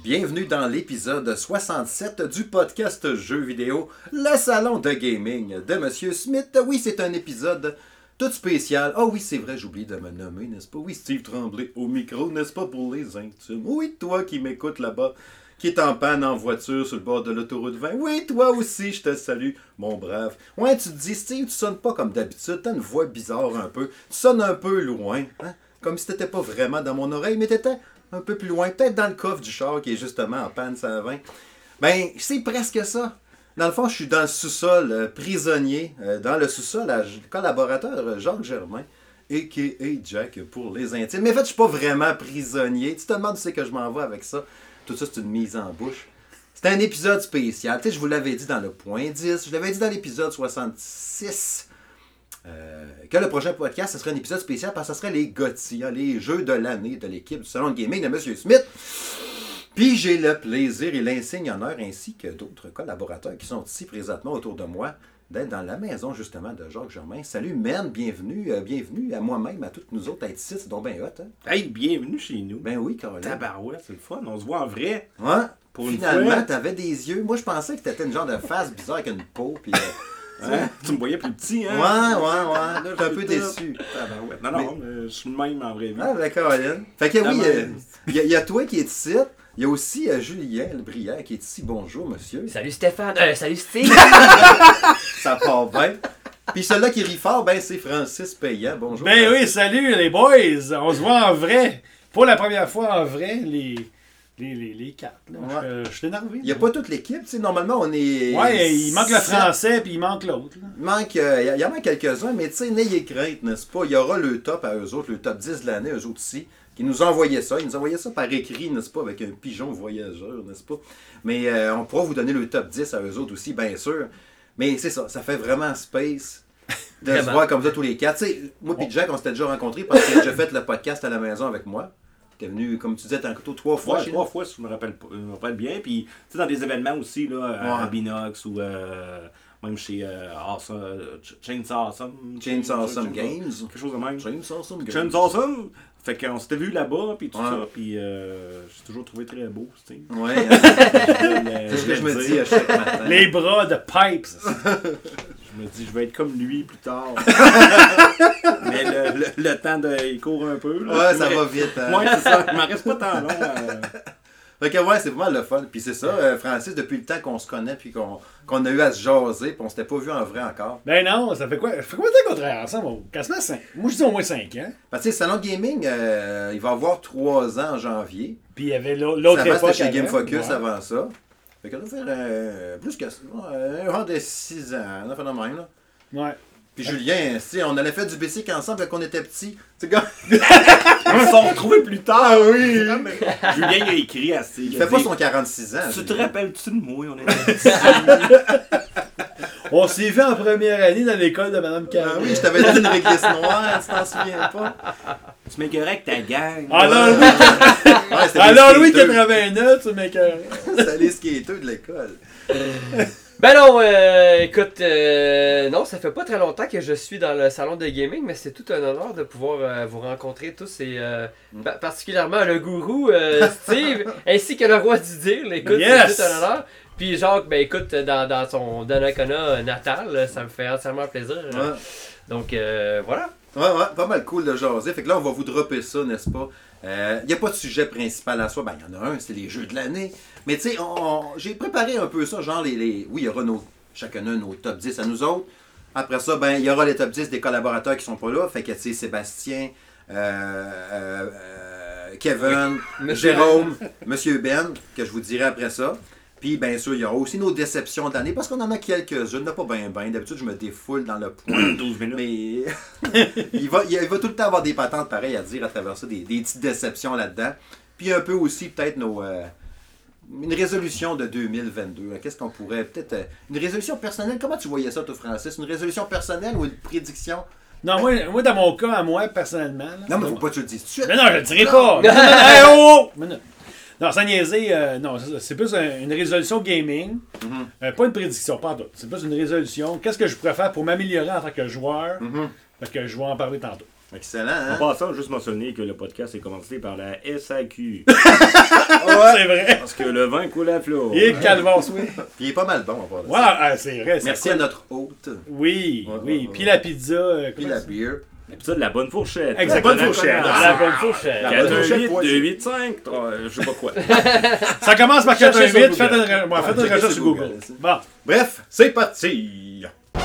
bienvenue dans l'épisode 67 du podcast Jeux vidéo, le salon de gaming de Monsieur Smith. Oui, c'est un épisode tout spécial. Ah oui, c'est vrai, j'oublie de me nommer, n'est-ce pas? Oui, Steve Tremblay au micro, n'est-ce pas, pour les intimes? Oui, toi qui m'écoutes là-bas, qui est en panne en voiture sur le bord de l'autoroute 20. Oui, toi aussi, je te salue, mon brave. Ouais, tu te dis, Steve, tu sonnes pas comme d'habitude, t'as une voix bizarre un peu, tu sonnes un peu loin, hein? Comme si t'étais pas vraiment dans mon oreille, mais t'étais un peu plus loin, peut-être dans le coffre du char qui est justement en panne, ça va. Ben, c'est presque ça. Dans le fond, je suis dans le sous-sol, prisonnier, dans le sous-sol, collaborateur Jacques Germain, a.k.a. Jack pour les intimes. Mais en fait, je suis pas vraiment prisonnier. Tu te demandes où c'est que je m'en vais avec ça. Tout ça, c'est une mise en bouche. C'est un épisode spécial. Tu sais, je vous l'avais dit dans le point 10, je l'avais dit dans l'épisode 66, que le prochain podcast, ce serait un épisode spécial parce que ce serait les GOTY, les jeux de l'année de l'équipe du salon de gaming de M. Smith. Puis j'ai le plaisir et l'insigne honneur, ainsi que d'autres collaborateurs qui sont ici présentement autour de moi, d'être dans la maison justement de Jacques Germain. Salut men, bienvenue à moi-même, à toutes nous autres à être ici, c'est donc bien hot. Hein? Hey, bienvenue chez nous. Ben oui, Caroline. Tabarouette, c'est le fun, on se voit en vrai. Ouais, pour finalement, t'avais des yeux. Moi, je pensais que t'étais une genre de face bizarre avec une peau, puis... Hein? Tu me voyais plus petit, hein? Ouais. J'étais un peu déçu. Tabarouette. Non, je suis le même en vrai. Ah, ben Caroline. Fait que oui, il y a toi qui es ici. Il y a aussi Julien Le Brière qui est ici. Bonjour, monsieur. Salut Stéphane. Salut Steve. Ça part bien. Puis celui-là qui rit fort, ben c'est Francis Payan. Bonjour. Ben Francis. oui, salut les boys. On se voit en vrai. Pour la première fois en vrai, les quatre. Là. Ouais. Je suis énervé. Il n'y a pas toute l'équipe. Tu sais, normalement, on est... Ouais, il manque le 7. français puis il manque l'autre. Là. Il y en a quelques-uns, mais tu sais, n'ayez crainte, n'est-ce pas? Il y aura le top à eux autres, le top 10 de l'année, eux autres ici, qui nous ont envoyé ça. Ils nous ont envoyé ça par écrit, n'est-ce pas, avec un pigeon voyageur, n'est-ce pas? Mais on pourra vous donner le top 10 à eux autres aussi, bien sûr. Mais c'est ça fait vraiment space de se voir comme ça tous les quatre. Tu sais, moi et Jack, on s'était déjà rencontrés parce qu'il a déjà fait le podcast à la maison avec moi. T'es venu, comme tu disais, tantôt 3 fois. Ouais, 3 fois, si je me rappelle bien. Puis, tu sais, dans des événements aussi, là, à Binox ou même chez Chainsaw Awesome Games. Quelque chose de même. Chainsaw Awesome Games. Chainsaw Awesome. Fait qu'on s'était vu là-bas, puis tout ça. Puis, j'ai toujours trouvé très beau, tu sais. Ouais. C'est ce que je me dis à chaque matin. Les bras de Pipes. Je me dis, je vais être comme lui plus tard. Mais le temps, il court un peu. Là. Ouais, ça va vite. Hein? Ouais, c'est ça. Il m'en reste pas tant long. Fait que ouais, c'est vraiment le fun. Puis c'est ça, Francis, depuis le temps qu'on se connaît, puis qu'on a eu à se jaser, puis on s'était pas vu en vrai encore. Ben non, ça fait quoi? Ça fait combien de temps qu'on travaille ensemble? Quasiment 5. Moi, je dis au moins 5 ans. Parce que le salon de gaming, il va avoir 3 ans en janvier. Puis il y avait l'autre Avant, époque. c'était chez Game Focus ouais. avant ça. Fait qu'on doit faire plus que ça. Un rang de 6 ans, on a fait de même, là. Ouais. Puis Julien, on allait faire du basic ensemble quand on était petits. Tu sais, Ils se sont retrouvés plus tard. Ah oui! Julien il a écrit à Steve. Il fait pas son 46 ans. Tu te Julien. rappelles-tu de moi? On était On s'est vu en première année dans l'école de Mme Carré. Ah oui, je t'avais dit une réglisse noire, tu t'en souviens pas? Tu m'écœurais avec ta gang. Alors Louis 89, tu m'écœurais. C'est les skateurs de l'école. Ben non, écoute, non, ça fait pas très longtemps que je suis dans le salon de gaming, mais c'est tout un honneur de pouvoir vous rencontrer tous et particulièrement le gourou Steve, ainsi que le roi du deal. Écoute, Yes! c'est tout un honneur. Puis Jacques, ben écoute, dans son Donnacona natal, ça me fait entièrement plaisir. Ouais. Donc voilà. Ouais, pas mal cool de jaser. Fait que là, on va vous dropper ça, n'est-ce pas? Il n'y a pas de sujet principal à soi. Ben, il y en a un, c'est les jeux de l'année. Mais tu sais, j'ai préparé un peu ça, genre oui, il y aura chacun nos top 10 à nous autres. Après ça, ben, il y aura les top 10 des collaborateurs qui sont pas là. Fait que, tu sais, Sébastien, Kevin, Jérôme, Monsieur Ben, que je vous dirai après ça. Puis, bien sûr, il y aura aussi nos déceptions de l'année, parce qu'on en a quelques-unes, pas bien. D'habitude, je me défoule dans le point. 12 minutes. Mais il va tout le temps avoir des patentes pareilles à dire à travers ça, des petites déceptions là-dedans. Puis un peu aussi, peut-être, une résolution de 2022. Qu'est-ce qu'on pourrait... Peut-être... une résolution personnelle. Comment tu voyais ça, toi, Francis? Une résolution personnelle ou une prédiction? Non, moi, dans mon cas, à moi, personnellement... Là, non, mais faut pas que tu le dises tout de suite. Mais non, je le dirai pas! Hey, oh! Non, sans niaiser, non, c'est plus une résolution gaming. Pas une prédiction, pas en tout. C'est plus une résolution. Qu'est-ce que je pourrais faire pour m'améliorer en tant que joueur? Fait que je vais en parler tantôt. Excellent, hein? En passant, juste mentionner que le podcast est commencé par la SAQ. Ouais, c'est vrai. Parce que le vin coule à flot. Et calvasse, oui. Puis il est pas mal bon, en part de ça. Ouais, c'est vrai. Merci à notre hôte. Oui, Ouais, oui. ouais, Puis la pizza. Puis la bière. L'épisode de la bonne fourchette. Exactement. La bonne fourchette. La bonne fourchette. La bonne fourchette, 418 poisson. 285 je sais pas quoi. Ça commence par Cherchez 418. sur Faites une checkez recherche sur sur Google. Google. Bon. Bref, c'est parti!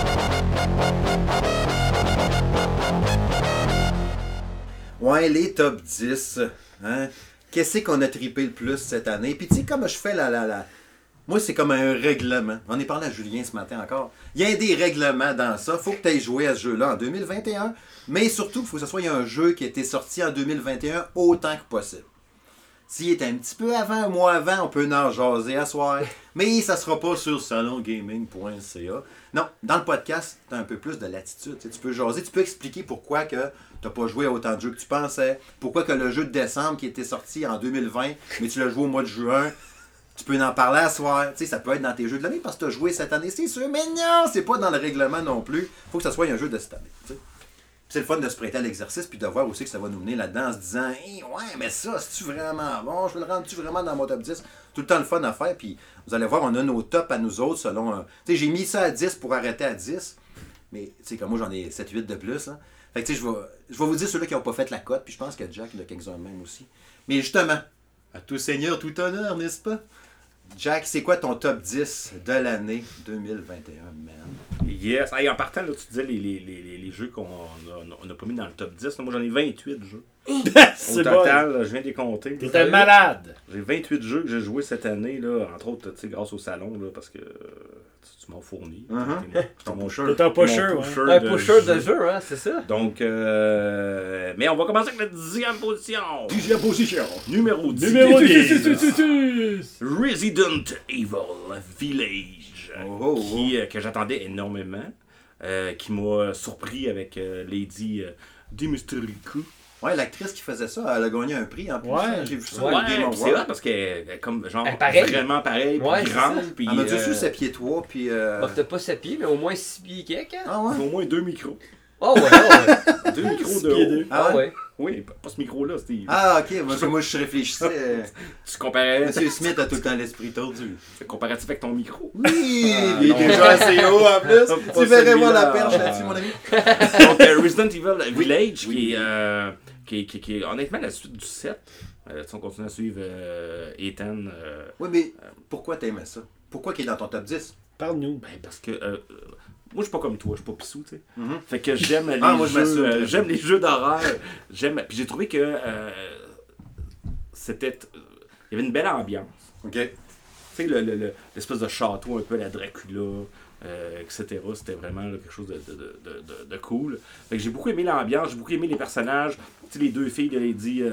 Ouais, les top 10. Hein? Qu'est-ce qu'on a trippé le plus cette année? Puis tu sais, comme je fais Moi, c'est comme un règlement. On est parlé à Julien ce matin encore. Il y a des règlements dans ça. Faut que tu aies joué à ce jeu-là en 2021. Mais surtout, il faut que ce soit un jeu qui a été sorti en 2021 autant que possible. S'il est un petit peu avant, un mois avant, on peut en jaser à soir. Mais ça sera pas sur salongaming.ca. Non, dans le podcast, tu as un peu plus de latitude. Tu peux jaser, tu peux expliquer pourquoi que tu n'as pas joué à autant de jeux que tu pensais. Pourquoi que le jeu de décembre qui était sorti en 2020, mais tu l'as joué au mois de juin, tu peux en parler à soir. Tu sais, ça peut être dans tes jeux de l'année parce que tu as joué cette année, c'est sûr. Mais non, c'est pas dans le règlement non plus. Il faut que ça soit un jeu de cette année. Tu sais. C'est le fun de se prêter à l'exercice puis de voir aussi que ça va nous mener là-dedans en se disant hey, ouais, mais ça, c'est-tu vraiment bon? Je vais le rendre-tu vraiment dans mon top 10? Tout le temps le fun à faire. Puis vous allez voir, on a nos tops à nous autres selon. Tu sais, j'ai mis ça à 10 pour arrêter à 10. Mais tu sais, comme moi, j'en ai 7-8 de plus. Hein. Fait que tu sais, je vais vous dire ceux-là qui n'ont pas fait la cote. Puis je pense que Jack, il a quelques-uns même aussi. Mais justement, à tout seigneur, tout honneur, n'est-ce pas? Jack, c'est quoi ton top 10 de l'année 2021, man? Yes. Hey, en partant, là, tu disais les jeux qu'on n'a pas mis dans le top 10. Moi, j'en ai 28 jeux. Au total, je viens de les compter. T'es un malade. J'ai 28 jeux que j'ai joués cette année, là, entre autres, tu sais, grâce au salon, là, parce que tu m'as fourni. Ton pusher. T'es un pusher, ouais. Un pusher de jeu, hein, c'est ça? Donc, mais on va commencer avec la 10e position. 10e position. Numéro 10. Numéro 10. Resident Evil Village. Que j'attendais énormément. Qui m'a surpris avec Lady Dimitrescu. Ouais, l'actrice qui faisait ça, elle a gagné un prix en plus. Ouais. J'ai vu ça. Ouais, Game c'est Award. vrai parce qu'elle est comme genre vraiment pareil, puis ouais, grande. Puis, Elle m'a dit sur ses pieds 3, puis... Bah, peut-être pas 7 pieds, mais au moins 6 pieds quelques. Hein? Ah ouais? au moins 2 micros. Oh ouais, ouais. 2 micros 6 de pieds haut. deux. Ah ouais? Oui, pas ce micro-là, Steve. Ah ok, parce que moi je réfléchissais. Tu comparais Monsieur Smith a tout le temps l'esprit tordu. c'est comparatif avec ton micro. Oui, Ah, il est non. déjà assez haut en plus. Pas Tu verrais voir la celui-là. perche là-dessus, mon ami. Donc, Resident Evil Village, qui est honnêtement la suite du 7. Si on continue à suivre Ethan. Oui, mais pourquoi t'aimais ça? Pourquoi qu'il est dans ton top 10? Parle-nous. Ben, parce que moi, je suis pas comme toi, je suis pas pissou, tu sais. Mhm. Fait que j'aime les moi, je jeux, m'assume. j'aime les jeux d'horreur. Puis j'ai trouvé que c'était. Il y avait une belle ambiance. Ok. Tu sais, l'espèce de château un peu à la Dracula, etc. C'était vraiment là, quelque chose de cool. Fait que j'ai beaucoup aimé l'ambiance, j'ai beaucoup aimé les personnages. Tu sais, les deux filles de Lady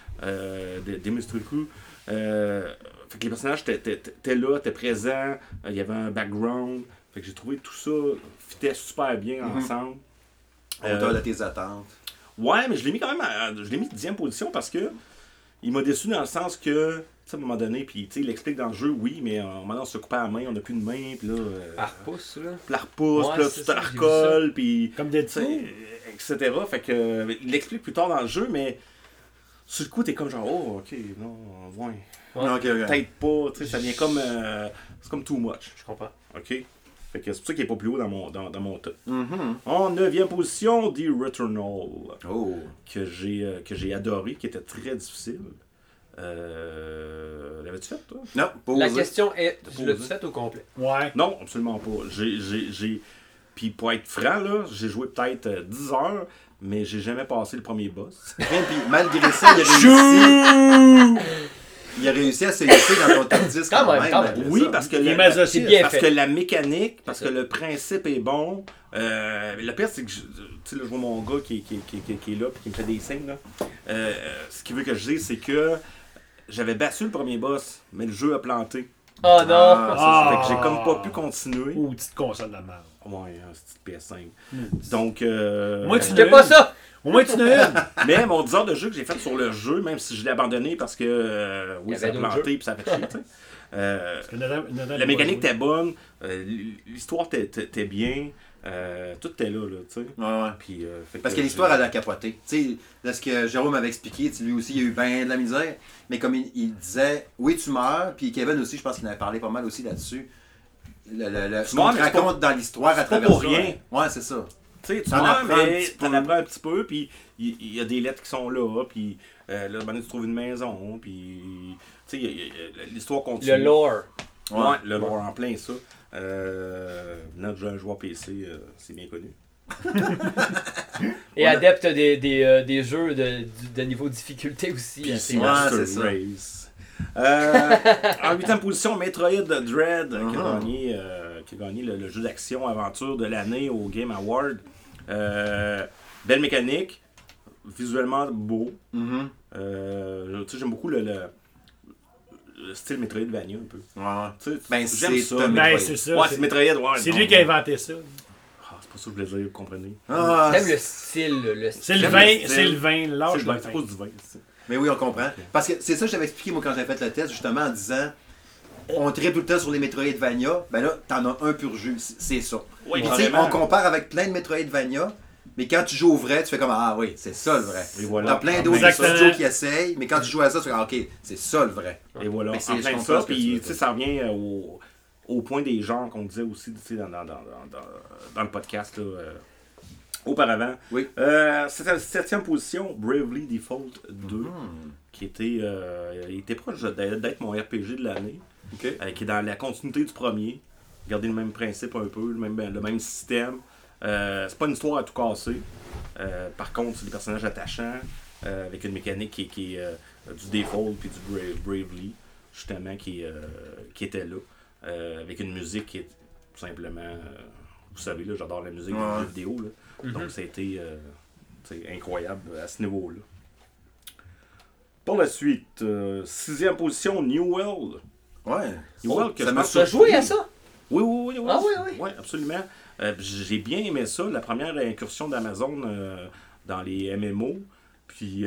Dimitrescu. Fait que les personnages étaient là, étaient présents, il y avait un background. Fait que j'ai trouvé tout ça fitait super bien ensemble. Hauteur de tes attentes. Ouais, mais je l'ai mis quand même je l'ai mis 10e position parce que il m'a déçu dans le sens que, tu sais, à un moment donné, puis tu sais, il explique dans le jeu, oui, mais à un moment donné, on se coupait la main, on n'a plus de main, puis là. À repousse, là. Puis la repousse, Ouais, puis là, c'est tu te ça, la j'ai vu recolles, puis. Comme des tu sais, etc. Fait que, il l'explique plus tard dans le jeu, mais. Sur le coup, t'es comme genre, oh, ok, non, ouais. Ouais. Ok, ok. Peut-être pas, tu sais, ça vient comme. C'est comme too much. Je comprends. Ok? Fait que c'est pour ça qu'il n'est pas plus haut dans mon top. Mhm. En 9e position, The Returnal. Oh. Que j'ai adoré, qui était très difficile. L'avais-tu fait, toi? Non, pas La osé. question est, T'as tu pas l'as-tu osé? fait au complet? Ouais. Non, absolument pas. Puis pour être franc, là, j'ai joué peut-être 10 heures, mais j'ai jamais passé le premier boss. Puis malgré ça, il a réussi à se laisser dans ton top 10 Quand même, quand même. malgré Oui, ça. parce que, Il est masochiste. C'est bien parce fait. que la mécanique, parce C'est que ça. le principe est bon. Le pire, c'est que tu sais, là, je vois mon gars qui est là et qui me fait des signes. Là. Ce qu'il veut que je dise, c'est que j'avais battu le premier boss, mais le jeu a planté. Oh non! Ah. Fait que j'ai comme pas pu continuer. Ou petite console de la merde. Ouais, c'est une PS5. Donc, Moi, tu Fais pas ça! Au moins, tu n'as une. mais mon 10 heures de jeu que j'ai fait sur le jeu, même si je l'ai abandonné parce que Il y oui, ça a avait d'autres planté puis ça a fait chier, tu sais. La La mécanique était bonne, l'histoire était bien. Tout était là, tu sais. Ouais. Puis, Parce que l'histoire, elle a capoté. Tu sais, là, ce que Jérôme m'avait expliqué, lui aussi, il a eu bien de la misère. Mais comme il disait, oui, tu meurs. Puis Kevin aussi, je pense qu'il en avait parlé pas mal aussi là-dessus. Ce qu'on te raconte dans l'histoire à travers ça. C'est pas pour rien. Ouais, c'est ça. Tu sais, tu meurs, mais t'en apprends un petit peu. Puis il y a des lettres qui sont là. Puis là, maintenant, tu trouves une maison. Puis, tu sais, l'histoire continue. Le lore. Ouais, le lore en plein ça. Notre jeu un joueur PC, c'est bien connu. Et adepte des jeux de niveau de difficulté aussi. PC Master Race. En 8e position, Metroid Dread qui a gagné le jeu d'action-aventure de l'année au Game Award. Belle mécanique, visuellement beau. J'aime beaucoup le style Metroidvania un peu. Ouais. J'aime ça. C'est ça. Ouais, c'est Metroid. Ouais, c'est lui qui a inventé ça. C'est pas ça que je voulais dire, vous comprenez. J'aime le style. C'est le vin, l'âge c'est pas du vin. Mais oui, on comprend. Parce que c'est ça que j'avais expliqué moi quand j'avais fait le test, justement en disant on tripe tout le temps sur les Metroidvania, ben là, t'en as un pur jus, c'est ça. Oui, on compare avec plein de Metroidvania, mais quand tu joues au vrai, tu fais comme ah oui, c'est ça le vrai. Et voilà. T'as plein d'autres studios qui essayent, mais quand tu joues à ça, tu fais ah, ok, c'est ça le vrai. Et voilà, en plein ça, puis ça revient au point des genres qu'on disait aussi dans le podcast là, auparavant. Oui. C'était la 7e position, Bravely Default 2, qui était proche d'être mon RPG de l'année, qui est dans la continuité du premier. Garder le même principe un peu, le même système. C'est pas une histoire à tout casser. Par contre, c'est des personnages attachants, avec une mécanique qui est du Default puis du Bravely, justement, qui était là. Avec une musique qui est tout simplement... vous savez, là, j'adore la musique des jeux vidéo. Là. Donc, ça a été incroyable à ce niveau-là. Pour la suite, 6e position, New World. Ouais. New World, que tu as joué à ça? Oui. Ah oui. Oui, absolument. J'ai bien aimé ça, la première incursion d'Amazon dans les MMO. Puis,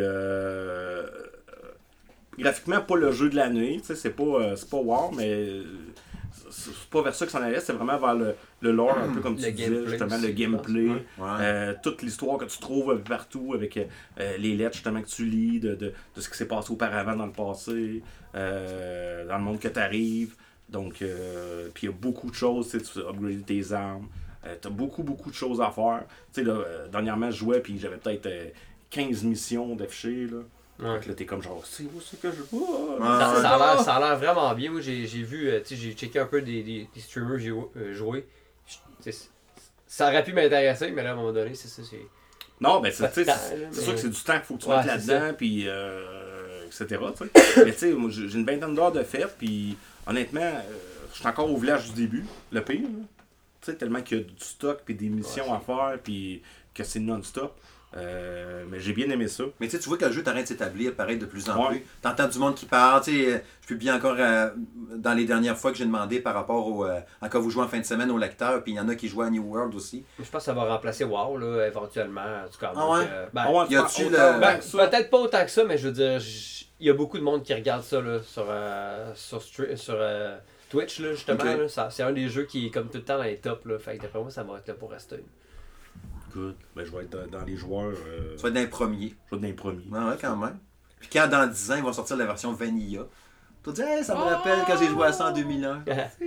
graphiquement, pas le jeu de l'année. C'est pas wow, mais c'est pas vers ça que ça en allait. C'est vraiment vers le lore, un peu comme tu disais, justement, le gameplay. Toute l'histoire que tu trouves un peu partout avec les lettres, justement, que tu lis de ce qui s'est passé auparavant dans le passé, dans le monde que tu arrives. Donc, puis il y a beaucoup de choses, tu upgrades tes armes, tu as beaucoup de choses à faire. Tu sais, dernièrement, je jouais, puis j'avais peut-être 15 missions d'affichés, là. Donc là, t'es comme genre, c'est où c'est que je vois? Ça a l'air vraiment bien. Moi, j'ai vu, j'ai checké un peu des streamers jouer. Ça aurait pu m'intéresser, mais là, à un moment donné, c'est ça. Non, ben c'est sûr que c'est du temps qu'il faut que tu mettes là-dedans, puis etc. Mais tu sais, moi, j'ai une vingtaine d'heures de fête, puis honnêtement, je suis encore au village du début, le pire. Tu sais, tellement qu'il y a du stock, puis des missions à faire, puis que c'est non-stop. Mais j'ai bien aimé ça. Mais tu vois que le jeu est en train de s'établir, pareil, de plus en plus. T'entends du monde qui parle. Je publie encore dans les dernières fois que j'ai demandé par rapport à quand vous jouez en fin de semaine au lecteur, puis il y en a qui jouent à New World aussi. Je pense que ça va remplacer WoW, là, éventuellement. En tout cas, peut-être pas autant que ça, mais je veux dire, il y a beaucoup de monde qui regarde ça là, sur Twitch, là, justement. Là, c'est un des jeux qui est comme tout le temps dans les tops. Là, fait que d'après moi, ça va être là pour rester. Good. Ben, je vais être dans les joueurs. Tu vas être dans les premiers. Je vais être dans les premiers. Ouais, quand même. Puis quand dans 10 ans, ils vont sortir la version Vanilla, tu vas dire, hey, ça me rappelle quand j'ai joué à ça en 2001.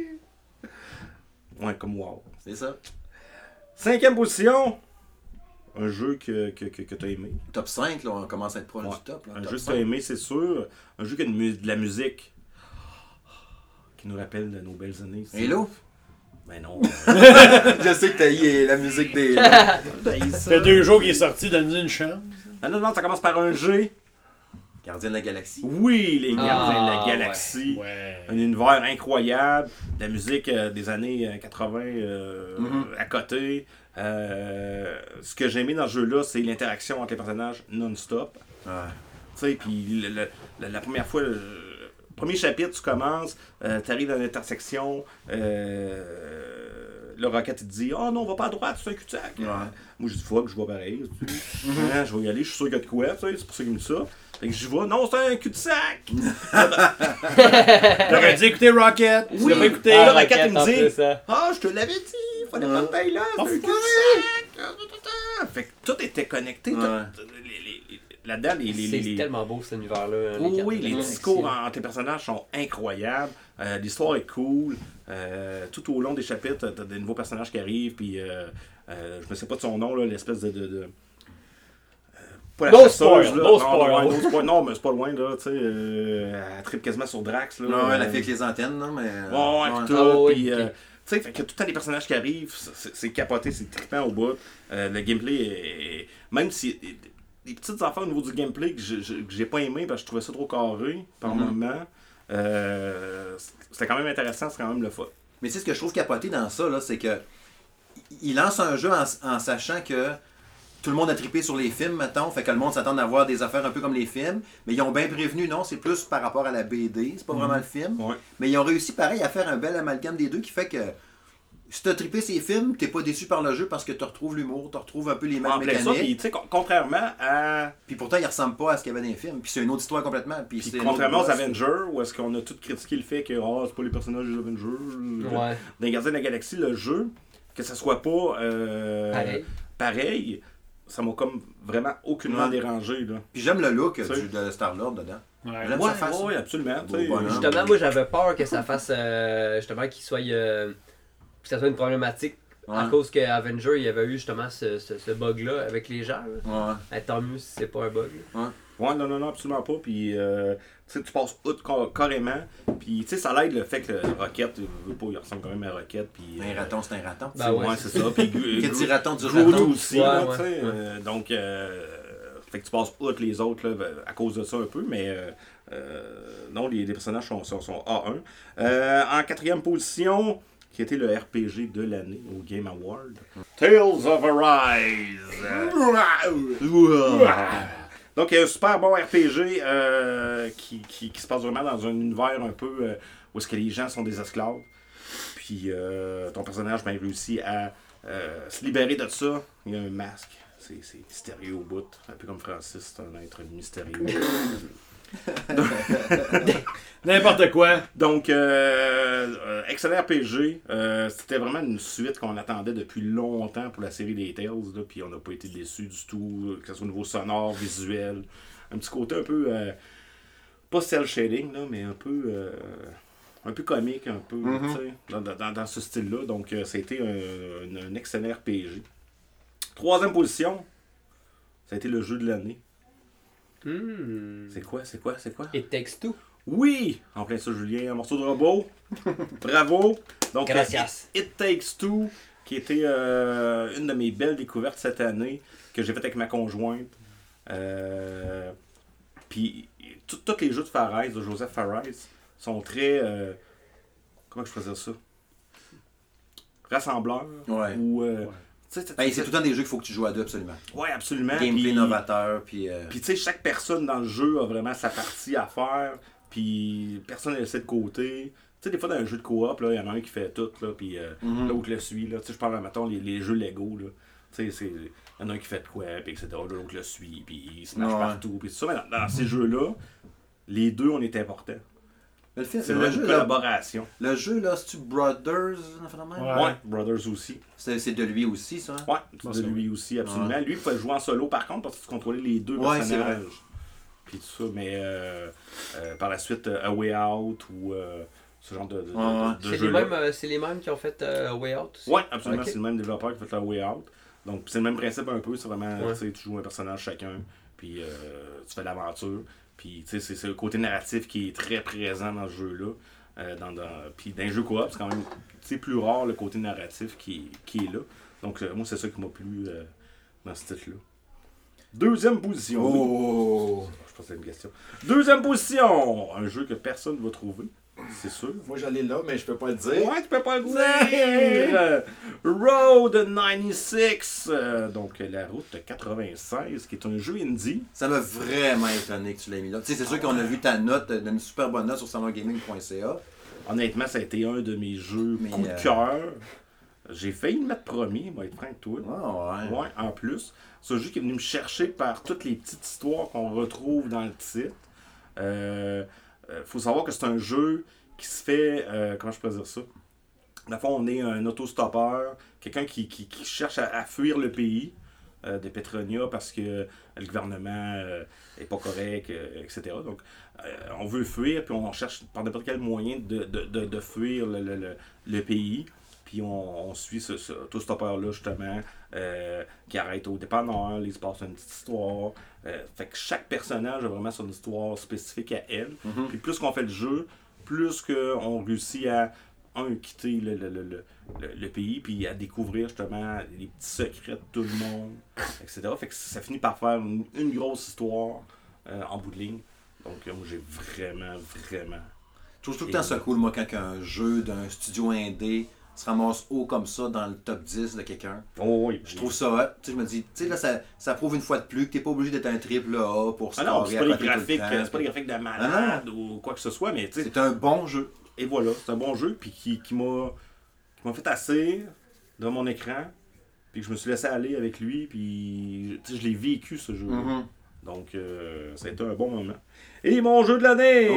Ouais, comme WoW. C'est ça. 5e position. Un jeu que tu as aimé. Top 5, là, on commence à être proche du top. Là. Un top jeu 5. que tu as aimé, c'est sûr. Un jeu qui a de la musique qui nous rappelle de nos belles années. Hello? Ben non. Je sais que t'as eu la musique des... Ça fait 2 jours qu'il est sorti, donne-nous une chance. Non, ça commence par un G. Gardien de la Galaxie. Oui, les Gardiens de la Galaxie. Ouais. Un univers incroyable. La musique des années 80 à côté. Ce que j'ai aimé dans ce jeu-là, c'est l'interaction entre les personnages non-stop. Ouais. Tu sais, puis la première fois... Premier chapitre, tu commences, tu arrives dans l'intersection, le Rocket il te dit « Oh non, on va pas à droite, c'est un cul-de-sac. Ouais. » Moi, je dis « Fuck, je vais pareil. Je vais y aller, je suis sûr qu'il y a de quoi, c'est pour ça qu'il me dit ça. » Fait que je vais « Non, c'est un cul-de-sac. » T'aurais dit écouter Rocket. Oui, tu l'as pas écouté. le Rocket il me dit ça. « Ah, je te l'avais dit. » fallait pas que t'ailles là, c'est un Enfoiré! cul-de-sac. Fait que tout était connecté. Là-dedans, C'est tellement beau cet univers-là. oui, les cartes. discours entre les personnages sont incroyables. L'histoire est cool. Tout au long des chapitres, t'as des nouveaux personnages qui arrivent. Puis, je me sais pas de son nom, là, l'espèce de pas la No chasseuse, spoil, là. no Non, spoil. ouais, no spoil. Non, mais c'est pas loin, là. Tu sais, elle tripe quasiment sur Drax. Là, Non, la fille avec les antennes, non, mais. Ouais, tout. Ah, oui, Puis, ok. tu sais, fait que tout le temps des personnages qui arrivent, c'est capoté, c'est trippant au bout. Le gameplay est. Même si. Des petites affaires au niveau du gameplay que j'ai pas aimé parce que je trouvais ça trop carré par moment. C'était quand même intéressant, c'est quand même le fun. Mais tu sais, ce que je trouve capoté dans ça, là, c'est que. Il lance un jeu en sachant que. Tout le monde a trippé sur les films, mettons. Fait que le monde s'attend à avoir des affaires un peu comme les films. Mais ils ont bien prévenu, non, c'est plus par rapport à la BD. C'est pas vraiment le film. Ouais. Mais ils ont réussi, pareil, à faire un bel amalgame des deux qui fait que. Si t'as trippé ces films, t'es pas déçu par le jeu parce que tu retrouves l'humour, tu retrouves un peu les mêmes En plein ça, mécaniques. puis tu sais, contrairement à. Puis pourtant, ils ressemblent pas à ce qu'il y avait dans les films. Puis c'est une autre histoire complètement. Puis Puis c'est contrairement aux une autre boss. Avengers, où est-ce qu'on a tout critiqué le fait que c'est pas les personnages des Avengers. Ouais. Dans les Gardiens de la Galaxie, le jeu, que ça soit pas pareil, ça m'a comme vraiment aucunement Ouais. dérangé. Là. Puis j'aime le look Tu sais. de Star-Lord dedans. Ouais. J'aime sa face. Ouais, absolument. Beau tu sais. bonhomme. Justement, moi j'avais peur que ça fasse justement qu'il soit que ça soit une problématique à Ouais. cause que Avenger il y avait eu justement ce bug là avec les gens. Là. Ouais. Tant mieux si c'est pas un bug. Là. Ouais, non, absolument pas. Puis, tu sais, tu passes outre carrément. Puis, tu sais, ça l'aide le fait que le Rocket, il ressemble quand même à Rocket. Puis, Un raton, c'est un raton. Ben ouais, c'est ça. Puis, Qui dit raton du Groot raton. aussi, Ouais, là, ouais. tu sais. Donc, fait que tu passes outre les autres là, à cause de ça un peu. Mais, non, les personnages sont A1. En quatrième position, qui était le RPG de l'année au Game Award, Tales of Arise. Donc, un super bon RPG qui se passe vraiment dans un univers un peu où est-ce que les gens sont des esclaves. Puis, ton personnage ben, réussit à se libérer de ça. Il y a un masque. C'est mystérieux au bout. Un peu comme Francis, c'est un être mystérieux. N'importe quoi. Donc, excellent RPG. C'était vraiment une suite qu'on attendait depuis longtemps pour la série des Tales. Là, puis on n'a pas été déçus du tout, que ce soit au niveau sonore, visuel. Un petit côté un peu, pas cel shading, là, mais un peu comique, un peu, tu sais, dans ce style-là. Donc, c'était un excellent RPG. Troisième position, ça a été le jeu de l'année. C'est quoi? It Takes Two. Oui! En plein ça, Julien, un morceau de robot. Bravo! Donc, Gracias. It Takes Two, qui était une de mes belles découvertes cette année, que j'ai faite avec ma conjointe. Puis, tous les jeux de Fares, de Joseph Fares, sont très... comment je faisais ça? Rassembleurs. Ouais. Ou... Ben, c'est tout le temps des jeux qu'il faut que tu joues à deux, absolument. Ouais, absolument. Gameplay Puis- novateur, puis... Puis tu sais, chaque personne dans le jeu a vraiment sa partie à faire, puis personne ne laissé de côté. Tu sais, des fois dans un jeu de coop, il y en a un qui fait tout, là, puis l'autre le suit. Là. Tu sais, je parle, mettons, les jeux Lego, là. Tu sais, il y en a un qui fait de quoi, puis etc. L'autre le suit, puis il se marche Ouais. partout, puis tout ça. Mais dans ces jeux-là, les deux, on est importants. Mais C'est le vraiment jeu, une là, collaboration. le jeu, là, c'est-tu Brothers? un phénomène? Ouais. Ouais, Brothers aussi. C'est de lui aussi, ça? Ouais, Bon, de c'est lui aussi, absolument. Lui, il pouvait jouer en solo par contre, parce que tu contrôlais les deux Ouais, c'est personnages. Puis tout ça, mais par la suite, A Way Out ou ce genre de jeu-là. C'est les mêmes qui ont fait Way Out aussi. Ouais, absolument, Ok. c'est le même développeur qui fait A Way Out. Donc, c'est le même principe un peu, c'est vraiment, Ouais. tu sais, tu joues un personnage chacun, puis tu fais l'aventure. Puis, tu sais, c'est le côté narratif qui est très présent dans ce jeu-là. Puis, dans les jeux coop, c'est quand même plus rare le côté narratif qui est là. Donc, moi, c'est ça qui m'a plu dans ce titre-là. Deuxième position. Oh! Je pense que c'est une question. Deuxième position. Un jeu que personne ne va trouver, c'est sûr. Moi, j'allais là, mais je peux pas le dire. Ouais, tu peux pas le dire. Road 96. Donc, la route 96, qui est un jeu indie. Ça m'a vraiment étonné que tu l'aies mis là. Tu sais, c'est sûr qu'on a vu ta note, une super bonne note sur salongaming.ca. Honnêtement, ça a été un de mes jeux Mais, coup de cœur. J'ai failli le mettre premier, moi, être franc avec toi. Ah ouais. Ouais, en plus. C'est un jeu qui est venu me chercher par toutes les petites histoires qu'on retrouve dans le titre. Faut savoir que c'est un jeu qui se fait, comment je peux dire ça? Dans le fond, on est un autostoppeur, quelqu'un qui cherche à fuir le pays de Petronia parce que le gouvernement est pas correct, etc. Donc, on veut fuir, puis on cherche par n'importe quel moyen de fuir le pays. Puis on suit ce autostoppeur-là, justement, qui arrête au dépanneur, il se passe une petite histoire. Fait que chaque personnage a vraiment son histoire spécifique à elle. Puis plus qu'on fait le jeu, plus qu'on réussit à quitter le pays, puis à découvrir justement les petits secrets de tout le monde, etc. Fait que ça finit par faire une grosse histoire en bout de ligne. Donc moi j'ai vraiment... Je trouve tout le temps ça cool, moi, quand un jeu d'un studio indé se ramasse haut comme ça dans le top 10 de quelqu'un. Oh oui. Je trouve ça hot. Tu sais, je me dis, tu sais, là, ça prouve une fois de plus que t'es pas obligé d'être un triple A pour se non, carrer c'est pas à des côté tout le graphiques, temps. c'est pas des graphiques de malade ou quoi que ce soit, mais tu sais. C'est un bon jeu. Et voilà, c'est un bon jeu, puis qui m'a fait asseoir dans mon écran, puis je me suis laissé aller avec lui, puis je l'ai vécu ce jeu. Donc, ça a été un bon moment. Et mon jeu de l'année!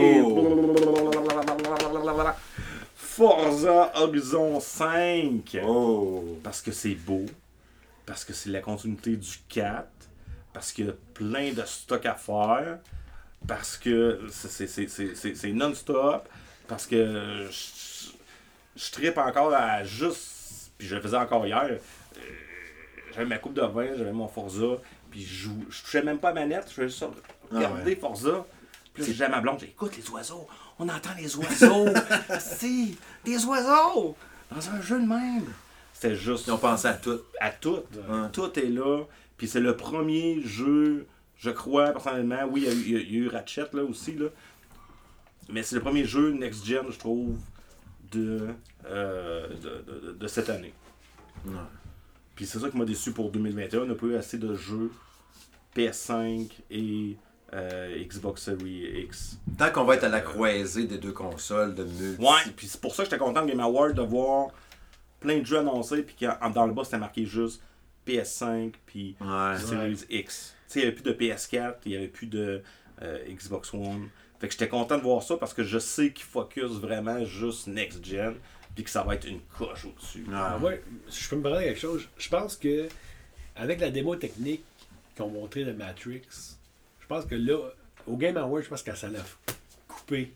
Forza Horizon 5! Parce que c'est beau, parce que c'est la continuité du 4, parce qu'il y a plein de stock à faire, parce que c'est non-stop, parce que je trippe encore à juste, puis je le faisais encore hier, j'avais ma coupe de vin, j'avais mon Forza, puis je touchais même pas à manette, je faisais juste regarder Forza. Puis là, j'ai ma blonde, j'écoute les oiseaux, on entend les oiseaux, si, des oiseaux, dans un jeu de même. C'était juste... Ils ont pensé à tout. À tout, tout est là, puis c'est le premier jeu, je crois, personnellement, oui, il y a eu Ratchet là aussi, là, mais c'est le premier jeu next-gen, je trouve, de cette année. Ouais. Puis c'est ça qui m'a déçu pour 2021. On n'a pas eu assez de jeux PS5 et Xbox Series X. Tant qu'on va être à la croisée des deux consoles de multi. Ouais, puis c'est pour ça que j'étais content de Game Award de voir plein de jeux annoncés, puis dans le bas c'était marqué juste PS5 puis Series X. Tu sais, il n'y avait plus de PS4, il n'y avait plus de Xbox One. Fait que j'étais content de voir ça parce que je sais qu'ils focus vraiment juste next-gen, puis que ça va être une coche au-dessus. Ouais, si je peux me parler de quelque chose, je pense que avec la démo technique qu'ils ont montré de Matrix, je pense que là, au Game Awards, je pense que ça a coupé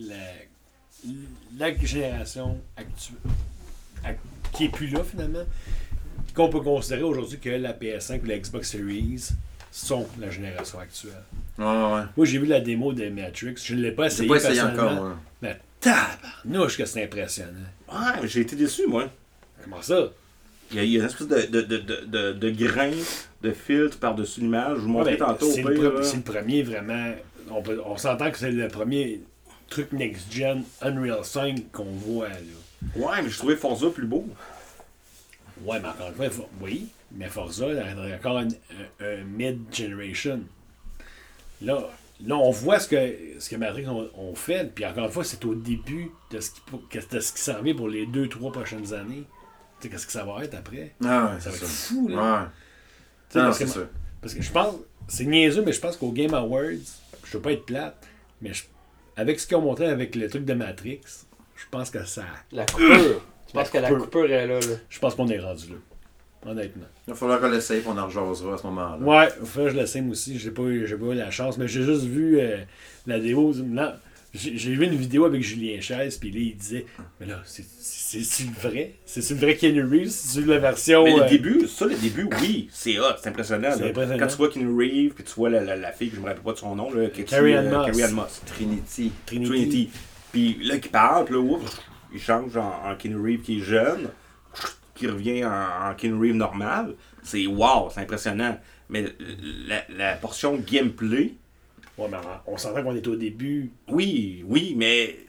la génération actuelle, qui est plus là finalement, qu'on peut considérer aujourd'hui que la PS5 ou la Xbox Series sont la génération actuelle. Ouais. Moi, j'ai vu la démo de Matrix, je ne l'ai pas essayé, encore. Mais tabarnouche que c'est impressionnant. Ouais, mais j'ai été déçu, moi. Comment ça? Il y a une espèce de grain de filtre par-dessus l'image. Je vous montrais tantôt. C'est le premier vraiment. On s'entend que c'est le premier truc next-gen Unreal 5 qu'on voit. Là. Ouais, mais je trouvais Forza plus beau. Ouais, mais encore une fois, oui, mais Forza, il y a encore un mid-generation. Là, on voit ce que Matrix ont fait, puis encore une fois, c'est au début de ce qui s'en vient pour les 2-3 prochaines années. Tu sais, qu'est-ce que ça va être après? Ah ouais, ça va être ça. fou, là. Ouais. Parce que je pense, c'est niaiseux, mais je pense qu'au Game Awards, je veux pas être plate, mais avec ce qu'ils ont montré avec le truc de Matrix, je pense que ça... La coupure. Je pense que la coupure est là. Je pense qu'on est rendu là. Honnêtement. Il va falloir qu'on l'essaye et on en rejasera à ce moment-là. Ouais, il faudrait que je l'essaye moi aussi. J'ai pas eu la chance, mais j'ai juste vu la démo. Là, j'ai vu une vidéo avec Julien Chaise, puis là, il disait mais là, c'est-tu le vrai? C'est-tu le vrai Keanu Reeves? C'est-tu la version. Mais le début, oui, c'est hot, c'est impressionnant. Impressionnant. Quand tu vois Keanu Reeves, puis tu vois la fille, que je me rappelle pas de son nom, Carrie-Anne Moss. Trinity. Puis là, qui parle, puis là, ouf, il change en Keanu Reeves qui est jeune, qui revient en Keanu Reeves normal. C'est wow, c'est impressionnant. Mais la portion gameplay. Ouais, mais on s'entend qu'on est au début. Oui, mais.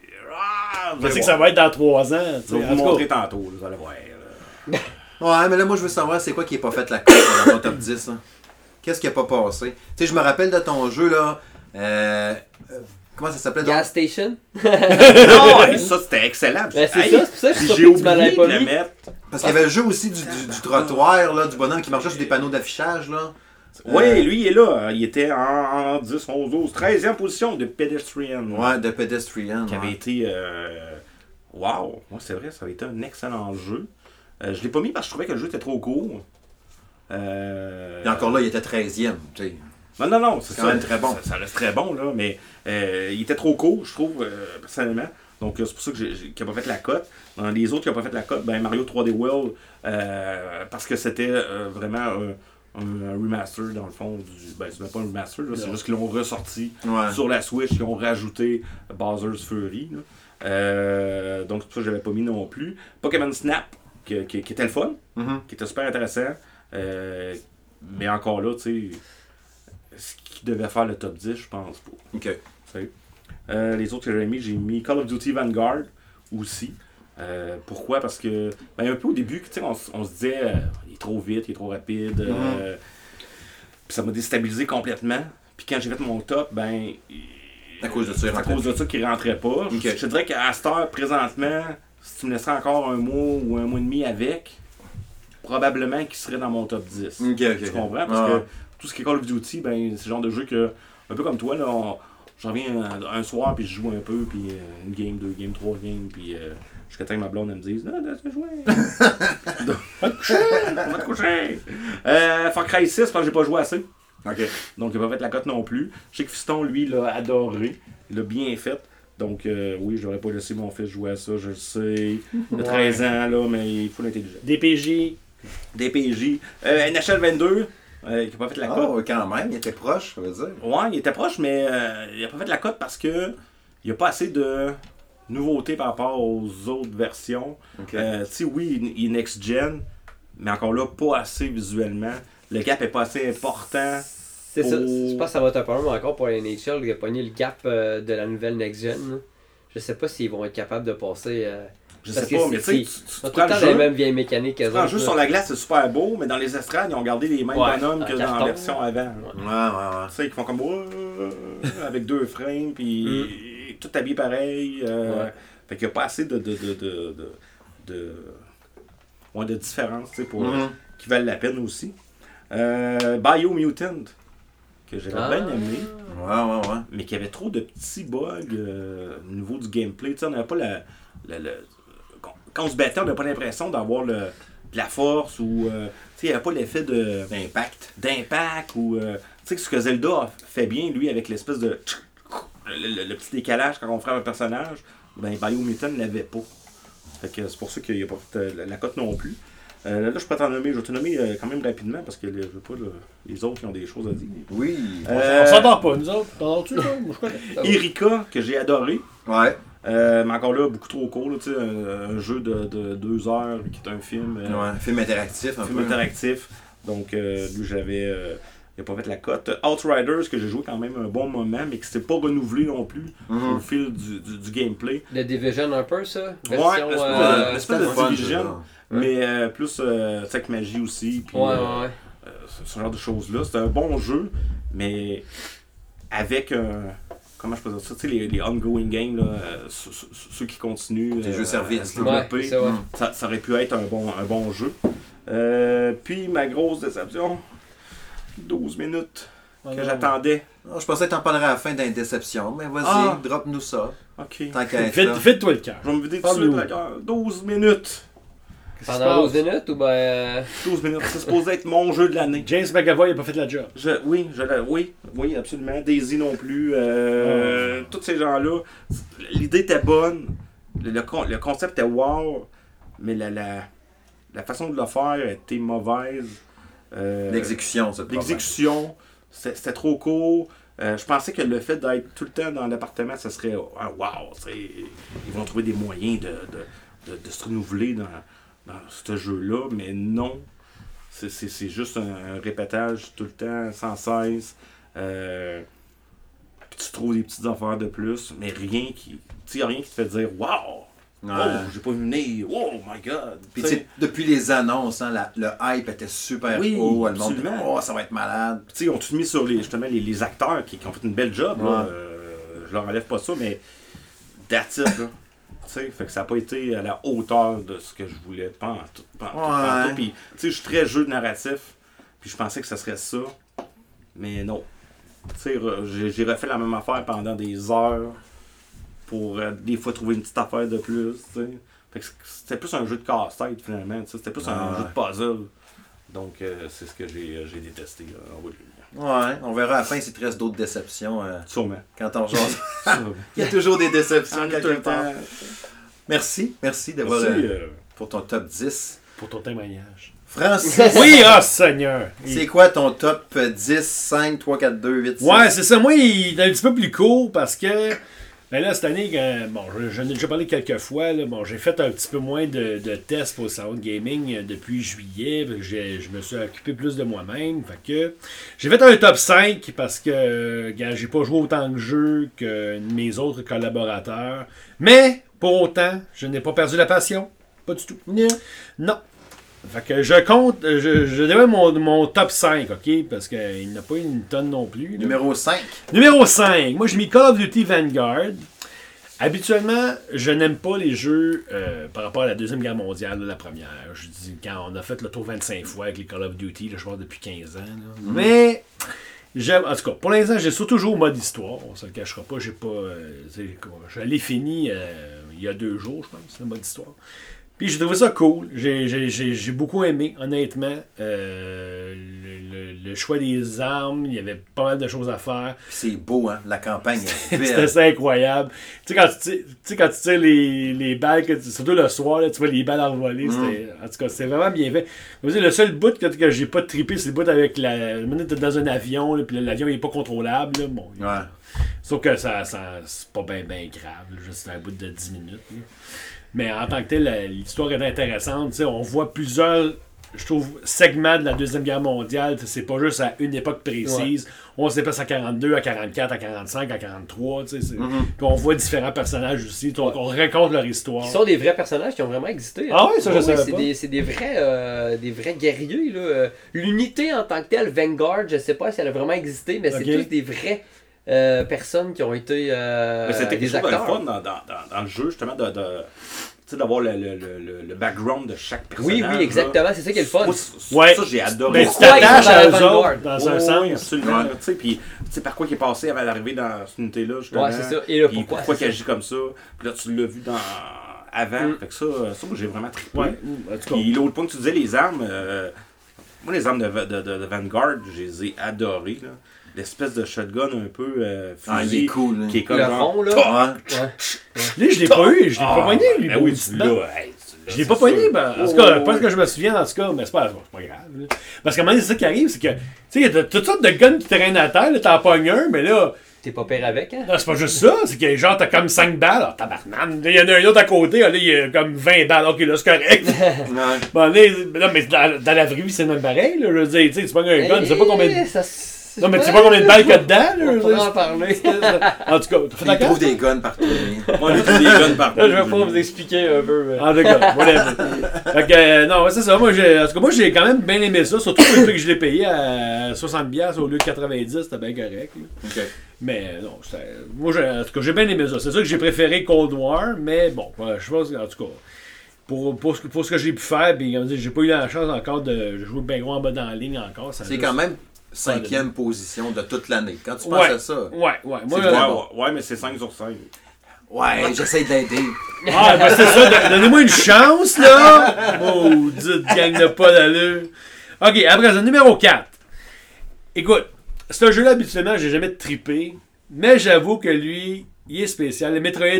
Je sais que ça va être dans 3 ans. Je vais vous montrer tantôt, là, vous allez voir. Ouais, mais là, moi, je veux savoir c'est quoi qui n'est pas fait la course dans ton top 10. Hein? Qu'est-ce qui n'a pas passé? Tu sais, je me rappelle de ton jeu, là. Comment ça s'appelait? Gas Station? Non, ça, c'était excellent. Ben, c'est ça, c'est pour ça que j'ai oublié de le mis. mettre. Parce qu'il y avait le jeu aussi du trottoir, là, du bonhomme qui marchait sur des panneaux d'affichage, là. Oui, lui, il est là. Il était en 10, 11, 12, 13e position de Pedestrian. Ouais, de Pedestrian. Qui avait été wow, moi c'est vrai, ça a été un excellent jeu. Je l'ai pas mis parce que je trouvais que le jeu était trop court. Et encore là, il était 13e. Tu sais. Non, c'est quand même très bon. Ça reste très bon, là, mais il était trop court, je trouve, personnellement. Donc, c'est pour ça qu'il n'a pas fait la cote. Dans les autres qui n'ont pas fait la cote, ben Mario 3D World, parce que c'était vraiment un remaster, dans le fond. Ben, c'est même pas un remaster, là, c'est juste qu'ils l'ont ressorti sur la Switch, ils ont rajouté Bowser's Fury. Là. Donc, c'est pour ça que je l'avais pas mis non plus. Pokémon Snap, qui était le fun, qui était super intéressant. Mais encore là, tu sais, ce qui devait faire le top 10, je pense pas. OK. Les autres que j'ai mis Call of Duty Vanguard aussi. Pourquoi? Parce que, ben, un peu au début, on se disait, il est trop vite, il est trop rapide. Puis ça m'a déstabilisé complètement. Puis quand j'ai fait mon top, ben. À cause de ça, qu'il rentrait pas. Okay. Je te dirais qu'à cette heure, présentement, si tu me laisserais encore un mois ou un mois et demi avec, probablement qu'il serait dans mon top 10. Okay. Tu comprends? Parce que tout ce qui est Call of Duty, ben, c'est le genre de jeu que, un peu comme toi, là, j'en viens un soir, puis je joue un peu, puis une game, 2 games, 3 games, puis jusqu'à temps que ma blonde elle me dise non, laisse-moi jouer. Va te coucher. Far Cry 6, parce que j'ai pas joué assez. Okay. Donc, il n'a pas fait la cote non plus. Je sais que Fiston, lui, l'a adoré. Il l'a bien fait. Donc, oui, je n'aurais pas laissé mon fils jouer à ça, je le sais. Il a 13 ans, là, mais il faut l'intelligent. DPJ. NHL 22, qui n'a pas fait la cote. Oh, quand même, il était proche, ça veut dire. Ouais, il était proche, mais il n'a pas fait la cote parce que il n'y a pas assez de nouveautés par rapport aux autres versions. Okay. Tu sais, oui, il est next-gen, mais encore là, pas assez visuellement. Le gap est pas assez important. C'est ça. Je pense que ça va être un problème encore pour les NHL de pogner le gap de la nouvelle next-gen. Je sais pas s'ils vont être capables de passer. Je sais pas, mais tu sais, tu prends prends le les jeu, mêmes vieilles mécaniques tu prends le jeu sur la glace, c'est super beau, mais dans les estrades, ils ont gardé les mêmes bonhommes que dans la version avant. Ouais. Tu sais, ils font comme avec 2 frames, puis tout habillé pareil. Fait qu'il n'y a pas assez de différence, tu sais, pour qui valent la peine aussi. Biomutant, que j'avais bien aimé. Ouais. Mais qui avait trop de petits bugs au niveau du gameplay. Tu sais, on n'avait pas quand on se battait, on n'avait pas l'impression d'avoir de la force ou. Tu sais, il n'y avait pas l'effet d'impact ou. Tu sais, ce que Zelda fait bien, lui, avec l'espèce de. Le petit décalage quand on frappe un personnage, ben Biomutant ne l'avait pas. Fait que c'est pour ça qu'il n'y a pas fait la cote non plus. Là, je peux t'en nommer. Je vais te nommer quand même rapidement parce que je veux pas les autres qui ont des choses à dire. Oui. On s'entend pas, nous autres. T'entends-tu, toi? Moi, je connais. Erika, que j'ai adoré. Ouais. Mais encore là, beaucoup trop court. Là, un jeu de 2 heures qui est un film. Un film interactif. Interactif. Donc, lui, j'avais. Il n'a pas fait la cote. Outriders, que j'ai joué quand même un bon moment, mais qui s'était pas renouvelé non plus au fil du gameplay. Le Division un peu, ça? Version, l'espèce de Division. Mais plus Tech Magie aussi. Puis, ce genre de choses-là. C'était un bon jeu, mais avec comment je peux dire ça? Tu sais, les ongoing games, là, ceux qui continuent. Les jeux services. Ça aurait pu être un bon jeu. Puis ma grosse déception, 12 minutes que j'attendais. Je pensais que t'en parlerais à la fin d'une déception, mais vas-y, drop-nous ça. Ok. Tant qu'à être là. Vide-toi le cœur. Je vais me vider tout de suite le cœur. 12 minutes. Pendant 12 minutes ou ben. 12 minutes. C'est supposé être mon jeu de l'année. James McAvoy n'a pas fait la job. Oui, absolument. Daisy non plus. Tous ces gens-là. L'idée était bonne. Le concept était wow. Mais la façon de le faire était mauvaise. L'exécution, c'est le problème. L'exécution, c'était trop court. Je pensais que le fait d'être tout le temps dans l'appartement, ça serait wow. Ils vont trouver des moyens de se renouveler dans ce jeu-là, mais non. C'est juste un répétage tout le temps, sans cesse. Puis tu trouves des petites affaires de plus, mais rien qui te fait dire wow! Ouais. Oh, j'ai pas vu venir. Oh my god! Puis depuis les annonces, le hype était super haut. Le monde dit, ça va être malade. Puis ils ont tout mis sur les acteurs qui ont fait une belle job. Là. Je leur enlève pas ça, mais that's it, là. Fait que ça n'a pas été à la hauteur de ce que je voulais. Pas en tout. Puis, je suis très jeu de narratif. Puis je pensais que ça serait ça. Mais non. J'ai refait la même affaire pendant des heures pour des fois trouver une petite affaire de plus. T'sais. Fait que c'était plus un jeu de casse-tête finalement. T'sais. C'était plus un jeu de puzzle. Donc c'est ce que j'ai détesté en bout de ligne. Ouais, on verra à la fin s'il te reste d'autres déceptions. Sûrement. Quand on jase. Il y a toujours des déceptions Tout quelque le part. temps. Merci d'avoir Merci, pour ton top 10. pour ton témoignage. Francis, Oui, ah Seigneur! c'est quoi ton top 10, 5, 3, 4, 2, 8, 6? Ouais, c'est ça. Moi, il est un petit peu plus court parce que ben là, cette année, bon, j'en ai déjà parlé quelques fois. Là, bon, j'ai fait un petit peu moins de tests pour le salon de gaming depuis juillet. Je me suis occupé plus de moi-même. Fait que j'ai fait un top 5 parce que j'ai pas joué autant de jeux que mes autres collaborateurs. Mais, pour autant, je n'ai pas perdu la passion. Pas du tout. Non. Fait que je compte, je dévoile mon top 5, ok? Parce qu'il n'a pas une tonne non plus. Là. Numéro 5. Numéro 5. Moi, j'ai mis Call of Duty Vanguard. Habituellement, je n'aime pas les jeux par rapport à la Deuxième Guerre mondiale, là, la première. Je dis, quand on a fait le tour 25 fois avec les Call of Duty, là, je vois depuis 15 ans. Là. Mais, j'aime, en tout cas, pour l'instant, j'ai surtout joué au mode histoire. On se le cachera pas. J'ai pas. Je l'ai fini il y a 2 jours, je pense, le mode histoire. Puis j'ai trouvé ça cool. J'ai beaucoup aimé, honnêtement. Le choix des armes, il y avait pas mal de choses à faire. Puis c'est beau, hein? La campagne est C'était belle. ça incroyable. Tu sais, quand tu tires les balles, surtout le soir, là, tu vois les balles envolées. En tout cas, c'est vraiment bien fait. Le seul bout que j'ai pas trippé, c'est le bout avec la. T'es dans un avion, là, puis l'avion il est pas contrôlable. Là, bon, Ouais. sauf que ça c'est pas bien grave. Là, juste un bout de 10 minutes. Là. Mais en tant que tel, l'histoire est intéressante. T'sais, on voit plusieurs, je trouve, segments de la Deuxième Guerre mondiale. C'est pas juste à une époque précise. Ouais. On se déplace à 42, à 44, à 45, à 43. Puis on voit différents personnages aussi. On raconte leur histoire. Qui sont des vrais personnages qui ont vraiment existé. Hein. Ah oui, ça je savais pas. C'est des vrais guerriers. Là. L'unité en tant que telle, Vanguard, je sais pas si elle a vraiment existé, mais c'est tous des vrais... personnes qui ont été mais c'était quelque des chose de acteurs. fun dans le jeu, justement, d'avoir le background de chaque personnage. Oui, exactement, c'est ça qui est le fun. Ouais. Ça, j'ai adoré. Mais tu t'attaches à eux autres, dans un sens. Oui, absolument. Puis, tu sais, par quoi il est passé avant d'arriver dans cette unité-là, justement. Ouais, c'est ça. Et là, pourquoi il agit comme ça. Puis là, tu l'as vu avant. Fait que ça, moi, j'ai vraiment trippé. Ouais. Puis l'autre point que tu disais, les armes... moi, les armes de Vanguard, je les ai adorées, là. L'espèce de shotgun un peu il est cool, qui est comme le genre... fond, là. Lui, je l'ai pas eu, je l'ai pas pogné, lui. Ben oui, tu l'as. Je l'ai pas pogné, en tout cas, pas que je me souviens, en tout cas, mais c'est pas grave. Là. Parce qu'à un moment donné, c'est ça qui arrive, c'est que, tu sais, il y a toutes sortes de guns qui traînent à terre, là, t'en pognes un, mais là... T'es pas pire avec, hein? Non, c'est pas juste ça, c'est que genre, t'as comme 5 balles, alors tabarnane, il y en a un autre à côté, là, il y a comme 20 balles, ok, là, c'est correct. Bon, là, mais dans la vraie vie, c'est même pareil, là, je veux dire, tu sais, tu pognes un gun, tu sais pas combien de... Non, mais tu sais pas combien de balles qu'il y a dedans, là. On pourra en parler. En tout cas, tu fais Il trouve des guns partout. Moi, il trouve des guns partout. Là, je vais pas vous expliquer un peu. Mais... En tout cas, whatever. Fait que, non, c'est ça. Moi, j'ai quand même bien aimé ça. Surtout le fait que je l'ai payé à 60$ au lieu de 90$, c'était bien correct. OK. Mais non, moi, en tout cas, j'ai bien aimé ça. C'est sûr que j'ai préféré Cold War, mais bon, je pense en tout cas, pour ce que j'ai pu faire, puis j'ai pas eu la chance encore de jouer bien gros en bas dans la ligne encore. C'est quand même 5e position de toute l'année. Quand tu penses à ça. Ouais, mais c'est 5 sur 5. Ouais, j'essaie de l'aider. Ah, ben c'est ça, donnez-moi une chance, là! Maudite gang de pas d'allure. Ok, après ça, numéro 4. Écoute, c'est un jeu-là, habituellement, j'ai jamais trippé, mais j'avoue que lui, il est spécial. Le Metroid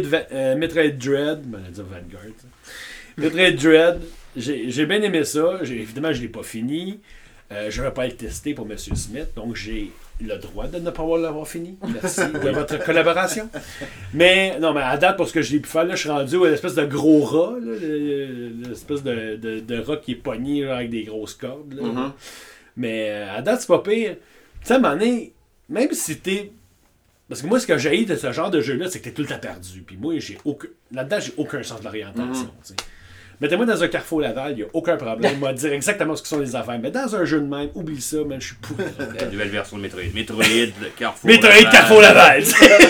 Dread, ben, on va dire Vanguard. Metroid Dread, j'ai bien aimé ça. Évidemment, je l'ai pas fini. Je ne vais pas le tester pour M. Smith, donc j'ai le droit de ne pas l'avoir fini. Merci de votre collaboration. Mais non, mais à date, pour ce que j'ai pu faire, là, je suis rendu à l'espèce de gros rat, là, l'espèce de rat qui est pogné là, avec des grosses cordes. Là. Mm-hmm. Mais à date, c'est pas pire. Tu sais, à un moment donné, même si t'es... Parce que moi, ce que j'ai de ce genre de jeu-là, c'est que t'es tout le temps perdu. Puis moi, là-dedans, j'ai aucun sens de l'orientation. Mm-hmm. Mettez-moi dans un Carrefour Laval, il n'y a aucun problème. Moi, dire exactement ce que sont les affaires. Mais dans un jeu de même, oublie ça, man, je suis pourri. La nouvelle version de Metroid. Metroid, Carrefour Metroid, Carrefour Laval.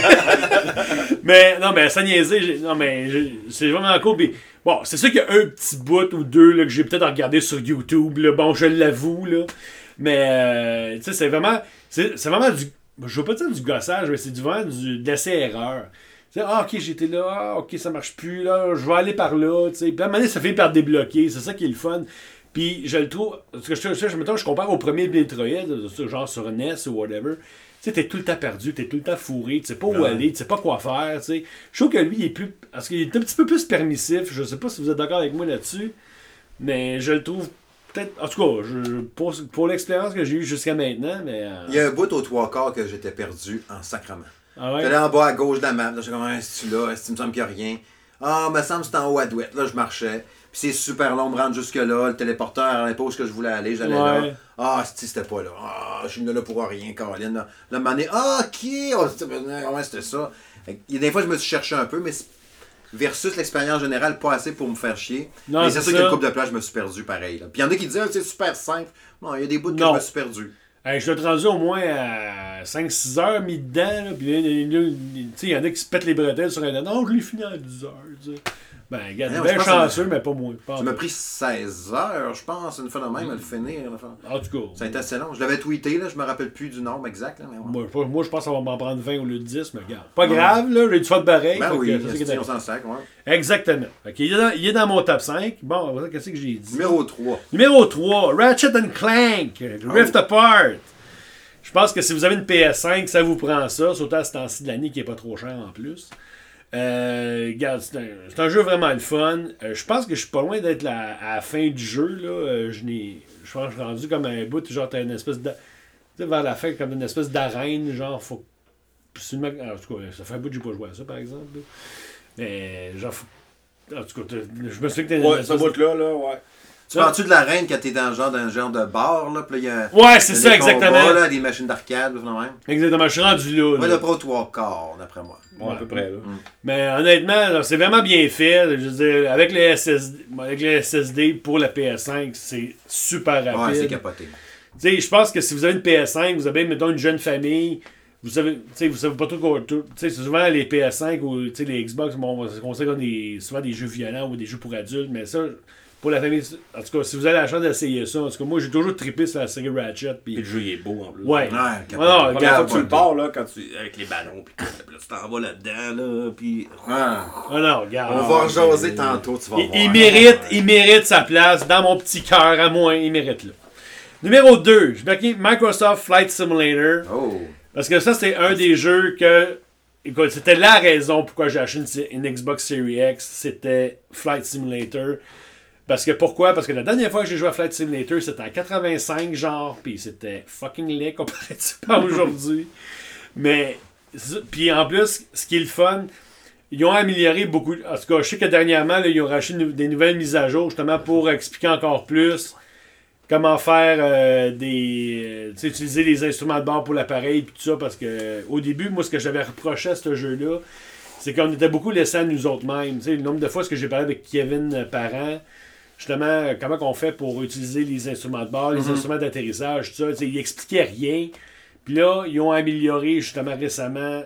Mais, non, mais ça niaiser, c'est vraiment cool. Puis, bon, c'est sûr qu'il y a un petit bout ou deux là, que j'ai peut-être regardé sur YouTube. Là. Bon, je l'avoue, là. Mais, tu sais, c'est vraiment du... Je veux pas dire du gossage, mais c'est vraiment d'essai-erreur. sais, ok, j'étais là, ok, ça marche plus, là, je vais aller par là, tu sais. Puis à un moment donné, ça fait par débloquer, c'est ça qui est le fun. Puis je le trouve, parce que je compare au premier Metroid, genre sur NES ou whatever. Tu sais, t'es tout le temps perdu, t'es tout le temps fourré, tu sais pas où aller, tu sais pas quoi faire, tu sais. Je trouve que lui, il est plus. Parce qu'il est un petit peu plus permissif, je sais pas si vous êtes d'accord avec moi là-dessus, mais je le trouve peut-être. En tout cas, pour l'expérience que j'ai eue jusqu'à maintenant, mais. Il y a un bout aux 3/4 que j'étais perdu en sacrement. Ah ouais? J'allais en bas à gauche de la map, là, j'étais comme, est-ce que tu là? Est-ce que tu me semble qu'il n'y a rien? Ah, me semble que c'est en haut à douette. Là, je marchais. Puis c'est super long de me rendre jusque-là. Le téléporteur à l'impôt que je voulais aller, j'allais là. Ah, c'était pas là. Ah, je suis venu là pour rien, Caroline. Là, à un moment donné, ah, ok, oh, c'était ça. Il y a des fois, je me suis cherché un peu, mais versus l'expérience générale, pas assez pour me faire chier. Non, mais c'est sûr qu'une couple de place, je me suis perdu pareil. Là. Puis il y en a qui disaient, c'est super simple. Non, il y a des bouts que je me suis perdu. Hey, je suis rendu au moins à 5-6 heures mis dedans. Là, puis il y en a qui se pètent les bretelles sur un non, je l'ai fini à 10 heures. T'sais. Ben, regarde, bien chanceux, mais pas moins. Ça m'a pris 16 heures, je pense, une fois de même à le finir. En tout cas. Ça a été assez long. Je l'avais tweeté, là, je me rappelle plus du nombre exact. Là, mais ouais. Moi, je pense que ça va m'en prendre 20 au lieu de 10, mais regarde. Pas grave, là, j'ai du fun pareil. Ben oui, on s'en sac, ouais. Exactement. Okay, il est dans mon top 5. Bon, qu'est-ce que j'ai dit? Numéro 3. Numéro 3, Ratchet & Clank, Rift Apart. Je pense que si vous avez une PS5, ça vous prend ça, surtout à ce temps-ci de l'année qui n'est pas trop cher en plus. Regarde, c'est un jeu vraiment le fun. Je pense que je suis pas loin d'être à la fin du jeu. Là. Je pense que je suis rendu comme un bout, genre t'as une espèce de. Tu sais, vers la fin, comme une espèce d'arène, genre faut. En tout cas, ça fait un bout que j'ai pas joué à ça par exemple. Là. Mais genre en tout cas, je me souviens que t'as une ce bout-là, ouais. Tu parles-tu de l'arène quand t'es dans le genre d'un genre de bar, là, puis là, il y a. Ouais, c'est ça, exactement. Combats, là, des machines d'arcade, même. Exactement, je suis rendu là. Ouais, le pro 3/4, d'après moi. Ouais, à peu près, là. Mais honnêtement, là, c'est vraiment bien fait. Je veux dire, avec les SSD pour la PS5, c'est super rapide. Ouais, c'est capoté. Tu sais, je pense que si vous avez une PS5, vous avez, mettons, une jeune famille, vous savez pas trop. Tu sais, c'est souvent les PS5 ou les Xbox, bon, on sait qu'on a souvent des jeux violents ou des jeux pour adultes, mais ça. Pour la famille, en tout cas, si vous avez la chance d'essayer ça, en tout cas, moi j'ai toujours trippé sur la série Ratchet. Puis le jeu il est beau en plus. Ouais. La première fois que tu le pars, là, quand avec les ballons, puis là, tu t'en vas là-dedans, là, puis. Non, regarde. On va rejaser tantôt, tu vas voir. Il mérite sa place dans mon petit cœur à moi, il mérite là. Numéro 2, j'ai marqué Microsoft Flight Simulator. Oh. Parce que ça, c'était un des jeux que. Écoute, c'était la raison pourquoi j'ai acheté une Xbox Series X. C'était Flight Simulator. Pourquoi? Parce que la dernière fois que j'ai joué à Flight Simulator, c'était en 85, genre, pis c'était fucking laid comparativement à aujourd'hui. Mais, puis en plus, ce qui est le fun, ils ont amélioré beaucoup. En tout cas, je sais que dernièrement, là, ils ont racheté des nouvelles mises à jour, justement, pour expliquer encore plus comment faire utiliser les instruments de bord pour l'appareil, puis tout ça, parce que au début, moi, ce que j'avais reproché à ce jeu-là, c'est qu'on était beaucoup laissés à nous autres mêmes. Tu sais, le nombre de fois que j'ai parlé avec Kevin Parent, justement, comment on fait pour utiliser les instruments de bord, les instruments d'atterrissage, tout ça. Il expliquait rien. Puis là, ils ont amélioré justement récemment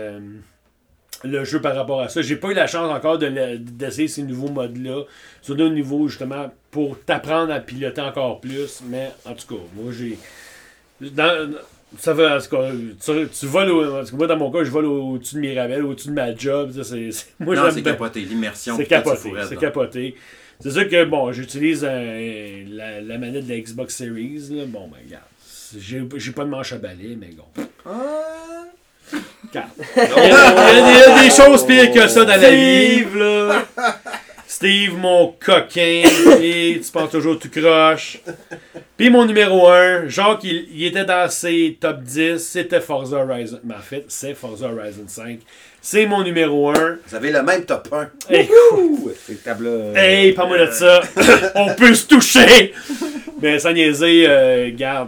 le jeu par rapport à ça. J'ai pas eu la chance encore d'essayer ces nouveaux modes-là. Sur d'autres niveaux, justement, pour t'apprendre à piloter encore plus. Mais en tout cas, moi j'ai. Ça va, en tout cas, tu voles moi dans mon cas, je vole au-dessus de Mirabel, au-dessus de ma job. Moi, c'est capoté, l'immersion. C'est capoté, c'est capoté. C'est sûr que, bon, j'utilise la manette de la Xbox Series. Là. Bon, ben, regarde. J'ai pas de manche à balai, mais bon. Il y a des choses pires que ça dans la vie. Là. Steve, mon coquin, et tu penses toujours que tu croches. Puis mon numéro 1, Jacques, il était dans ses top 10, c'était Forza Horizon. Mais en fait, c'est Forza Horizon 5. C'est mon numéro 1. Vous avez le même top 1. C'est table. Hey, parle-moi de ça. On peut se toucher. Mais sans niaiser, garde.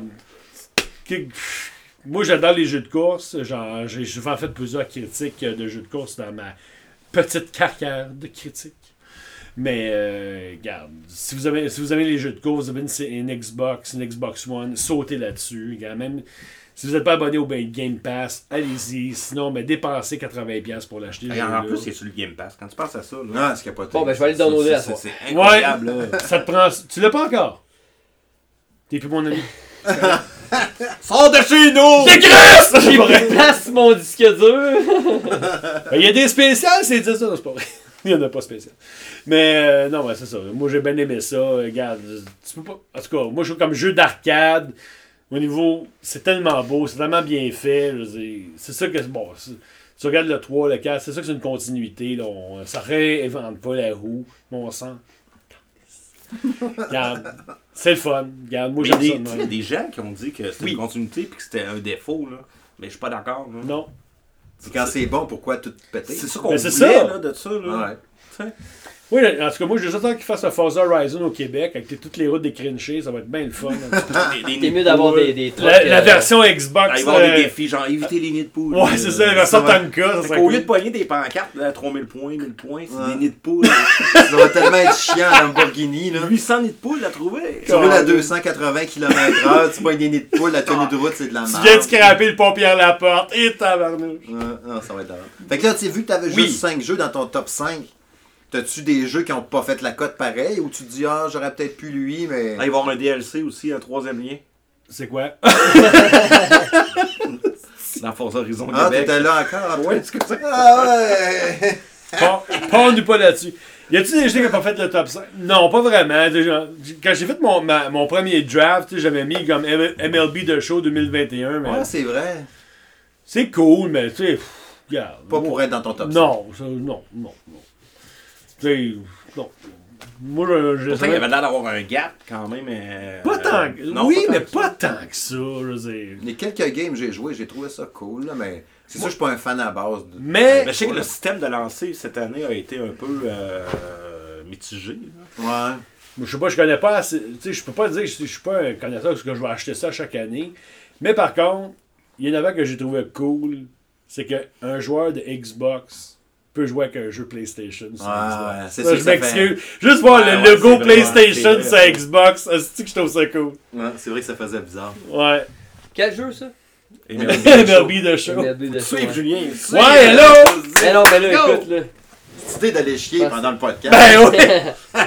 Moi, j'adore les jeux de course. Genre, j'ai souvent fait plusieurs critiques de jeux de course dans ma petite carrière de critique. Mais, regarde, si vous avez les jeux de course, vous avez une Xbox One, sautez là-dessus. Regarde, même si vous n'êtes pas abonné au Game Pass, allez-y. Sinon, dépensez 80$ pour l'acheter. En plus, c'est sur le Game Pass. Quand tu penses à ça, là. Non, c'est capoté. Bon, ben, je vais aller le downloader la soirée. C'est incroyable, là. Ça te prend. Tu l'as pas encore? T'es plus mon ami. Sors de chez nous! Décresse! J'ai pris place mon disque dur. Il y a des spéciales, c'est dit ça, c'est pas vrai. Il n'y en a pas spécial. Mais non, c'est ça. Moi, j'ai bien aimé ça. Regarde, tu peux pas. En tout cas, moi, je trouve comme jeu d'arcade. Au niveau, c'est tellement beau, c'est tellement bien fait. Je veux dire, c'est ça que. Bon, tu regardes le 3, le 4, c'est ça que c'est une continuité. Là. Ça réinvente pas la roue. Mon sang. Regarde, c'est le fun. Regarde, moi, j'aime ça. Il y a des gens qui ont dit que c'était une continuité et que c'était un défaut. Là. Mais je suis pas d'accord. Là. Non. C'est quand c'est bon, pourquoi tout péter? C'est ça qu'on Mais voulait c'est ça. Là, de ça. Là. Ouais. T'sais. Oui, en tout cas, moi, j'ai juste hâte qu'ils fassent un Forza Horizon au Québec avec toutes les routes décrinchées. Ça va être bien le fun. C'est mieux d'avoir des trucs. La version Xbox. Il va y avoir des défis, genre éviter les nids de poule. Ouais, c'est ça, la version Tanka. Au lieu de pogner des pancartes à 3000 points, 1000 points, c'est des nids de poule. Ça va tellement être chiant à Lamborghini, là. 800 nids de poule à trouver. Tu roules à 280 km/h, tu pognes des nids de poule, la tenue de route, c'est de la Tu merde. viens de scraper le pompier à la porte. Et tabarnouche. Non, ça va être drôle. Fait que là, tu sais, vu que t'avais juste 5 jeux dans ton top 5, t'as-tu des jeux qui ont pas fait la cote pareil ou tu te dis, ah, j'aurais peut-être pu lui, mais. Il va y avoir un DLC aussi, un troisième lien. C'est quoi? Dans Forza Horizon Ah, Québec. t'étais là encore? Ouais, c'est comme ça. Ah ouais! Pas pas là-dessus. Y a-tu des jeux qui n'ont pas fait le top 5? Non, pas vraiment. Quand j'ai fait mon premier draft, j'avais mis comme MLB The Show 2021. Mais Ouais, c'est vrai. c'est cool, mais tu sais, regarde. Pas pour être dans ton top 5. Non, non. Tu sais, non. Moi, je Pourtant, il y avait l'air d'avoir un gap quand même. Pas tant que... non, Oui, pas mais tant que pas tant que ça, je veux dire. Les quelques games que j'ai joué, j'ai trouvé ça cool, là, mais c'est sûr que je suis pas un fan à base. Mais... Mais je sais que le système de lancer cette année a été un peu mitigé. Là. Ouais. Je sais pas, je connais pas assez. Tu sais, je peux pas dire que je suis pas un connaisseur parce que je vais acheter ça chaque année. Mais par contre, il y en avait que j'ai trouvé cool. C'est qu'un joueur de Xbox peut jouer avec un jeu PlayStation sur Xbox. c'est Ça, ça je que ça m'excuse. Juste voir le ouais, logo c'est vrai, PlayStation c'est sur vrai. Xbox, c'est que je trouve ça cool. Ouais, c'est vrai que ça faisait bizarre. Ouais. Quel jeu ça? Et MLB de show. MLB de Suivre show, Julien. Ouais, hello! Mais non, mais là, Go! écoute, là. Cette idée d'aller chier Parce- pendant le podcast. Ben ouais!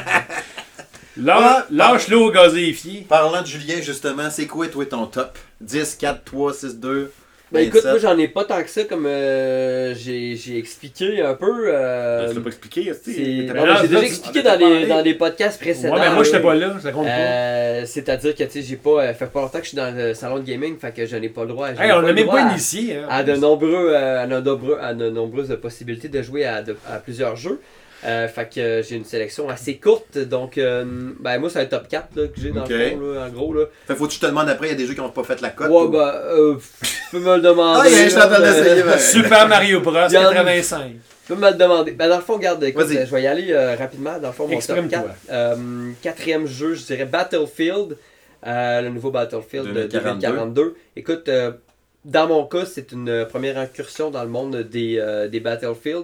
Lâche-le au gazéifié. Parlant de Julien, justement, c'est quoi, toi, ton top? 10, 4, 3, 6, 2, Ben écoute, 27. moi j'en ai pas tant que ça comme j'ai expliqué un peu. Tu l'as pas expliqué, c'est- c'est non, mais j'ai déjà expliqué dans les podcasts précédents. Ouais, mais moi, j'étais là. pas là, ça compte pas. C'est-à-dire que tu sais, j'ai pas fait pas longtemps que je suis dans le salon de gaming, fait que je n'ai pas le droit. Hey, on l'a même pas initié. Hein, à de nombreuses possibilités de jouer à plusieurs jeux. Fait que j'ai une sélection assez courte, donc ben moi c'est un top 4 là, que j'ai dans Ok. le fond, là, en gros. Là. Fait faut que tu te demandes après, il y a des jeux qui n'ont pas fait la cote. Ouais, ou- bah, tu peux me le demander. Ah, je suis en train là, d'essayer, ben. Super Mario Bros. Regarde. 85. Tu peux me le demander. Ben, dans le fond, regarde, écoute, Vas-y. je vais y aller rapidement. Dans le fond, mon top Exprime-toi. 4. Quatrième jeu, je dirais Battlefield. Le nouveau Battlefield de 2042. Écoute, dans mon cas, c'est une première incursion dans le monde des Battlefield.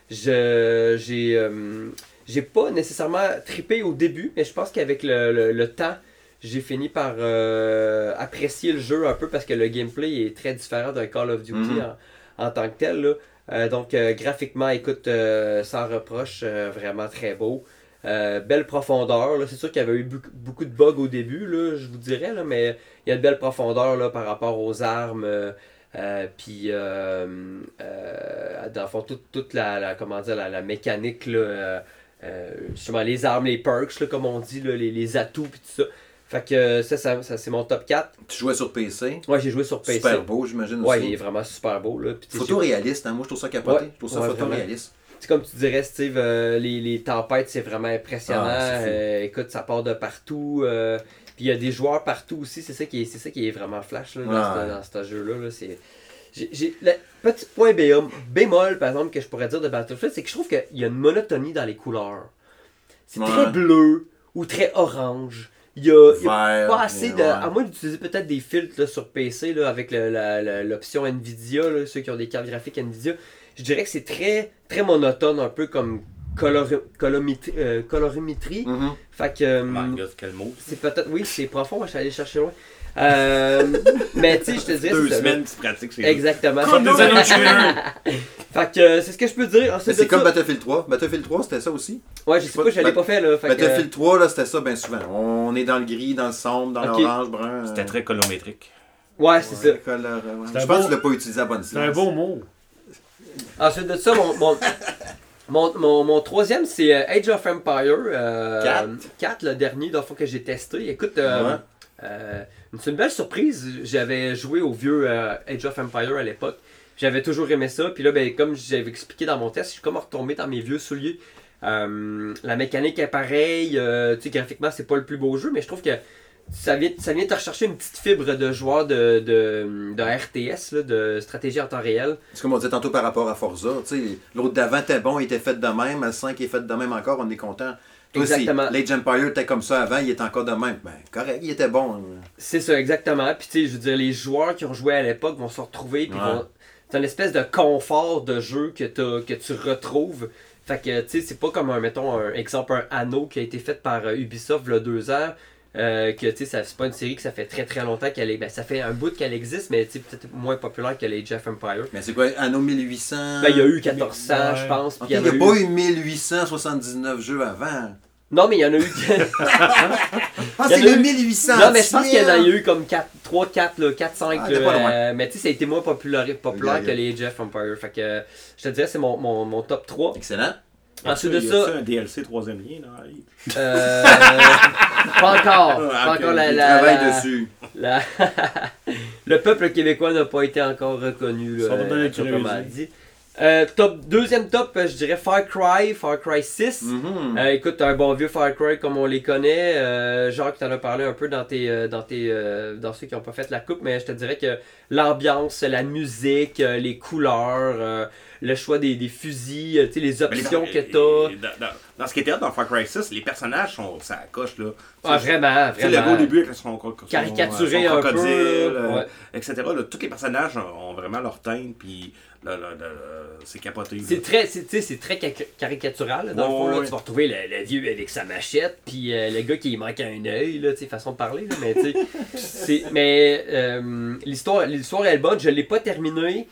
J'ai pas nécessairement trippé au début, mais je pense qu'avec le temps, j'ai fini par apprécier le jeu un peu parce que le gameplay est très différent d'un Call of Duty en tant que tel. Là. Donc graphiquement, écoute, sans reproche, vraiment très beau. Belle profondeur. Là. C'est sûr qu'il y avait eu beaucoup de bugs au début, là, je vous dirais, là, mais il y a de belle profondeur là, par rapport aux armes. Puis dans le fond, toute comment dire, la mécanique, là, justement les armes, les perks, là, comme on dit, là, les atouts, puis tout ça. Fait que ça c'est mon top 4. Tu jouais sur PC. Ouais, j'ai joué sur PC. Super beau, j'imagine Ouais, aussi. il est vraiment super beau. Là. Puis, tu sais, Photoréaliste, hein? Moi je trouve ça capoté. Ouais, Je trouve ça ouais, photoréaliste. c'est comme tu dirais, Steve, les tempêtes, c'est vraiment impressionnant. Ah, c'est fou. Écoute, ça part de partout. Puis il y a des joueurs partout aussi. C'est ça qui est vraiment flash là, dans ce jeu-là. Là. J'ai le petit point bémol, par exemple, que je pourrais dire de Battlefield, c'est que je trouve qu'il y a une monotonie dans les couleurs. C'est très bleu ou très orange. Il y a Vert, pas assez de. ouais. À moins d'utiliser peut-être des filtres là, sur PC là, avec l'option Nvidia, là, ceux qui ont des cartes graphiques Nvidia. Je dirais que c'est très, très monotone, un peu comme colorimétrie. Mhm. Fait que. My God, quel mot. C'est peut-être. Oui, c'est profond, je suis allé chercher loin. Mais tu sais, je te dirais. 2 c'est ça, semaines, tu pratiques chez exactement. Comme des anneaux de cheveux. Fait que c'est ce que je peux dire. Mais Ensuite c'est de comme ça- Battlefield 3. Battlefield 3, c'était ça aussi. Ouais, je sais pas, je l'ai pas fait là. Fait que- Battlefield 3, là, c'était ça bien souvent. On est dans le gris, dans le sombre, dans Ok. l'orange, brun. C'était très colométrique. Ouais, c'est ça. Color, C'est un je pense beau- que tu l'as pas utilisé à bonne C'est un beau mot. Ensuite de ça, mon troisième, c'est Age of Empire 4, le dernier que j'ai testé. Écoute, c'est une belle surprise. J'avais joué au vieux Age of Empire à l'époque. J'avais toujours aimé ça. Puis là, ben, comme j'avais expliqué dans mon test, je suis comme retombé dans mes vieux souliers. La mécanique est pareille. Tu sais, graphiquement, c'est pas le plus beau jeu, mais je trouve que ça vient te rechercher une petite fibre de joueur de RTS, là, de stratégie en temps réel. C'est comme on disait tantôt par rapport à Forza. L'autre d'avant était bon, il était fait de même. Le 5 est fait de même encore, on est content. Toi, Exactement. L'Age Empire était comme ça avant, il était encore de même. Ben, correct, il était bon. C'est ça, exactement. Puis tu sais, je veux dire, les joueurs qui ont joué à l'époque vont se retrouver. Puis Ouais. c'est une espèce de confort de jeu que tu retrouves. Fait que tu sais, c'est pas comme un exemple, un Anno qui a été fait par Ubisoft il y a 2 ans. Que tu sais, c'est pas une série que ça fait très très longtemps qu'elle est. Ben, ça fait un bout qu'elle existe, mais peut-être moins populaire que l'Age of Empire. Mais c'est quoi, Anno 1800? Ben, il y a eu 1400, Ouais. je pense. Ok, Puis il n'y a pas eu 1879 jeux avant. Non, mais il y en a eu. Ah, Il y c'est en a le eu- 1800. Non, mais je pense qu'il y en a eu comme 3, 4, 4, 5. Ah, t'es pas loin. Mais tu sais, ça a été moins populaire Ok. que les Age of Empire. Fait que je te dirais, c'est mon top 3. Excellent. Ensuite de Y ça, a-tu un DLC troisième lien dans la vie? pas encore. Ah, Pas ok. encore Il travaille dessus. Le peuple québécois n'a pas été encore reconnu, Ça va bien être proprement creusé. dit. Deuxième top, je dirais Far Cry 6. Mhm. Écoute, un bon vieux Far Cry comme on les connaît. Jacques t'en a parlé un peu dans ceux qui n'ont pas fait la coupe, mais je te dirais que l'ambiance, la musique, les couleurs, le choix des fusils, tu sais, les options que t'as. Dans ce qui était hot dans Far Cry 6, les personnages sont ça coche là. Ah, vraiment, Tu sais, le gars au vraiment. début avec son Caricaturé son un crocodile, peu. Ouais. etc. Là, tous les personnages ont vraiment leur teinte, puis c'est capoté. là. C'est très caricatural, là, dans le fond. Là, Ouais. tu vas retrouver le vieux avec sa machette, puis le gars qui manque un œil, là, tu sais, façon de parler. Là, mais tu sais, l'histoire est bonne. Je l'ai pas terminée.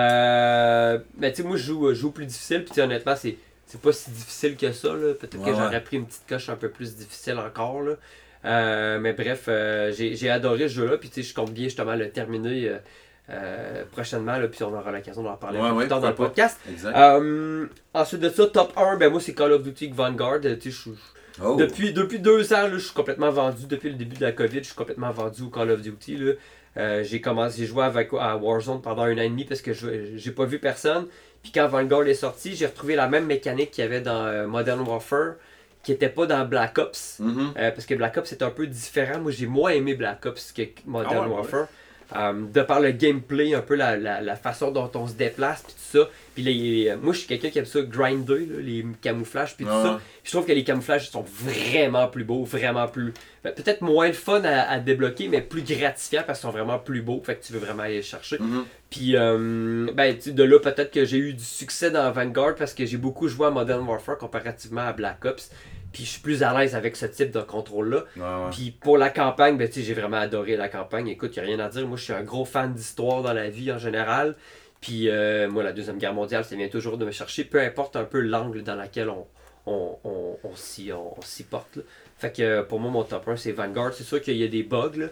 Mais tu sais, moi, je joue plus difficile, puis honnêtement, c'est pas si difficile que ça. Là. Peut-être que Ouais, j'aurais ouais. pris une petite coche un peu plus difficile encore. Là. Mais bref, j'ai adoré ce jeu-là, puis tu sais, je compte bien justement le terminer prochainement, là, puis on aura l'occasion d'en parler un peu plus tard dans le pourquoi pas. podcast. Exact. Ensuite de ça, top 1, ben moi c'est Call of Duty Vanguard. Tu sais, Oh. depuis 2 ans, là, je suis complètement vendu. Depuis le début de la COVID, je suis complètement vendu au Call of Duty. Là. J'ai joué à Warzone pendant 1 an et demi parce que j'ai pas vu personne. Puis quand Vanguard est sorti, j'ai retrouvé la même mécanique qu'il y avait dans Modern Warfare, qui était pas dans Black Ops. Mhm. Parce que Black Ops est un peu différent. Moi, j'ai moins aimé Black Ops que Modern Ah ouais, Warfare. De par le gameplay, un peu la façon dont on se déplace, puis tout ça. Puis moi, je suis quelqu'un qui aime ça grinder, là, les camouflages, puis tout Ouais. ça. Je trouve que les camouflages sont vraiment plus beaux, vraiment plus... peut-être moins le fun à débloquer, mais plus gratifiant parce qu'ils sont vraiment plus beaux. Fait que tu veux vraiment aller les chercher. Mhm. Puis, ben, tu sais, de là, peut-être que j'ai eu du succès dans Vanguard parce que j'ai beaucoup joué à Modern Warfare comparativement à Black Ops. Puis, je suis plus à l'aise avec ce type de contrôle-là. Ouais, ouais. Puis, pour la campagne, ben, tu sais, j'ai vraiment adoré la campagne. Écoute, il n'y a rien à dire. Moi, je suis un gros fan d'histoire dans la vie en général. Puis, moi, la Deuxième Guerre mondiale, ça vient toujours de me chercher, peu importe un peu l'angle dans lequel on s'y porte. Là. Fait que pour moi, mon top 1, c'est Vanguard. C'est sûr qu'il y a des bugs,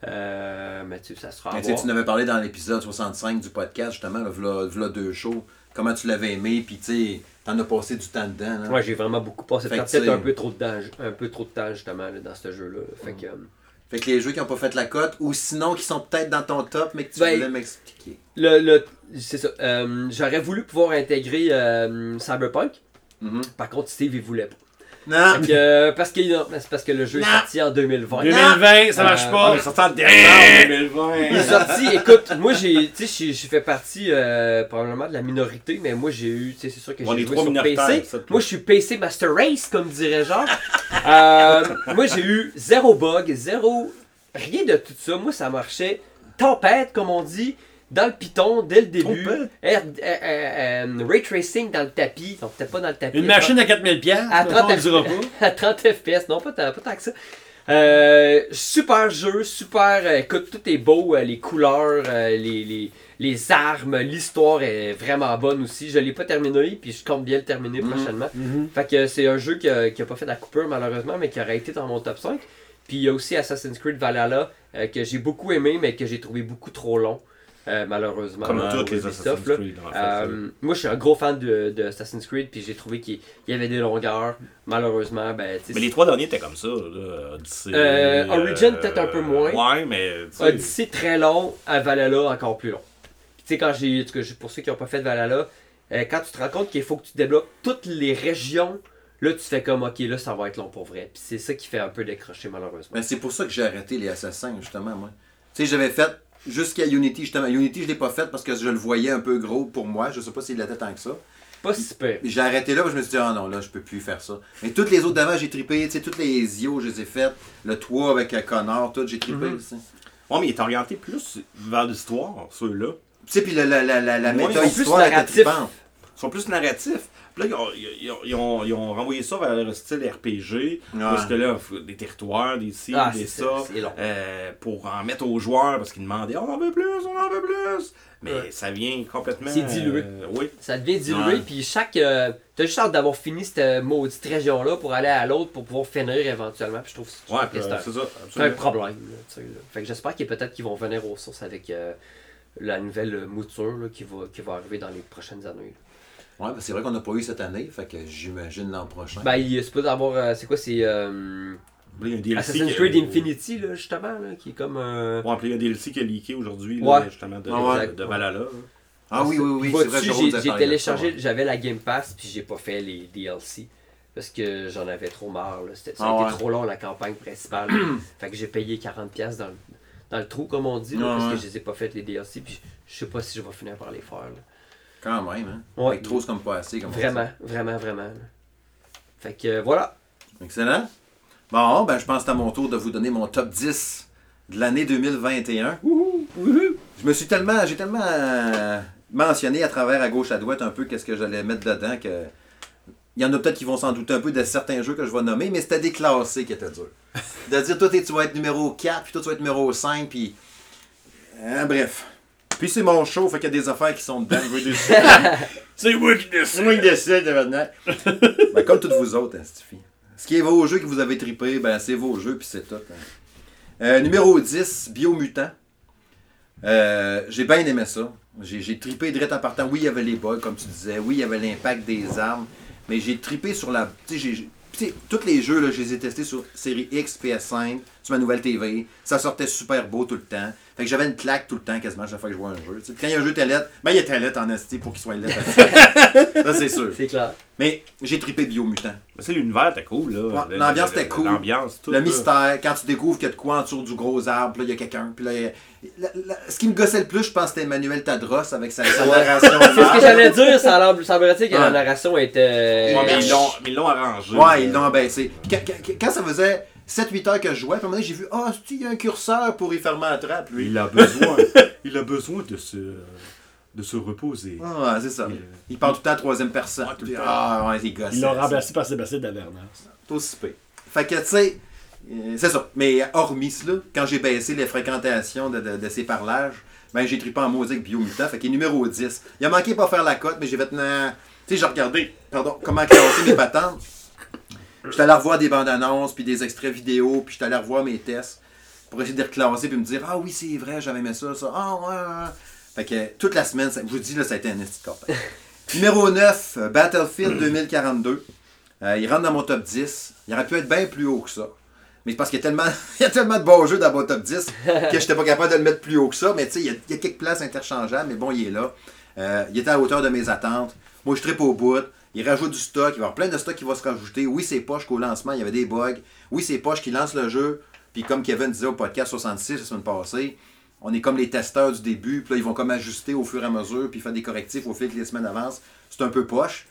là. Mais tu sais, ça sera à Mais tu sais, voir. tu en avais parlé dans l'épisode 65 du podcast, justement, là, v'là 2 shows. Comment tu l'avais aimé, puis tu sais, t'en as passé du temps dedans. Là. Ouais, j'ai vraiment beaucoup passé de Fait temps. que Peut-être tu sais- un peu trop de temps, justement, là, dans ce jeu-là. Fait que... Fait que les jeux qui n'ont pas fait la cote, ou sinon qui sont peut-être dans ton top, mais que tu Ben, voulais m'expliquer. c'est ça. J'aurais voulu pouvoir intégrer Cyberpunk. Mhm. Par contre, Steve, il voulait pas. Non! Fait que, c'est parce que le jeu est Non. sorti en 2020. 2020, ça marche Euh, pas. On est sorti en décembre 2020. Il est sorti, écoute, moi j'ai fait partie probablement de la minorité, mais moi j'ai eu, tu sais, c'est sûr que On j'ai est joué trois sur minoritaires, PC. ça, toi. Moi je suis PC Master Race, comme dirait Jean. Moi j'ai eu zéro bug, rien de tout ça. Moi ça marchait tempête, comme on dit, dans le Python dès le début. Ray tracing dans le tapis, donc peut-être pas dans le tapis. Une machine à 4000$, À on 30 le dira pas. à 30 FPS, non, pas tant que ça. Super jeu, super. Écoute, tout est beau, les couleurs, les armes, l'histoire est vraiment bonne aussi. Je l'ai pas terminé, puis je compte bien le terminer prochainement. Fait que c'est un jeu qui a pas fait la coupure malheureusement, mais qui aurait été dans mon top 5. Puis il y a aussi Assassin's Creed Valhalla que j'ai beaucoup aimé, mais que j'ai trouvé beaucoup trop long. Malheureusement. Comme toutes les Ubisoft, Assassin's là. Creed, en fait. Moi, je suis un gros fan de Assassin's Creed, puis j'ai trouvé qu'il y avait des longueurs. Malheureusement, ben, tu sais. Mais les 3 derniers étaient comme ça, là. Odyssey, Origin, peut-être un peu moins. Ouais, mais. tu sais, Odyssey très long, à Valhalla encore plus long. Puis, tu sais, quand pour ceux qui n'ont pas fait Valhalla, quand tu te rends compte qu'il faut que tu débloques toutes les régions, là, tu fais comme, ok, là, ça va être long pour vrai. Puis c'est ça qui fait un peu décrocher, malheureusement. Ben, c'est pour ça que j'ai arrêté les Assassins, justement, moi. Tu sais, j'avais fait jusqu'à Unity, justement. Unity, je l'ai pas fait parce que je le voyais un peu gros pour moi. Je sais pas s'il l'était tant que ça. Pas si pire. J'ai arrêté là parce que je me suis dit, ah non, là, je peux plus faire ça. Mais toutes les autres d'avant, j'ai trippé. Tu sais, toutes les IO, je les ai faites. Le toit avec Connor, tout, j'ai trippé. Tu sais. Ouais, mais il est orienté plus vers l'histoire, ceux-là. Tu sais, puis la Ouais, méta-histoire plus était narratif. trippante. Ils sont plus narratifs. Puis là, ils ont renvoyé ça vers le style RPG. Parce que là, des territoires, des ci, des ça. C'est long. Pour en mettre aux joueurs, parce qu'ils demandaient on en veut plus, on en veut plus. Mais ça vient complètement. C'est dilué. Oui. Ça devient dilué, Ouais. puis t'as juste hâte d'avoir fini cette maudite région-là pour aller à l'autre pour pouvoir finir éventuellement. Puis je trouve Ouais, que c'est c'est ça. c'est un Absolument. problème. Là, tu sais, là. Fait que j'espère qu'ils peut-être qu'ils vont venir aux sources avec la nouvelle mouture là, qui va arriver dans les prochaines années. Ouais, ben, c'est vrai qu'on n'a pas eu cette année, fait que j'imagine l'an prochain. Ben, c'est pas d'avoir. C'est quoi, c'est. Là, il y a un DLC Assassin's Creed Infinity, là, justement, là, qui est comme. Ouais, puis il y a un DLC qui a leaké aujourd'hui, là, Ouais. justement, Ouais. de Valhalla. Là. Ah oui, oui, oui, c'est vrai, Vois-tu, Jérôme nous a j'ai parlé de téléchargé, ça, ouais. j'avais la Game Pass, puis j'ai pas fait les DLC. Parce que j'en avais trop marre. Là. Ça Ah a ouais. été trop long, la campagne principale. Fait que j'ai payé 40$ dans le trou, comme on dit, là, Ouais, parce ouais. que je les ai pas fait les DLC, puis je sais pas si je vais finir par les faire. Là. Quand même, hein. Ouais. Avec trop, c'est comme pas assez. Comme on Vraiment, vraiment, vraiment. Là. Fait que voilà. dit. Excellent. Bon, ben je pense que c'est à mon tour de vous donner mon top 10 de l'année 2021. J'ai tellement mentionné à travers à gauche à droite un peu qu'est-ce que j'allais mettre dedans que il y en a peut-être qui vont s'en douter un peu de certains jeux que je vais nommer, mais c'était des classés qui étaient durs. De dire toi tu vas être numéro 4, puis toi tu vas être numéro 5, puis bref. Puis c'est mon show, fait qu'il y a des affaires qui sont dedans, je veux dessus. C'est moi qui décide. C'est moi qui décide maintenant. Ben, comme toutes vous autres, hein, Stifi. Ce qui est vos jeux que vous avez trippé, ben c'est vos jeux, puis c'est tout. Hein. Numéro 10, Biomutant. J'ai bien aimé ça. J'ai trippé direct en partant. Oui, il y avait les bugs, comme tu disais. Oui, il y avait l'impact des armes. Mais j'ai trippé sur la... Tu sais, tous les jeux, là, je les ai testés sur série X, PS5, sur ma nouvelle TV. Ça sortait super beau tout le temps. Fait que j'avais une claque tout le temps, quasiment, chaque fois que je jouais un jeu. Tu sais, quand il y a un jeu était lettre, ben il était lettre en esti pour qu'il soit lettre. Ça, c'est sûr. C'est clair. Mais j'ai trippé Biomutant. Mais c'est l'univers était cool, là. Ouais, l'ambiance était cool. L'ambiance, tout. Le là. mystère, quand tu découvres qu'il y a de quoi en dessous du gros arbre, puis là, il y a quelqu'un. Puis là, ce qui me gossait le plus, je pense, c'était Emmanuel Tadros avec sa narration. C'est ce que j'allais dire, semblerait-il que Ouais. la narration était. Ouais, mais ils l'ont arrangé. Ouais, ils l'ont abaissé. Quand ça faisait 7-8 heures que je jouais, puis à un moment donné, j'ai vu, il y a un curseur pour y faire ma trappe, lui. Il a besoin de se reposer. Ah, c'est ça. Il parle tout le temps à troisième personne. Ouais, tout le Puis, temps. ouais, c'est gossant. Ils l'ont remplacé par Sébastien Davernas. C'est aussi pire. Fait que, tu sais, c'est ça. Mais hormis cela, quand j'ai baissé les fréquentations de ces parlages, ben j'ai trippé en maudit avec Biomutant, fait qu'il est numéro 10. Il a manqué pas faire la cote, mais j'ai fait, non. Tu sais, j'ai regardé, comment classer mes patentes. J'étais allé revoir des bandes annonces, puis des extraits vidéo, puis j'étais allé revoir mes tests pour essayer de les reclasser, puis me dire, ah oui, c'est vrai, j'avais aimé ça. Ah ouais. Fait que toute la semaine, je vous dis, là, ça a été un esti de campagne. Numéro 9, Battlefield 2042. Il rentre dans mon top 10. Il aurait pu être bien plus haut que ça. Mais c'est parce qu'il y a tellement de bons jeux dans mon top 10 que j'étais pas capable de le mettre plus haut que ça. Mais tu sais, il y a quelques places interchangeables, mais bon, il est là. Il était à la hauteur de mes attentes. Moi, je trippe au bout. Il rajoute du stock. Il va y avoir plein de stock qui va se rajouter. Oui, c'est poche qu'au lancement, il y avait des bugs. Oui, c'est poche qui lance le jeu. Puis comme Kevin disait au podcast 66 la semaine passée, on est comme les testeurs du début. Puis là, ils vont comme ajuster au fur et à mesure. Puis faire des correctifs au fil que les semaines avancent. C'est un peu poche.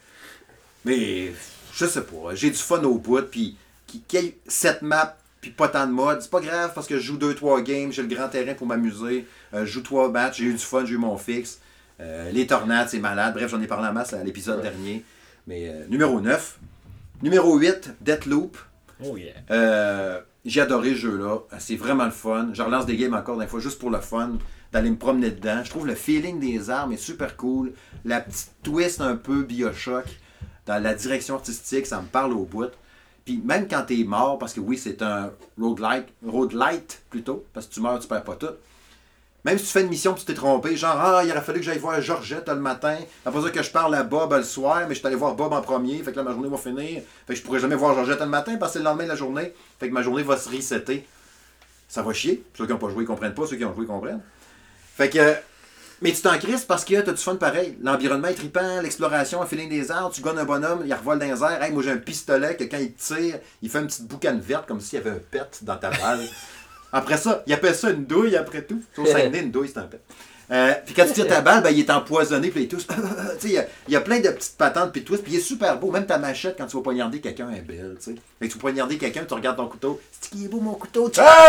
Mais je sais pas. J'ai du fun au bout. Puis qu'il y ait 7 maps. Puis pas tant de modes. C'est pas grave parce que je joue 2-3 games. J'ai le grand terrain pour m'amuser. Je joue 3 matchs. J'ai eu du fun. J'ai eu mon fixe. Les tornades, c'est malade. Bref, j'en ai parlé en masse à l'épisode dernier. Mais numéro 9. Numéro 8, Deathloop. Oh yeah. J'ai adoré ce jeu-là. C'est vraiment le fun. Je relance des games encore des fois juste pour le fun. D'aller me promener dedans. Je trouve le feeling des armes est super cool. La petite twist un peu Bioshock dans la direction artistique, ça me parle au bout. Puis même quand t'es mort, parce que oui, c'est un roguelite plutôt, parce que tu meurs, tu perds pas tout. Même si tu fais une mission et tu t'es trompé, genre, il aurait fallu que j'aille voir Georgette le matin, après ça que je parle à Bob le soir, mais je suis allé voir Bob en premier, fait que là, ma journée va finir. Fait que je pourrais jamais voir Georgette le matin parce que c'est le lendemain de la journée. Fait que ma journée va se resetter. Ça va chier. Ceux qui n'ont pas joué, ils comprennent pas. Ceux qui ont joué, ils comprennent. Fait que... Mais tu t'en crises parce que t'as du fun pareil. L'environnement est trippant, l'exploration, le feeling des arbres, tu gonnes un bonhomme, il revole dans les airs. Hey, moi j'ai un pistolet que quand il tire, il fait une petite boucane verte comme s'il y avait un pet dans ta balle. Après ça, il appelle ça une douille après tout. Au Saguenay, une douille, c'est un pet. Puis quand tu tires ta balle, ben, il est empoisonné, puis il tousse. Il y a plein de petites patentes, puis tout, puis il est super beau. Même ta machette, quand tu vas poignarder quelqu'un, elle est belle. T'sais. Fait que tu vas poignarder quelqu'un, tu regardes ton couteau. C'est qu'il est beau mon couteau.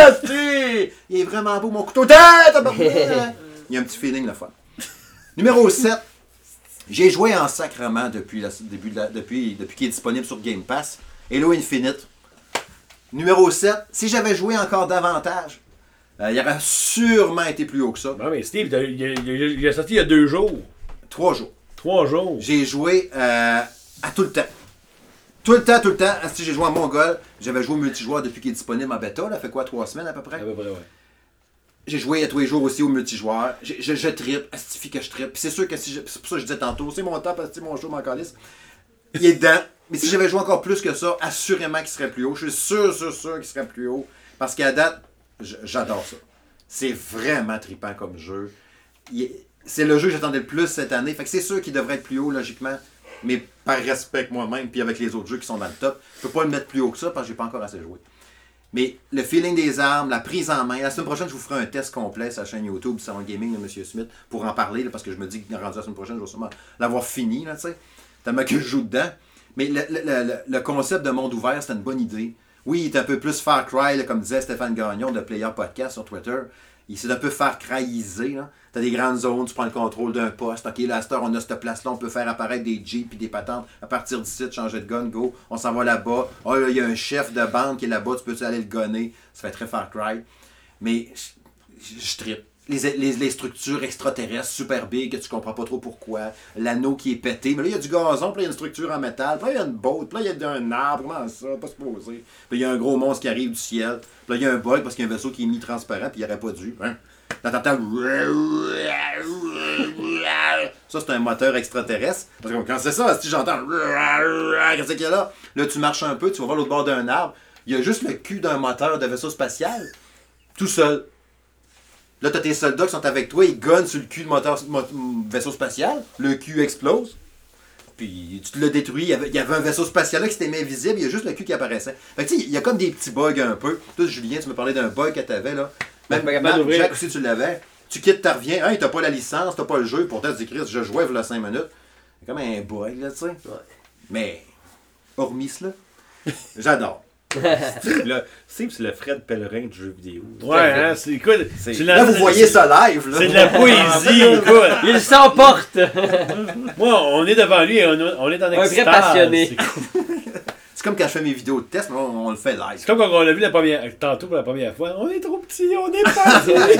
Il est vraiment beau mon couteau. Il y a un petit feeling, le fun. Numéro 7. J'ai joué en sacrement depuis qu'il est disponible sur Game Pass. Halo Infinite. Numéro 7. Si j'avais joué encore davantage, il aurait sûrement été plus haut que ça. Non, mais Steve, il a sorti il y a 2 jours. 3 jours. 3 jours. J'ai joué à tout le temps. Tout le temps. Si j'ai joué en Mongol, j'avais joué au multijoueur depuis qu'il est disponible en bêta. Ça fait quoi, 3 semaines à peu près? À peu près, ouais. J'ai joué à tous les jours aussi au multijoueur. Je trippe, astifie que je trippe. Puis c'est sûr que c'est pour ça que je disais tantôt, c'est mon temps parce que c'est mon show, mon calice. Il est dedans. Mais si j'avais joué encore plus que ça, assurément qu'il serait plus haut. Je suis sûr qu'il serait plus haut. Parce qu'à date, j'adore ça. C'est vraiment trippant comme jeu. C'est le jeu que j'attendais le plus cette année. Fait que c'est sûr qu'il devrait être plus haut, logiquement. Mais par respect avec moi-même, puis avec les autres jeux qui sont dans le top, je peux pas le mettre plus haut que ça parce que j'ai pas encore assez joué. Mais le feeling des armes, la prise en main. La semaine prochaine, je vous ferai un test complet sur la chaîne YouTube Salon Gaming de M. Smith pour en parler, là, parce que je me dis que rendu la semaine prochaine, je vais sûrement l'avoir fini, là, tu sais. Tellement que je joue dedans. Mais le concept de monde ouvert, c'était une bonne idée. Oui, il est un peu plus Far Cry, là, comme disait Stéphane Gagnon de Player Podcast sur Twitter. C'est un peu Far Cryisé. Tu as des grandes zones, tu prends le contrôle d'un poste. OK, là, à cette heure, on a cette place-là, on peut faire apparaître des jeeps et des patentes. À partir d'ici, changer de gun, go. On s'en va là-bas. Oh, là, il y a un chef de bande qui est là-bas, tu peux aller le gunner. Ça fait très Far Cry. Mais je trippe. Les structures extraterrestres super big, que tu comprends pas trop pourquoi. L'anneau qui est pété. Mais là, il y a du gazon, puis là, il y a une structure en métal. Puis là, il y a une boat. Puis là, il y a un arbre. Comment ça? Pas se poser. Puis il y a un gros monstre qui arrive du ciel. Puis là, il y a un bug parce qu'il y a un vaisseau qui est mis transparent, puis il aurait pas dû. Hein? Là, t'entends. Ça, c'est un moteur extraterrestre. Parce que quand c'est ça, si j'entends. Qu'est-ce qu'il y a là? Là, tu marches un peu, tu vas voir l'autre bord d'un arbre. Il y a juste le cul d'un moteur de vaisseau spatial. Tout seul. Là, t'as tes soldats qui sont avec toi, ils gunnent sur le cul de vaisseau spatial, le cul explose, puis tu te l'as détruit, il y avait un vaisseau spatial là qui s'était mis invisible, il y a juste le cul qui apparaissait. Fait que tu sais, il y a comme des petits bugs un peu. Toi, Julien, tu me parlais d'un bug que t'avais là. Même Jacques aussi, tu l'avais. Tu quittes, tu reviens, t'as pas la licence, t'as pas le jeu, pourtant tu dis, Chris, je jouais il y a 5 minutes. C'est comme un bug, là, tu sais. Ouais. Mais, hormis cela, j'adore. C'est le Fred Pellerin du jeu vidéo. Ouais, hein, c'est écoute. Là, vous voyez ça live. Là. C'est de la poésie, écoute. Il s'emporte. Moi, on est devant lui, on est en extase. Un vrai passionné. C'est comme quand je fais mes vidéos de test, mais on le fait live. C'est comme quand on l'a vu tantôt pour la première fois. On est trop petits, on est passionné.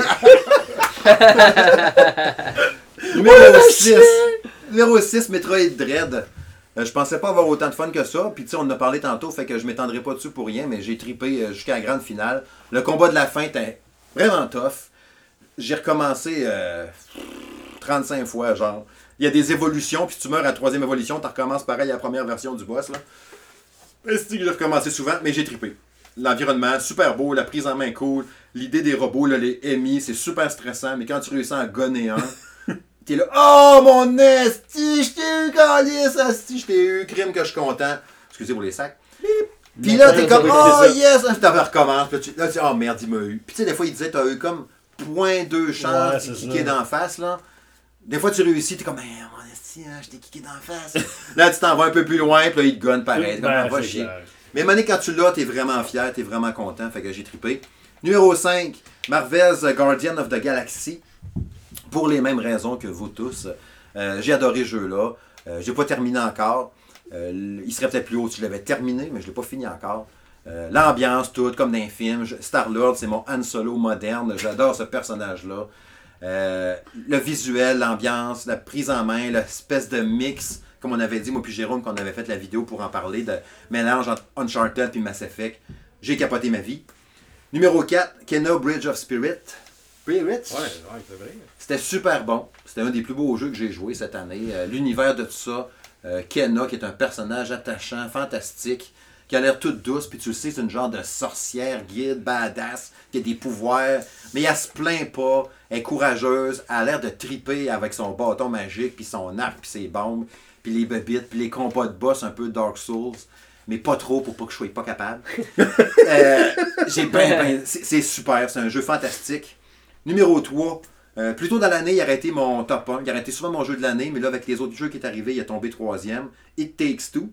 Numéro 6, Metroid Dread. Je pensais pas avoir autant de fun que ça, puis tu sais, on en a parlé tantôt, fait que je m'étendrai pas dessus pour rien, mais j'ai trippé jusqu'à la grande finale. Le combat de la fin était vraiment tough. J'ai recommencé 35 fois, genre. Il y a des évolutions, puis tu meurs à la 3e évolution, tu recommences pareil à la première version du boss, là. C'est que j'ai recommencé souvent, mais j'ai trippé. L'environnement, super beau, la prise en main cool, l'idée des robots, là, les ennemis, c'est super stressant, mais quand tu réussis à en gonner un... T'es là, oh mon esti, je t'ai eu, calice, esti, je t'ai eu, crime que je suis content. Excusez pour les sacs. Puis là, t'es comme, oh yes, puis t'avais recommence. Puis là, tu dis, oh merde, il m'a eu. Puis tu sais, des fois, il disait, t'as eu comme 0.2 chance de kicker d'en face, là. Des fois, tu réussis, t'es comme, mon esti, hein, je t'ai kické d'en face. Là, tu t'en vas un peu plus loin, puis là, il te gonne pareil. Comme, va chier. Mais Mané, quand tu l'as, t'es vraiment fier, t'es vraiment content, fait que j'ai trippé. Numéro 5, Marvel's Guardian of the Galaxy. Pour les mêmes raisons que vous tous. J'ai adoré ce jeu-là. J'ai pas terminé encore. Il serait peut-être plus haut si je l'avais terminé, mais je l'ai pas fini encore. L'ambiance, tout, comme dans les films. Star-Lord, c'est mon Han Solo moderne. J'adore ce personnage-là. Le visuel, l'ambiance, la prise en main, l'espèce de mix comme on avait dit, moi puis Jérôme, qu'on avait fait la vidéo pour en parler, de mélange entre Uncharted puis Mass Effect. J'ai capoté ma vie. Numéro 4, Kena Bridge of Spirit. Ouais, c'est vrai. C'était super bon. C'était un des plus beaux jeux que j'ai joué cette année. L'univers de tout ça. Kena, qui est un personnage attachant, fantastique, qui a l'air toute douce, puis tu le sais, c'est une genre de sorcière, guide, badass, qui a des pouvoirs, mais elle se plaint pas, elle est courageuse, elle a l'air de triper avec son bâton magique, puis son arc, puis ses bombes, puis les bébites, puis les combats de boss un peu Dark Souls, mais pas trop pour pas que je sois pas capable. C'est super, c'est un jeu fantastique. Numéro 3, plus tôt dans l'année, il aurait été mon top 1, il aurait été souvent mon jeu de l'année, mais là, avec les autres jeux qui est arrivé, il est tombé 3e. It Takes Two.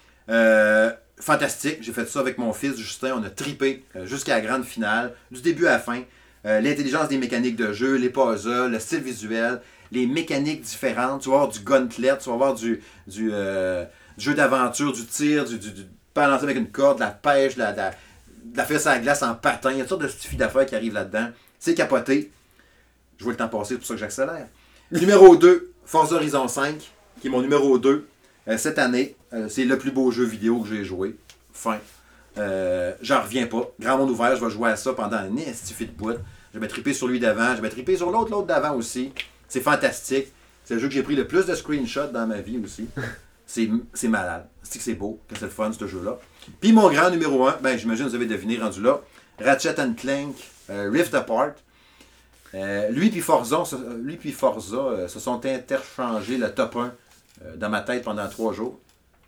Fantastique, j'ai fait ça avec mon fils Justin, on a trippé jusqu'à la grande finale, du début à la fin. L'intelligence des mécaniques de jeu, les puzzles, le style visuel, les mécaniques différentes, tu vas avoir du gauntlet, tu vas avoir du jeu d'aventure, du tir, du balancer avec une corde, de la pêche, de la faire sur la glace en patin, il y a toutes sortes de stupes d'affaires qui arrivent là-dedans. C'est capoté. Je vois le temps passer, c'est pour ça que j'accélère. Numéro 2, Forza Horizon 5, qui est mon numéro 2. Cette année, c'est le plus beau jeu vidéo que j'ai joué. Fin. J'en reviens pas. Grand monde ouvert, je vais jouer à ça pendant un estifé de bout. Je vais triper sur lui d'avant, je vais triper sur l'autre d'avant aussi. C'est fantastique. C'est le jeu que j'ai pris le plus de screenshots dans ma vie aussi. C'est malade. C'est beau, que c'est le fun, ce jeu-là. Puis mon grand numéro 1, ben j'imagine que vous avez deviné rendu là, Ratchet & Clank Rift Apart. Lui puis Forza se sont interchangés le top 1 dans ma tête pendant 3 jours.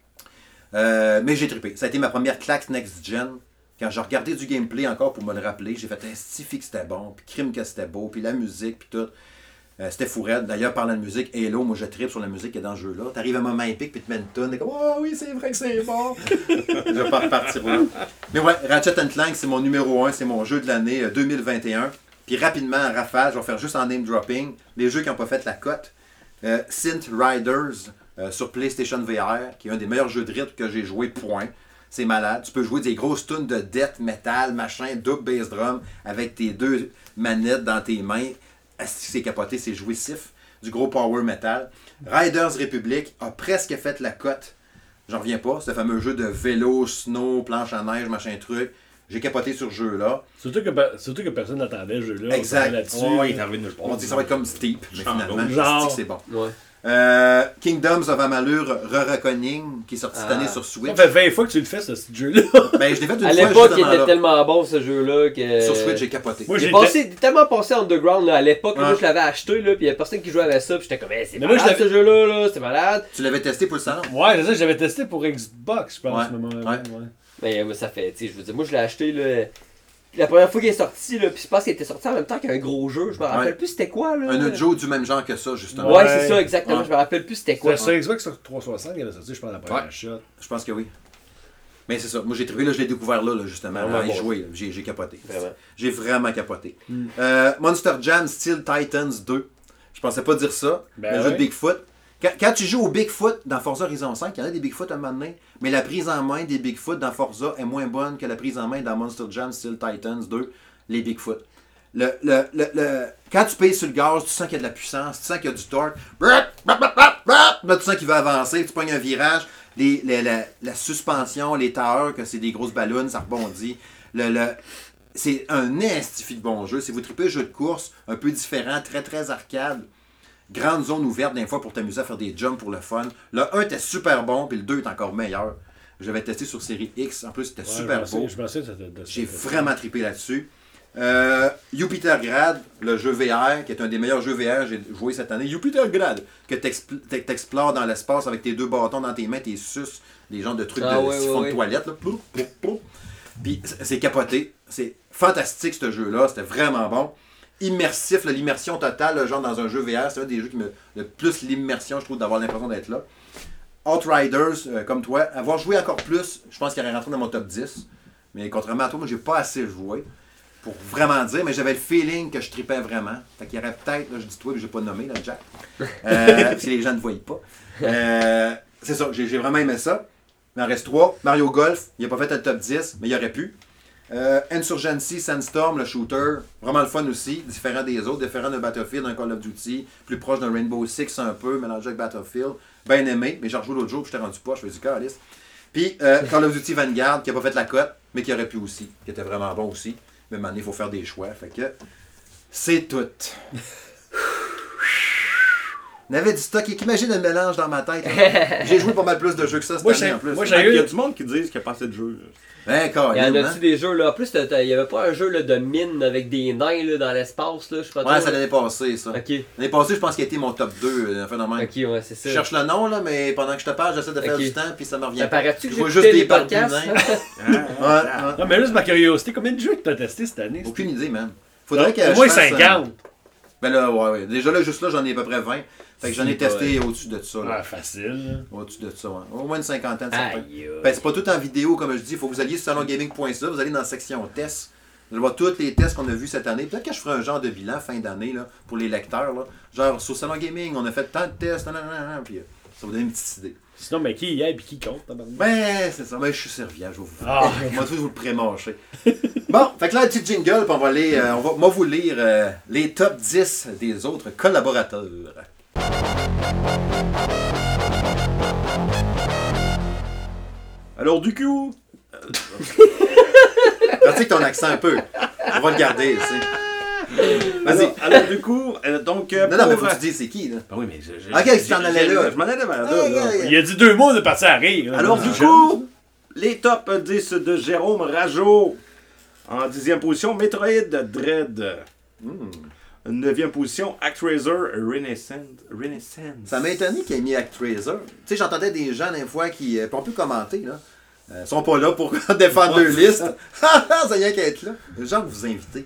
Mais j'ai trippé. Ça a été ma première claque next-gen. Quand j'ai regardé du gameplay encore pour me le rappeler, j'ai fait un stifi que c'était bon, puis crime que c'était beau, puis la musique, puis tout. C'était fou raide. D'ailleurs, parlant de musique, Halo, moi je trippe sur la musique qui est dans ce jeu-là. T'arrives à un moment épique, puis tu mets une tonne, et comme oh oui, c'est vrai que c'est bon. Je vais pas repartir là. Mais ouais, Ratchet & Clank, c'est mon numéro 1, c'est mon jeu de l'année 2021. Puis rapidement, en rafale, je vais faire juste en name dropping les jeux qui n'ont pas fait la cote. Synth Riders sur PlayStation VR, qui est un des meilleurs jeux de rythme que j'ai joué, point. C'est malade. Tu peux jouer des grosses tunes de death metal, machin, double bass drum, avec tes 2 manettes dans tes mains. C'est capoté, c'est jouissif. Du gros power metal. Riders Republic a presque fait la cote. J'en reviens pas. C'est le fameux jeu de vélo, snow, planche à neige, machin truc. J'ai capoté sur ce jeu-là. Surtout que personne n'attendait ce jeu-là. Exact. Ouais, il est arrivé de nulle part. On dit que ça va être comme Steep, mais finalement, genre. c'est bon. Ouais. Kingdoms of Amalur Re-Reckoning, qui est sorti cette année sur Switch. Ça fait 20 fois que tu le fais, ce jeu-là. Ben, je l'ai fait une fois. À l'époque, il justement était là. tellement bon ce jeu-là que. Sur Switch, j'ai capoté. Moi, J'ai tellement passé underground là, à l'époque, Ouais. moi je l'avais acheté, là, puis il y a personne qui jouait avec ça, puis j'étais comme, c'est Mais moi, malade je ce jeu-là, là, c'est malade. Tu l'avais testé pour le salon? Ouais, c'est ça, j'avais testé pour Xbox, je pense, Ouais, à ce moment-là. ouais. Mais ça fait, tu sais, je veux dire, moi je l'ai acheté, là. La première fois qu'il est sorti, là, puis je pense qu'il était sorti en même temps qu'un gros jeu, je me rappelle Ouais. plus c'était quoi, là. Un autre jeu du même genre que ça, justement. Ouais, Ouais. c'est ça, exactement, Ouais. je me rappelle plus c'était quoi. C'était sur Xbox sur 360 qu'il avait sorti, je pense, la première Ouais. shot. Je pense que oui. Mais c'est ça. Moi, j'ai trouvé, là, je l'ai découvert là, justement, Vraiment à y bon. jouer. Là. J'ai capoté. Vraiment. J'ai vraiment capoté. Monster Jam Steel Titans 2. Je pensais pas dire ça. Ben le jeu de ouais. Bigfoot. Quand tu joues au Bigfoot dans Forza Horizon 5, il y en a des Bigfoot à un moment donné, mais la prise en main des Bigfoot dans Forza est moins bonne que la prise en main dans Monster Jam Steel Titans 2, les Bigfoot. Quand tu payes sur le gaz, tu sens qu'il y a de la puissance, tu sens qu'il y a du torque. Là, tu sens qu'il va avancer, tu pognes un virage. La suspension, les towers, que c'est des grosses ballons, ça rebondit. C'est un estifi de bon jeu. Si vous tripez jeu de course, un peu différent, très très arcade. Grande zone ouverte d'un fois pour t'amuser à faire des jumps pour le fun. Le 1 était super bon, puis le 2 est encore meilleur. J'avais testé sur série X, en plus c'était super beau. Je pensais que c'était J'ai vraiment trippé là-dessus. Jupitergrad, le jeu VR, qui est un des meilleurs jeux VR que j'ai joué cette année. Jupitergrad, que t'explores dans l'espace avec tes 2 bâtons dans tes mains, tes suces, des genres de trucs de siphon de toilette. Là. Puis c'est capoté. C'est fantastique ce jeu-là, c'était vraiment bon. Immersif, l'immersion totale, le genre dans un jeu VR, c'est un des jeux qui me le plus l'immersion, je trouve, d'avoir l'impression d'être là. Outriders, comme toi, avoir joué encore plus, je pense qu'il aurait rentré dans mon top 10. Mais contrairement à toi, moi, j'ai pas assez joué pour vraiment dire, mais j'avais le feeling que je tripais vraiment. Fait qu'il y aurait peut-être, là, je dis toi, mais j'ai pas nommé, là, Jack. Si les gens ne voient pas. C'est ça, j'ai vraiment aimé ça. Il en reste 3. Mario Golf, il n'a pas fait le top 10, mais il aurait pu. Insurgency, Sandstorm, le shooter, vraiment le fun aussi, différent des autres, différent de Battlefield, d'un Call of Duty, plus proche d'un Rainbow Six un peu, mélangé avec Battlefield, bien aimé, mais j'ai rejoué l'autre jour, puis j'étais rendu pas, je fais du calice. Puis Call of Duty Vanguard, qui a pas fait la cote, mais qui aurait pu aussi, qui était vraiment bon aussi, mais maintenant il faut faire des choix, fait que c'est tout. On avait du stock, imagine le mélange dans ma tête. J'ai joué pas mal plus de jeux que ça cette année en plus. Il y a du monde qui disent qu'il n'y a pas assez de jeux. Il y en a-tu des jeux là? En plus, il n'y avait pas un jeu là, de mine avec des nains là, dans l'espace, là, je sais pas. Ouais, c'est l'année passée, ça. Ok. L'année passée, je pense qu'il a été mon top 2 phénomène. Ok, ouais, c'est ça. Je cherche le nom, là, mais pendant que je te parle, j'essaie de faire du temps, puis ça me revient. Ça paraît-tu que Je vois j'ai juste écouté des les podcasts? Ouais. Non, mais juste ma curiosité, combien de jeux que tu as testé cette année? Aucune idée, man. Faudrait que Au je moins fasse, 50. Ben là, ouais. Déjà là, juste là, j'en ai à peu près 20. Fait que j'en ai C'est testé au-dessus de ça. Là. Ah, facile. Au-dessus de ça, ouais. Au moins une cinquantaine, ça fait. Aïe, Ben, c'est pas tout en vidéo, comme je dis. Il faut que vous alliez sur salongaming.ca, vous allez dans la section tests. Vous allez voir tous les tests qu'on a vus cette année. Peut-être que je ferai un genre de bilan fin d'année là, pour les lecteurs. Là. Genre, sur Salon Gaming, on a fait tant de tests, puis ça vous donne une petite idée. Sinon, mais qui y est et qui compte? Ben, c'est ça. Ben, je suis serviant, je vais vous Ah. moi, tout vous le pré-mâcher. Bon, fait que là, un petit jingle, puis on va aller, moi vous lire les top 10 des autres collaborateurs. Alors, du coup. Pratique ton accent un peu. On va le garder, tu sais. Vas-y. Alors, du coup, donc. Non, mais faut que tu dises c'est qui, là. Ben oui, mais Ok, tu t'en allais là. Je m'en allais vers là. Il a dit 2 mots de partir à rire. Alors, du coup, les top 10 de Jérôme Rajo. En 10e position, Metroid Dread. 9e position, ActRaiser Renaissance. Ça m'a étonné qu'il ait mis ActRaiser. Tu sais, j'entendais des gens, des fois, qui ont pu commenter, là. Sont pas là pour défendre leur liste. Ça vient qu'à être là. Les gens que vous invitez.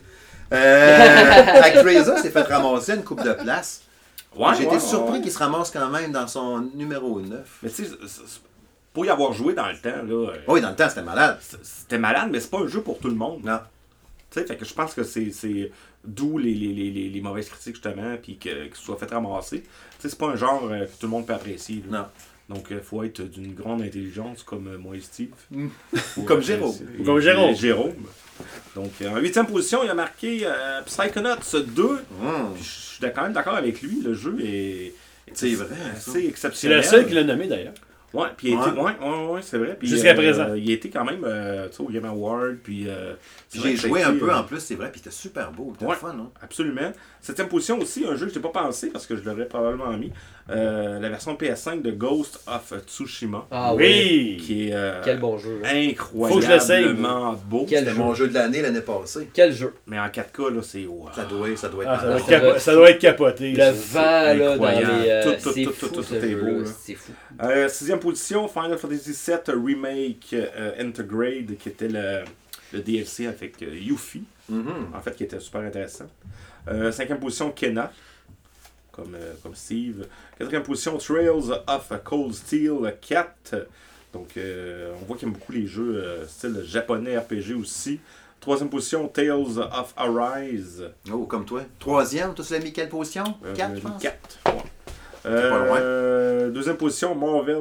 ActRaiser s'est fait ramasser une coupe de place. Ouais, J'ai été ouais, surpris ouais. qu'il se ramasse quand même dans son numéro 9. Mais tu sais, pour y avoir joué dans le temps, là. Oui, dans le temps, c'était malade. C'était malade, mais c'est pas un jeu pour tout le monde. Non. Tu sais, fait que je pense que c'est d'où les mauvaises critiques, justement, puis qu'il soit fait ramasser. Tu sais, c'est pas un genre que tout le monde peut apprécier. Là. Non. Donc, il faut être d'une grande intelligence comme moi et Steve. Ou comme Jérôme. Et Comme Jérôme. Jérôme. Donc, en 8e position, il a marqué Psychonauts 2. Puis je suis quand même d'accord avec lui. Le jeu est C'est vrai, assez ça. C'est exceptionnel. le seul qui l'a nommé d'ailleurs. Ouais, puis il a été, ouais, c'est vrai. Puis, Jusqu'à présent. Il a été quand même tu sais, au Game Award. Puis, c'est vrai J'ai que ça a joué un été, peu en plus, c'est vrai, puis c'était super beau. C'était Ouais. fun, non? Absolument. 7e position aussi, un jeu que je n'ai pas pensé parce que je l'aurais probablement mis. La version PS5 de Ghost of Tsushima. Ah oui. Oui! Qui est Quel bon jeu. Hein. Faut que je l'essaye, incroyablement beau. Quel C'était jeu. mon jeu de l'année l'année passée. Quel jeu. Mais en 4K, là, c'est wow. Ça doit être Ah, ça, doit malade. être ça doit être capoté. Le ça. vent, là, dans incroyable. les... Tout, c'est tout, fou, tout, ce tout est jeu-là. beau, là. C'est fou. 6e position, Final Fantasy VII Remake Intergrade, qui était le DLC avec Yuffie, en fait, qui était super intéressant. 5e position, Kena, comme Steve. 4e position, Trails of Cold Steel 4. Donc, on voit qu'il aime beaucoup les jeux style japonais RPG aussi. 3e position, Tales of Arise. Oh, comme toi. 3e, toi, tu l'as mis quelle position? 4, je pense. 4. Ouais. pas loin. 2e position, Marvel.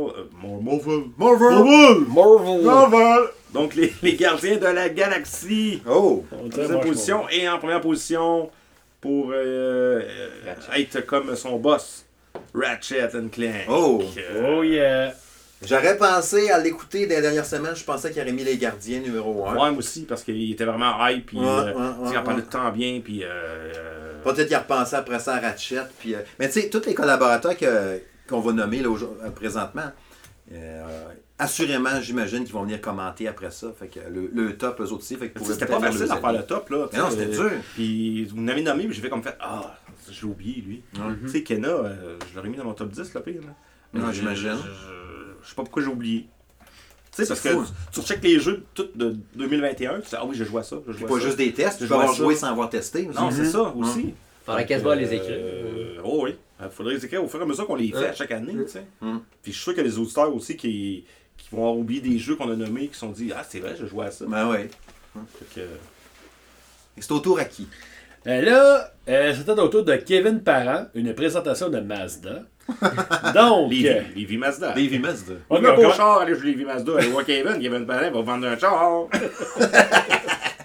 Marvel. Donc, les gardiens de la galaxie. Oh! On dirait 2e moi, je position. Et en première position, pour être comme son boss, Ratchet Clank. Oh. Oh yeah! J'aurais pensé à l'écouter des dernières semaines, je pensais qu'il aurait mis les gardiens numéro 1. Ouais, moi aussi, parce qu'il était vraiment hype. Puis, il en parlait de temps bien. Puis, Peut-être qu'il a repensé après ça à Ratchet. Puis, mais tu sais, tous les collaborateurs qu'on va nommer là, présentement, assurément, j'imagine qu'ils vont venir commenter après ça. Fait que le top, eux autres aussi. Fait que c'était pas facile d'en faire le top. Là, mais non, c'était dur. Puis vous m'avez nommé, mais j'ai fait comme fait ah, je l'ai oublié lui. Tu sais, Kena, je l'aurais mis dans mon top 10, le pire. Là. Non, j'imagine. Je sais pas pourquoi j'ai oublié. Tu sais, parce fou. que tu recheckes les jeux tout de 2021, tu sais, ah oui, je joue à ça. C'est pas juste des tests, tu peux avoir joué sans avoir testé. Non, c'est ça aussi. Faudrait quasiment les écrire. Oh oui. Il faudrait les écrire au fur et à mesure qu'on les fait à chaque année. Tu sais. Puis je suis sûr qu'il y a des auditeurs aussi qui vont avoir oublié des jeux qu'on a nommés, qui se sont dit ah, c'est vrai, je joue à ça. Ben oui. Fait que, Et c'est au tour à qui? Là, c'était au tour de Kevin Parent, une présentation de Mazda. Donc, Lévi Mazda. Davy Mazda. On a beau char, allez, je Lévi Mazda. Allez voir Kevin Parent va vendre un char.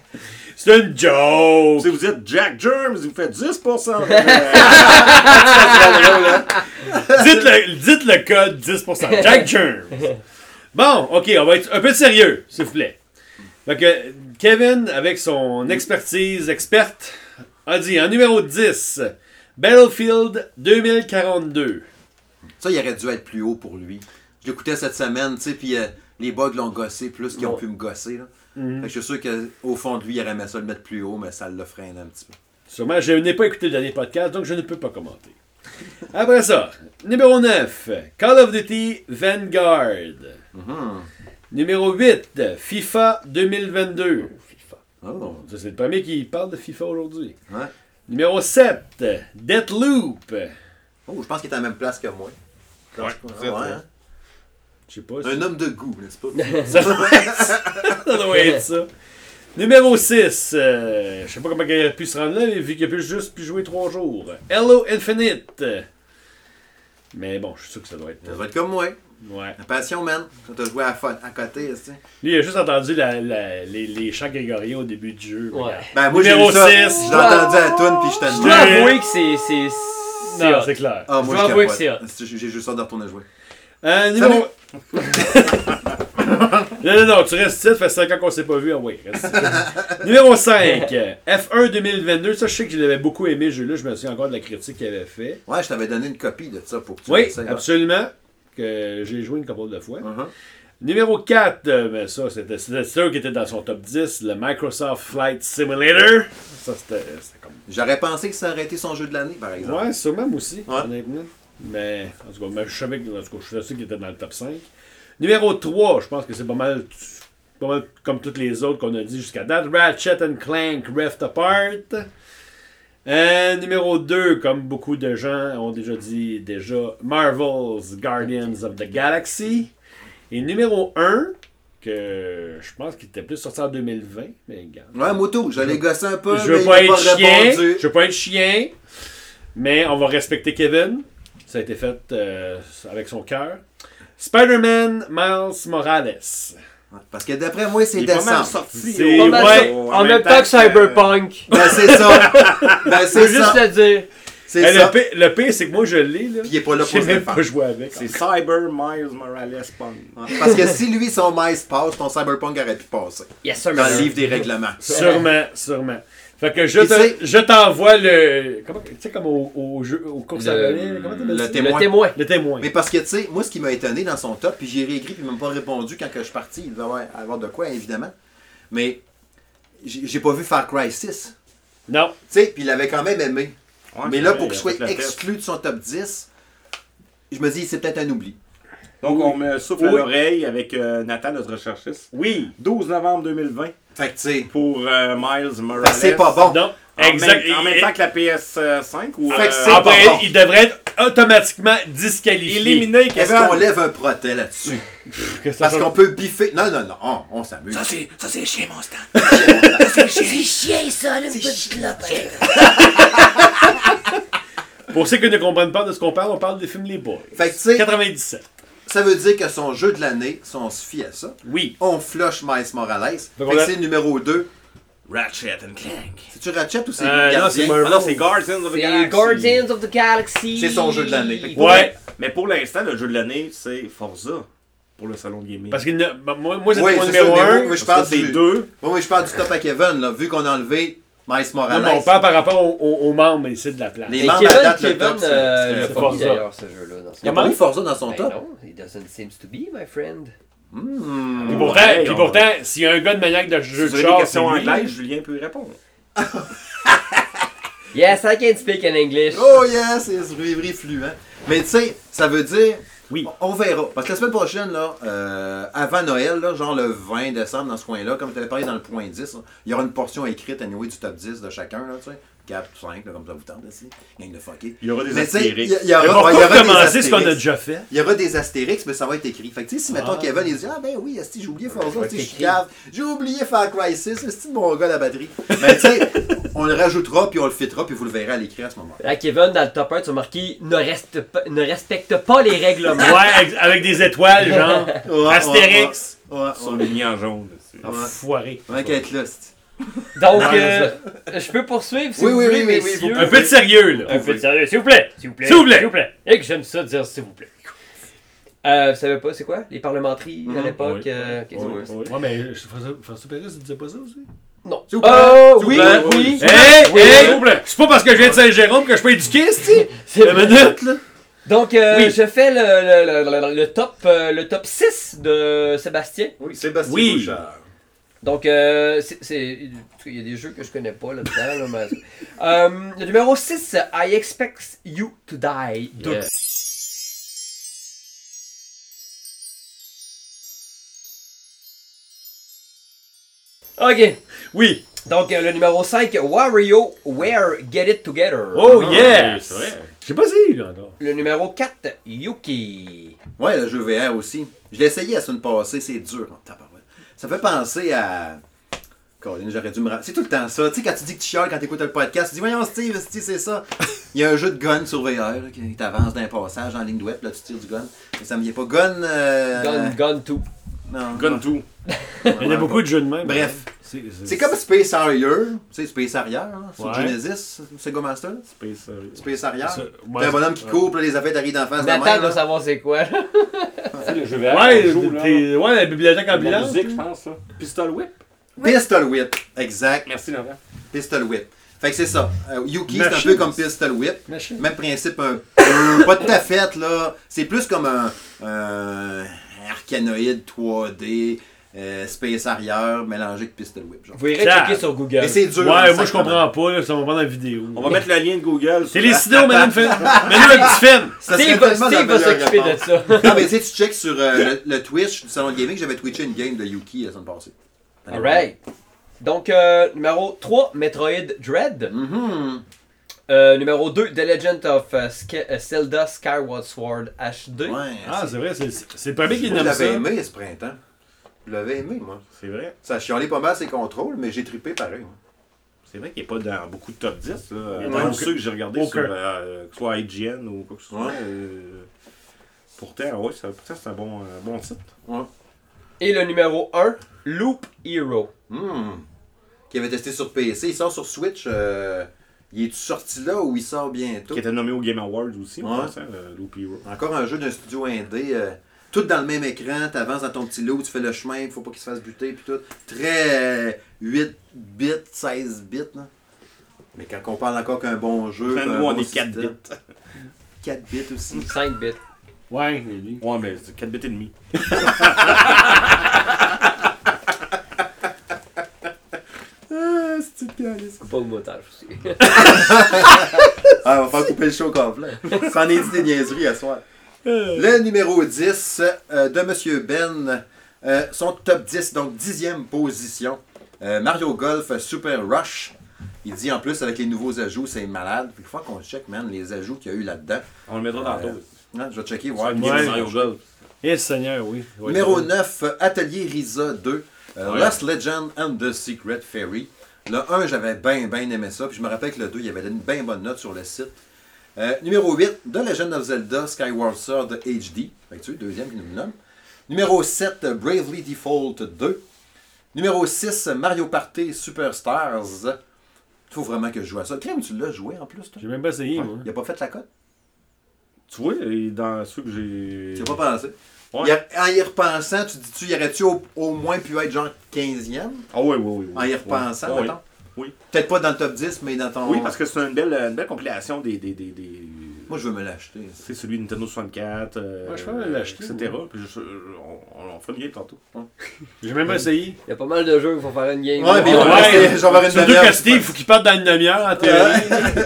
C'est une joke! Si vous dites Jack Germs, vous faites 10%. Dites le code 10%. Jack Germs. Bon, ok, on va être un peu sérieux, s'il vous plaît. Fait que Kevin, avec son expertise experte, a dit en numéro 10, Battlefield 2042. Ça, il aurait dû être plus haut pour lui. Je l'écoutais cette semaine, tu sais, puis les bugs l'ont gossé plus qu'ils ont pu me gosser. Là. Fait que je suis sûr qu'au fond de lui, il aurait aimé ça le mettre plus haut, mais ça l'a freiné un petit peu. Sûrement, je n'ai pas écouté le dernier podcast, donc je ne peux pas commenter. Après ça, numéro 9, Call of Duty Vanguard. Numéro 8, FIFA 2022. Oh. Ça, c'est le premier qui parle de FIFA aujourd'hui. Ouais. Numéro 7, Deathloop. Oh, je pense qu'il est à la même place que moi. Ouais, Hein? Je sais pas. Un homme de goût, n'est-ce pas? Ça doit être ça. Numéro 6, je sais pas comment il a pu se rendre là, vu qu'il a juste pu jouer 3 jours. Halo Infinite. Mais bon, je suis sûr que ça doit être. Ça va être comme moi. Ouais. La passion, man. Quand t'as joué à côté, tu sais. Lui, il a juste entendu les chants grégoriens au début du jeu. Ouais. Ben, moi, Numéro j'ai eu ça. 6. J'ai entendu à la toune, puis je Je t'ai dois avouer que c'est Non, hot. c'est clair. Ah, Je moi, dois je avouer que capote. c'est J'ai juste hâte de retourner jouer. Numéro... non, tu restes ici, ça fait 5 ans qu'on s'est pas vu. Ah oui, reste ici. Numéro 5, F1 2022. Ça, je sais que je l'avais beaucoup aimé, ce jeu-là. Je me souviens encore de la critique qu'il avait fait. Ouais, je t'avais donné une copie de ça pour que tu Oui, l'essayes, ouais. absolument. Que j'ai joué une couple de fois. Uh-huh. Numéro 4, mais ça, c'était sûr qui était dans son top 10, le Microsoft Flight Simulator. Ça, c'était comme... J'aurais pensé que ça aurait été son jeu de l'année, par exemple. Ouais, sûrement moi aussi, Ouais. honnêtement. Mais, en tout cas, je savais que je suis sûr qu'il était dans le top 5. Numéro 3, je pense que c'est pas mal comme toutes les autres qu'on a dit jusqu'à date. Ratchet & Clank Rift Apart. Numéro 2, comme beaucoup de gens ont déjà dit, Marvel's Guardians of the Galaxy. Et numéro 1, que je pense qu'il était plus sorti en 2020, mais regarde. Ouais, Moto, j'allais gosser un peu, Je mais veux il pas n'a être pas chien. répondu. Je veux pas être chien. Mais on va respecter Kevin. Ça a été fait avec son cœur. Spider-Man Miles Morales. Ouais, parce que d'après moi, c'est Il est pas mal décembre. sorti. C'est- Pas mal ouais. ça. En même temps que Cyberpunk. Ben, c'est ça. Ben, Je c'est veux juste ça. le dire. C'est Hey, ça. le pire, c'est que moi, je l'ai. Là. Puis il est pas là pour J'ai se même défendre. pas joué avec. C'est Cyber Miles Morales Punk. Ouais, parce que si lui, son Miles passe, ton Cyberpunk aurait pu passer. Yes, sir, Dans le madame. livre des règlements. Sûrement. Fait que Puis tu sais- je t'envoie le... Comment, tu sais, comme au jeu, au course à voler, comment t'appelles le ça? témoin. Le témoin. Le témoin. Mais parce que, tu sais, moi, ce qui m'a étonné dans son top, puis j'ai réécrit, puis il m'a pas répondu quand que je suis parti. Il devait avoir de quoi, évidemment. Mais j'ai pas vu Far Cry 6. Non. Tu sais, puis il l'avait quand même aimé. Ouais, Mais c'est là, vrai, pour que il je a sois fait le test. exclu de son top 10, je me dis, c'est peut-être un oubli. Donc, on me souffle à Oui. l'oreille avec Nathan, notre recherchiste. Oui. 12 novembre 2020 Fait que, tu sais, pour Miles Morales. c'est pas bon. Non. En Exact. Même, en même temps que la PS5 ou Fait que c'est Après, pas bon. il devrait être automatiquement disqualifié. éliminé Est-ce Kevin. qu'on lève un protet là-dessus? Que ça Parce soit- qu'on peut biffer. Non, on s'amuse. c'est chien, mon stand. C'est chiant ça, le petit lapin. Pour ceux qui ne comprennent pas de ce qu'on parle, on parle des films Les Boys. Fait que, tu sais, 97. ça veut dire que son jeu de l'année, si on se fie à ça, Oui. on flush Miles Morales. Fait on que a- c'est le numéro 2. Ratchet and Clank. C'est-tu Ratchet ou c'est Non, Gardien? c'est Marvel. Ah non, c'est Guardians of the C'est Galaxy. Guardians of the Galaxy. C'est son jeu de l'année. Ouais. Mais pour l'instant, le jeu de l'année, c'est Forza pour le salon de gaming. Parce que moi c'est Oui, mon c'est numéro ça, 1. mais moi, je Parce parle que c'est du... deux. Moi, je parle du top à Kevin, là, vu qu'on a enlevé Miles Morales. Non, mais on parle par rapport aux membres ici de la place. Les Et membres Kevin, à date, le Kevin top, c'est l'a c'est pas mis Forza. d'ailleurs, ce jeu-là. Dans son Il a pas mis Forza dans son Ben top. non, it doesn't seem to be, my friend. Puis pourtant, Ouais, puis on- pourtant, s'il y a un gars de maniaque de Si jeu vous de avez des char, c'est questions lui. anglaises, Julien peut y répondre. Yes, I can speak in English. Oh yes, c'est rêverie fluent. Mais tu sais, ça veut dire... Oui. On verra. Parce que la semaine prochaine, là, avant Noël, là, genre le 20 décembre, dans ce coin-là, comme tu avais parlé dans le point 10, là, il y aura une portion écrite anyway du top 10 de chacun, là, tu sais. 4, 5, là, comme ça vous tente, ici. Gang de fucké. Il y aura des Mais tu sais, astérix. il y aura, Mais ouais, pourquoi il y aura des commencer ce qu'on a astérix. déjà fait? Il y aura des astérix, mais ça va être écrit. Fait que, tu sais, si mettons Ah. Kevin, il dit, ah ben oui, esti, j'ai oublié Forza, va tu sais, être je suis écrit. cave. J'ai oublié Far Cry 6, esti, mon gars, la batterie. Mais tu sais, on le rajoutera, puis on le fitera, puis vous le verrez à l'écrit à ce moment-là. Là, Kevin, dans le top 1, tu as marqué ne respecte pas les règlements. Ouais, avec des étoiles, genre. Ouais, Astérix. Ouais, Sur le en jaune. Ah, foiré. Ouais, qu'être là, esti. Donc, Ouais, je peux poursuivre si Oui, vous oui, voulez, oui, oui, messieurs. Un peu de sérieux, là. Un peu de sérieux, s'il vous plaît. S'il vous plaît. S'il vous plaît. S'il vous plaît. Et que j'aime ça dire s'il vous plaît. Vous savez pas, c'est quoi? Les parlementeries à l'époque? Oui. ok, c'est Oui, quoi? oui. Ouais, mais François Pérez, il disait pas ça aussi? Non. S'il vous plaît. S'il vous Oui, plaît. oui. Hey! C'est pas parce que je viens de Saint-Jérôme que je peux éduquer, c'ti? C'est Une minute, là. Donc, Oui. je fais le top 6 de Sébastien. Oui, Sébastien Oui. Bouchard. Donc, il y a des jeux que je connais pas là-dedans. Là, mais... le numéro 6, I Expect You to Die 2. Yeah. Ok. Oui. Donc, le numéro 5, Wario Where Get It Together. Oh, Ah, yes! c'est vrai. J'ai pas essayé, là, encore. Le numéro 4, Yuki. Ouais, le jeu VR aussi. Je l'ai essayé la semaine passée, c'est dur. Oh, tabarouette. Ça fait penser à. Colin, j'aurais dû me C'est tout le temps ça. Tu sais, quand tu dis que tu chiales quand tu écoutes le podcast, tu dis voyons, Steve, c'est ça. Il y a un jeu de gun sur VR là, qui t'avance d'un passage en ligne de web, là, tu tires du gun. Mais ça me vient pas. Gun. Gun 2. Non. Gun 2. Il y en a beaucoup de jeux de même. Bref. C'est C'est comme Space Harrier. Tu sais, Space Harrier, hein, sur Ouais. Genesis, Sega Master. Space. Space Harrier. Ça, T'as un bonhomme qui court, puis les affaires t'arrivent d'en face de la Nathan main, doit là. savoir c'est quoi. Le jeu VR. Ouais, on joue, là. ouais, la bibliothèque La ambulante. musique, je pense, ça. Pistol Whip. Pistol Whip. Exact. Merci, Laurent. Pistol Whip. Fait que c'est ça. Yuki, c'est un Machine. peu comme Pistol Whip. Machine. Même principe un peu. Pas tout à fait, là. C'est plus comme un arcanoïde 3D, Space Harrier, mélangé avec Pistol Whip. Genre. Vous irez Ça. checker sur Google. Mais c'est dur. Ouais, hein, moi je sacrément. comprends pas, là, ça va prendre la vidéo. On va mettre le lien de Google. C'est les cinéos, madame Finn. Mets-nous un petit film. Ça serait Steve va tellement la meilleure s'occuper de réponse. ça. Non, mais tu sais, tu checkes sur le Twitch du salon de gaming, j'avais twitché une game de Yuki la semaine passée. Alright. Donc, numéro 3, Metroid Dread. Mhm. Numéro 2, The Legend of Zelda Skyward Sword H2. Ouais. Ah, c'est vrai, c'est le premier qui Moi, je nomme ça. l'avais aimé ce printemps. Je l'avais aimé, moi. C'est vrai. Ça a chialé pas mal ses contrôles, mais j'ai trippé pareil. moi. C'est vrai qu'il n'est pas dans beaucoup de top 10. Là. Il est Dans dans ceux que j'ai regardés aucun. sur que ce soit IGN ou quoi que ce soit. Ouais. Pourtant, ouais, pourtant, c'est un bon titre. Et le numéro 1, Loop Hero. Qui avait testé sur PC. Il sort sur Switch. Il est-tu sorti là ou il sort bientôt? Qui était nommé au Game Awards aussi, Ouais. je pense, hein, le Loop Hero. Encore un jeu d'un studio indé. Tout dans le même écran. Tu avances dans ton petit lot, tu fais le chemin, il faut pas qu'il se fasse buter. Puis tout. Très 8 bits, 16 bits. Là. Mais quand on parle encore qu'un bon jeu. Enfin, qu'un nous, on bon est 4 système. bits. 4 bits aussi. 5 bits. Ouais, lui. Ouais, mais c'est 4 bits et demi. Ah, c'est une pianiste. Coupe pas au montage aussi. Ah, on va faire couper le show complet. C'en est dit des niaiseries à soir. Le numéro 10 de Monsieur Ben, son top 10, donc 10e position. Mario Golf Super Rush. Il dit en plus avec les nouveaux ajouts, c'est malade. Il faut qu'on check, man, les ajouts qu'il y a eu là-dedans. On le mettra tantôt. Je vais checker, voir. Une game Ouais. de Mario Golf. Et Seigneur, oui. Ouais, Numéro ouais. 9, Atelier Risa 2, Ouais. Lost Legend and the Secret Fairy. Le 1, j'avais bien aimé ça. Puis je me rappelle que le 2, il y avait une bien bonne note sur le site. Numéro 8, The Legend of Zelda Skyward Sword HD. Fait que tu sais, deuxième qui nous nomme. Numéro 7, Bravely Default 2. Numéro 6, Mario Party Superstars. Il faut vraiment que je joue à ça. Crème, tu l'as joué en plus, toi? J'ai même pas essayé, moi. Il n'a pas fait la cote? Tu vois, et dans ceux que j'ai. Tu n'as pas pensé? Ouais. En y repensant, tu dis-tu, y aurait-tu au moins pu être genre 15e? Ah oui, oui, oui. En y repensant, Oui. mettons? Oui. Peut-être pas dans le top 10, mais dans ton... Oui, parce que c'est une belle compilation des Moi, je veux me l'acheter. c'est celui de Nintendo 64, Ouais, je vais l'acheter, etc. ouais. Puis on fera une game tantôt. J'ai même pas essayé. Il y a pas mal de jeux qu'il faut faire une game. Ouais, mais Ouais. j'en vais avoir une Surtout demi-heure. que Steve, il faut qu'il parte dans une demi-heure en théorie.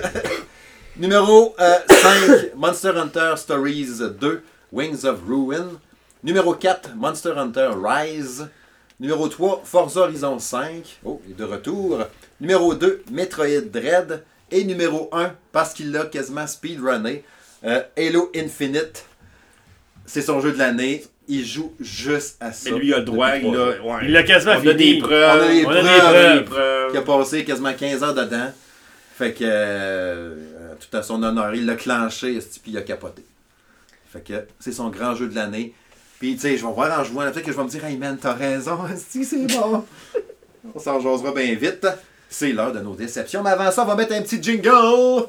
Numéro 5, Monster Hunter Stories 2, Wings of Ruin. Numéro 4, Monster Hunter Rise. Numéro 3, Forza Horizon 5. Oh, il est de retour. Numéro 2, Metroid Dread. Et numéro 1, parce qu'il l'a quasiment speedrunné, Halo Infinite. C'est son jeu de l'année. Il joue juste à ça. Mais lui, il a le droit, depuis il 3 a. jours. ouais. Il l'a quasiment On a fini. des preuves. On a des On a des preuves. preuves. Qui a passé quasiment 15 heures dedans. Fait que, tout à son honneur, il l'a clenché, puis il a capoté. Fait que c'est son grand jeu de l'année. Puis, tu sais, je vais voir en jouant, peut-être que je vais me dire, hey man, t'as raison, esti, c'est bon. On s'en jasera bien vite. C'est l'heure de nos déceptions. Mais avant ça, on va mettre un petit jingle.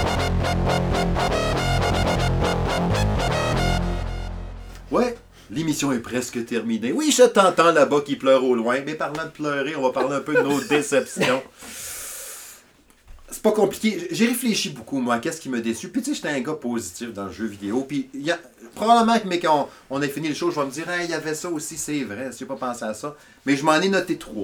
Ouais, l'émission est presque terminée. Oui, je t'entends là-bas qui pleure au loin. Mais parlant de pleurer, on va parler un peu de nos déceptions. C'est pas compliqué. J'ai réfléchi beaucoup, moi, à qu'est-ce qui me déçu. Puis tu sais, j'étais un gars positif dans le jeu vidéo. Puis probablement que, mais quand on a fini le show, je vais me dire, il y avait ça aussi, c'est vrai. J'ai pas pensé à ça. Mais je m'en ai noté 3.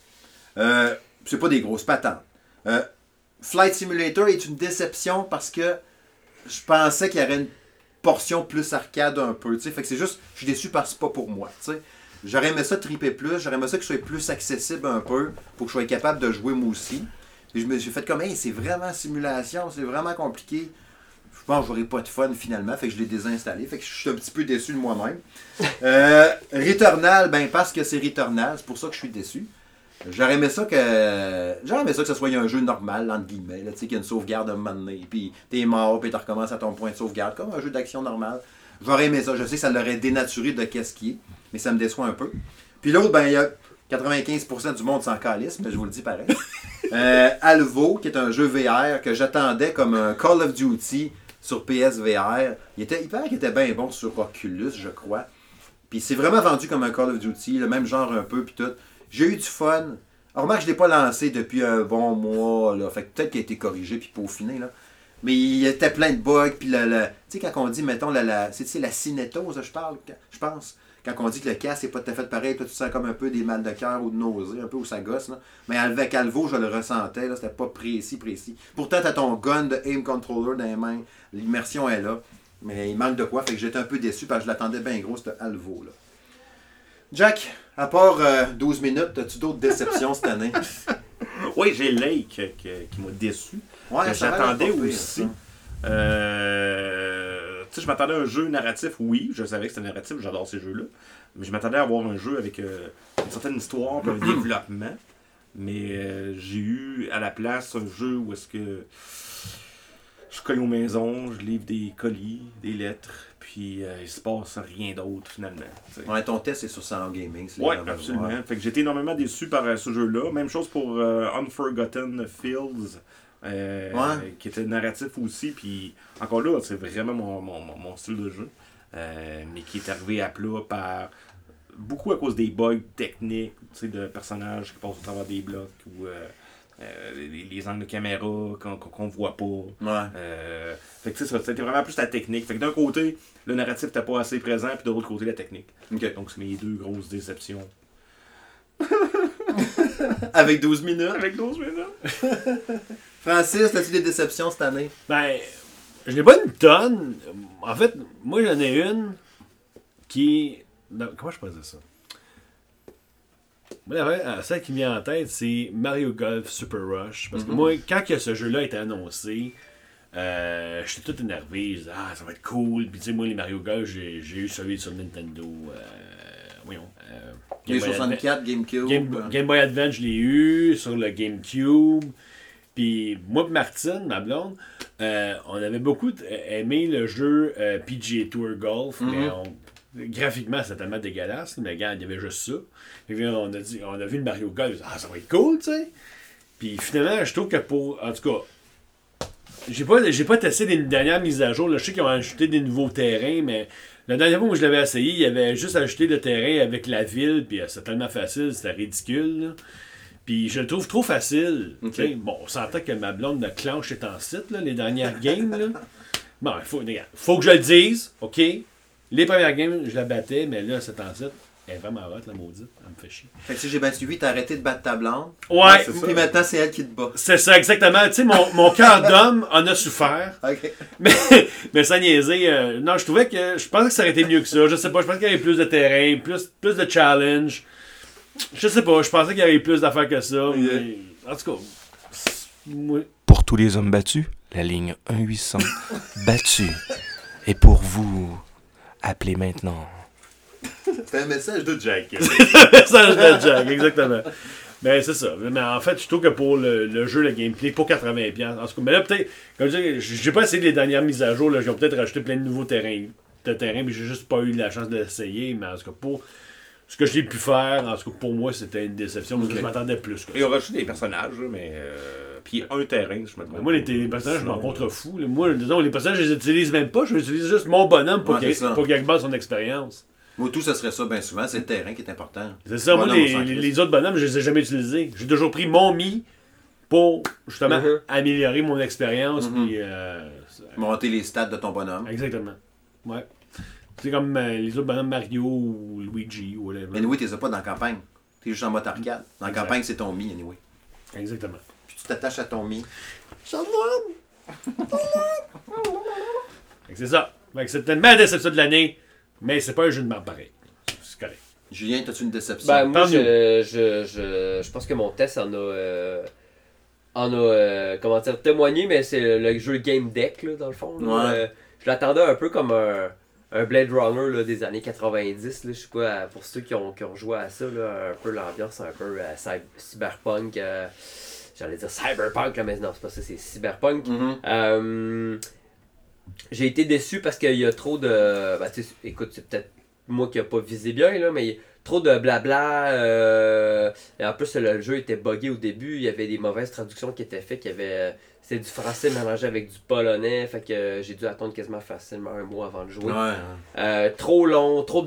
C'est pas des grosses patentes. Flight Simulator est une déception parce que je pensais qu'il y aurait une portion plus arcade un peu. T'sais. Fait que c'est juste, je suis déçu parce que c'est pas pour moi. T'sais. J'aurais aimé ça triper plus. J'aurais aimé ça que ce soit plus accessible un peu pour que je sois capable de jouer moi aussi. J'ai fait comme, hey, c'est vraiment simulation, c'est vraiment compliqué. Je pense que j'aurais pas de fun finalement, fait que je l'ai désinstallé, fait que je suis un petit peu déçu de moi-même. Returnal, ben parce que c'est Returnal, c'est pour ça que je suis déçu. J'aurais aimé ça que ce soit un jeu normal, entre guillemets, tu sais, qu'il y a une sauvegarde à un moment donné, puis t'es mort, puis tu recommences à ton point de sauvegarde, comme un jeu d'action normal. J'aurais aimé ça, je sais que ça l'aurait dénaturé de qu'est-ce qui est, mais ça me déçoit un peu. Puis l'autre, ben il y a 95% du monde s'en calisse, mais je vous le dis pareil. Alvo, qui est un jeu VR que j'attendais comme un Call of Duty sur PSVR. Il paraît qu'il était bien bon sur Oculus, je crois. Puis c'est vraiment vendu comme un Call of Duty, le même genre un peu, puis tout. J'ai eu du fun. Alors, remarque, je ne l'ai pas lancé depuis un bon mois, là. Fait que peut-être qu'il a été corrigé puis peaufiné, là. Mais il était plein de bugs, puis tu sais, quand on dit, mettons, c'est la cinétose, je pense. Quand on dit que le casque n'est pas tout à fait pareil, toi, tu sens comme un peu des mal de cœur ou de nausée, un peu où ça gosse. Là. Mais avec Alvo, je le ressentais, là, c'était pas précis. Pourtant, tu as ton gun de aim controller dans les mains, l'immersion est là. Mais il manque de quoi, fait que j'étais un peu déçu parce que je l'attendais bien gros, ce Alvo. Là. Jack, à part 12 minutes, as-tu d'autres déceptions cette année? Oui, j'ai Lake qui m'a déçu. Ouais, que j'attendais aussi. Tu sais, je m'attendais à un jeu narratif, oui, je savais que c'était narratif, j'adore ces jeux-là. Mais je m'attendais à avoir un jeu avec une certaine histoire, un développement. Mais j'ai eu à la place un jeu où est-ce que je cogne aux maisons, je livre des colis, des lettres, puis il se passe rien d'autre finalement. T'sais. Ouais, ton test est sur Salon Gaming. Oui, absolument. Ouais. Fait que j'ai été énormément déçu par ce jeu-là. Même chose pour Unforgotten Fields. Qui était narratif aussi, puis encore là, c'est vraiment mon style de jeu, mais qui est arrivé à plat par beaucoup à cause des bugs techniques, de personnages qui passent au travers des blocs ou les angles de caméra qu'on voit pas. Ouais. Fait que c'était vraiment plus la technique. Fait que d'un côté, le narratif n'était pas assez présent, puis de l'autre côté, la technique. Okay. Donc c'est mes deux grosses déceptions. Avec 12 minutes. Avec 12 minutes. Francis, as-tu des déceptions cette année? Ben, je n'ai pas une tonne. En fait, moi, j'en ai une qui... Non, comment je peux dire ça? Moi, celle qui me vient en tête, c'est Mario Golf Super Rush. Parce que moi, quand ce jeu-là a été annoncé, j'étais tout énervé. Je disais, ça va être cool. Puis, tu sais, moi, les Mario Golf, j'ai eu celui sur Nintendo. Game 64, GameCube. Game Boy Advance, je l'ai eu sur le GameCube. Puis moi et Martine, ma blonde, on avait beaucoup aimé le jeu PGA Tour Golf, mais graphiquement c'était tellement dégueulasse, mais regarde, il y avait juste ça. Puis on a vu le Mario Golf, ça va être cool, tu sais. Puis finalement, je trouve que en tout cas, j'ai pas testé les dernières mises à jour. Là, je sais qu'ils ont ajouté des nouveaux terrains, mais la dernière fois où je l'avais essayé, il y avait juste ajouté le terrain avec la ville, puis c'est tellement facile, c'était ridicule, là. Puis je le trouve trop facile. Okay. Bon, on s'entend que ma blonde de clenche est en site, là, les dernières games. Là. Bon, il faut que je le dise, OK? Les premières games, je la battais, mais là, c'est en site. Elle est vraiment hot, la maudite. Elle me fait chier. Fait que si j'ai bien suivi, t'as arrêté de battre ta blonde. Ouais. Puis maintenant, c'est elle qui te bat. C'est ça, exactement. Tu sais, mon cœur d'homme en a souffert. OK. Mais sans niaiser, non, je pensais que ça aurait été mieux que ça. Je sais pas, je pensais qu'il y avait plus de terrain, plus de challenge. Je sais pas, je pensais qu'il y avait plus d'affaires que ça, mais en tout cas, moi... Pour tous les hommes battus, la ligne 1-800 battu. Et pour vous, appelez maintenant. C'est un message de Jack. C'est un message de Jack, exactement. Mais c'est ça. Mais en fait, je trouve que pour le jeu, le gameplay, pour 80$, en tout cas, mais là, peut-être, comme je dis, j'ai pas essayé les dernières mises à jour, là, j'ai peut-être rajouté plein de nouveaux terrains, mais j'ai juste pas eu la chance de l'essayer, mais en tout cas, ce que j'ai pu faire, en tout cas pour moi, c'était une déception, parce que je m'attendais plus. Il y aura juste des personnages, là, mais. Puis un terrain, je me trompe. Moi, les personnages, je m'en contrefous. Là. Moi, disons, les personnages, je les utilise même pas. Je utilise juste mon bonhomme pour qu'il augmente son expérience. Moi, tout, ça serait ça bien souvent. C'est le terrain qui est important. C'est ça. Moi, les autres bonhommes, je les ai jamais utilisés. J'ai toujours pris mon mi pour, justement, améliorer mon expérience. Puis, monter les stats de ton bonhomme. Exactement. Ouais. C'est comme les autres bonhommes Mario ou Luigi ou whatever. Mais anyway, t'es pas dans la campagne. T'es juste en mode arcade. Dans la campagne, c'est ton mi, anyway. Exactement. Puis tu t'attaches à ton mi. C'est ça. C'était ma déception de l'année, mais c'est pas un jeu de merde pareil. C'est correct. Julien, t'as-tu une déception? Ben, moi, je pense que mon test en a comment dire, témoigné, mais c'est le jeu Game Deck, là, dans le fond. Là. Ouais. Je l'attendais un peu comme un Blade Runner là, des années 90. Là, je sais pas, pour ceux qui ont joué à ça, là, un peu l'ambiance un peu cyberpunk. J'allais dire cyberpunk, là, mais non, c'est pas ça, c'est cyberpunk. J'ai été déçu parce qu'il y a trop de... Ben, écoute, c'est peut-être moi qui n'ai pas visé bien, là, mais il y a trop de blabla. Et en plus, le jeu était buggé au début. Il y avait des mauvaises traductions qui étaient faites. C'était du français mélangé avec du polonais. Fait que j'ai dû attendre quasiment facilement un mois avant de jouer. Trop long, trop de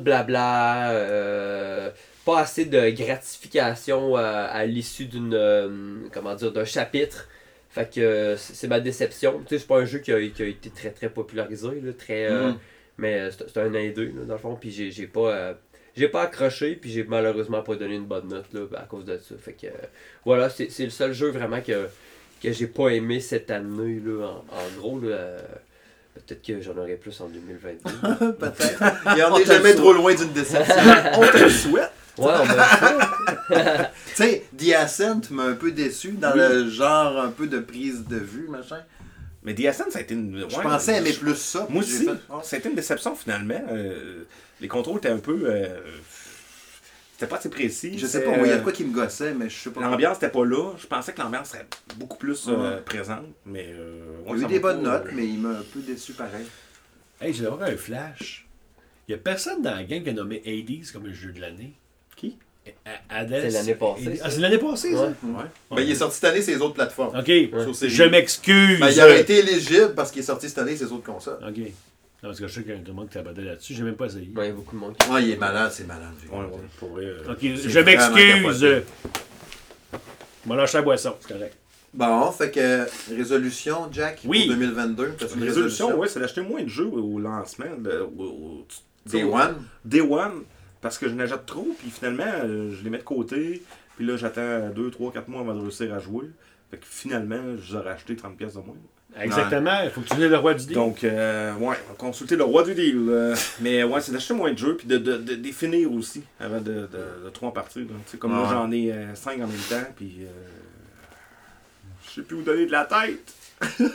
blabla. Pas assez de gratification à l'issue d'un chapitre. Fait que c'est ma déception. Tu sais, c'est pas un jeu qui a été très très popularisé, là, mais c'est un 1 2 là, dans le fond. Puis j'ai pas accroché, puis j'ai malheureusement pas donné une bonne note là, à cause de ça. Fait que voilà, c'est le seul jeu vraiment que j'ai pas aimé cette année là, en gros là. Peut-être que j'en aurai plus en 2022. Peut-être. Et on n'est jamais trop loin d'une déception. On te le souhaite. Ouais, on va ça. Tu sais, The Ascent m'a un peu déçu dans le genre un peu de prise de vue, machin. Mais The Ascent, ça a été une... Je pensais aimer plus ça. Moi aussi, ça a été une déception finalement. Les contrôles étaient un peu... C'était pas assez précis. Je sais pas, il y a de quoi qui me gossait, mais je sais pas. L'ambiance était pas là. Je pensais que l'ambiance serait beaucoup plus présente. Mais, il y a eu des bonnes notes, mais il m'a un peu déçu pareil. Hey, j'ai d'avoir un flash. Il y a personne dans la gang qui a nommé Hades comme le jeu de l'année. Qui? Hades. C'est l'année passée. Ah, c'est l'année passée, ça? Ouais. Ben, il est sorti cette année sur les autres plateformes. Ok, je m'excuse. Ben, il aurait été éligible parce qu'il est sorti cette année sur les autres consoles. Ok. Non, parce que je sais qu'il y a tout le monde qui abordé là-dessus. J'ai même pas essayé. Ouais, il y a beaucoup de monde. Ouais, il est malade, c'est malade. Pour vrai, ok, je m'excuse. Je vais lâcher la boisson, c'est correct. Bon, fait que résolution, Jack, pour 2022. Une résolution, oui, c'est d'acheter moins de jeux au lancement. Day One. Day One, parce que je n'achète trop, puis finalement, je les mets de côté, puis là, j'attends 2, 3, 4 mois avant de réussir à jouer. Fait que finalement, j'aurais acheté 30$ de moins. Exactement, il faut que tu viennes le roi du deal. Donc, ouais, consulter le roi du deal. Mais ouais, c'est d'acheter moins de jeux, puis de définir aussi, avant de trop en partir. Comme moi, j'en ai 5 en même temps, puis je sais plus où donner de la tête.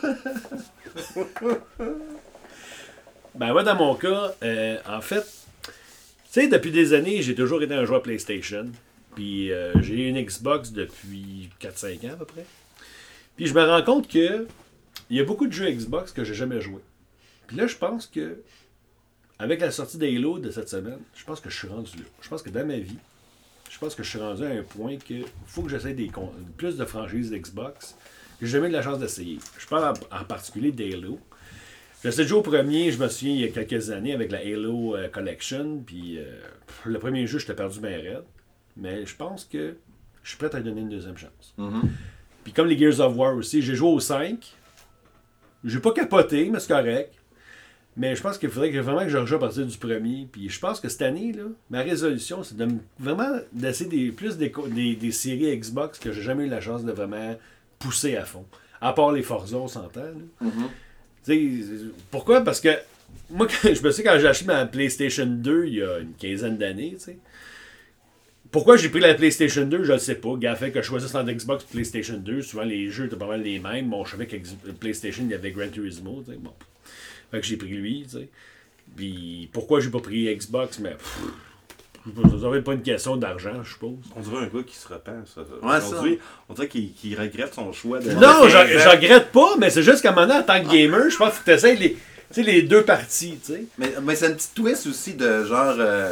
Ben, moi, dans mon cas, en fait, tu sais, depuis des années, j'ai toujours été un joueur PlayStation. Puis j'ai eu une Xbox depuis 4-5 ans à peu près. Puis je me rends compte que il y a beaucoup de jeux Xbox que j'ai jamais joué. Puis là, je pense que avec la sortie d'Halo de cette semaine, je pense que je suis rendu là. Je pense que dans ma vie, je pense que je suis rendu à un point que faut que j'essaie plus de franchises d'Xbox que j'ai jamais eu la chance d'essayer. Je parle en particulier d'Halo. J'essaie de jouer au premier, je me souviens, il y a quelques années avec la Halo Collection. Puis le premier jeu, j'étais perdu bien raide. Mais je pense que je suis prêt à lui donner une deuxième chance. Puis comme les Gears of War aussi, j'ai joué au 5. J'ai pas capoté, mais c'est correct. Mais je pense qu'il faudrait vraiment que je rejoue à partir du premier. Puis je pense que cette année, là, ma résolution, c'est vraiment d'essayer plus des séries Xbox que j'ai jamais eu la chance de vraiment pousser à fond. À part les Forza, on s'entend. Pourquoi? Parce que moi, je me sais quand j'ai acheté ma PlayStation 2 il y a une quinzaine d'années, tu sais. Pourquoi j'ai pris la PlayStation 2, je ne sais pas. Gars, fait que je choisisse entre Xbox et PlayStation 2. Souvent, les jeux étaient pas mal les mêmes. Bon, je savais que PlayStation, il y avait Gran Turismo. T'sais. Bon. Fait que j'ai pris lui. T'sais. Puis pourquoi j'ai pas pris Xbox? Mais ça va être pas une question d'argent, je suppose. On dirait un gars qui se repent. Ça. Ouais, aujourd'hui, on dirait qu'il regrette son choix. Non, je regrette pas, mais c'est juste qu'à un moment donné, en tant que gamer, je pense qu'il faut que tu essaies les deux parties. T'sais. Mais c'est un petit twist aussi de genre...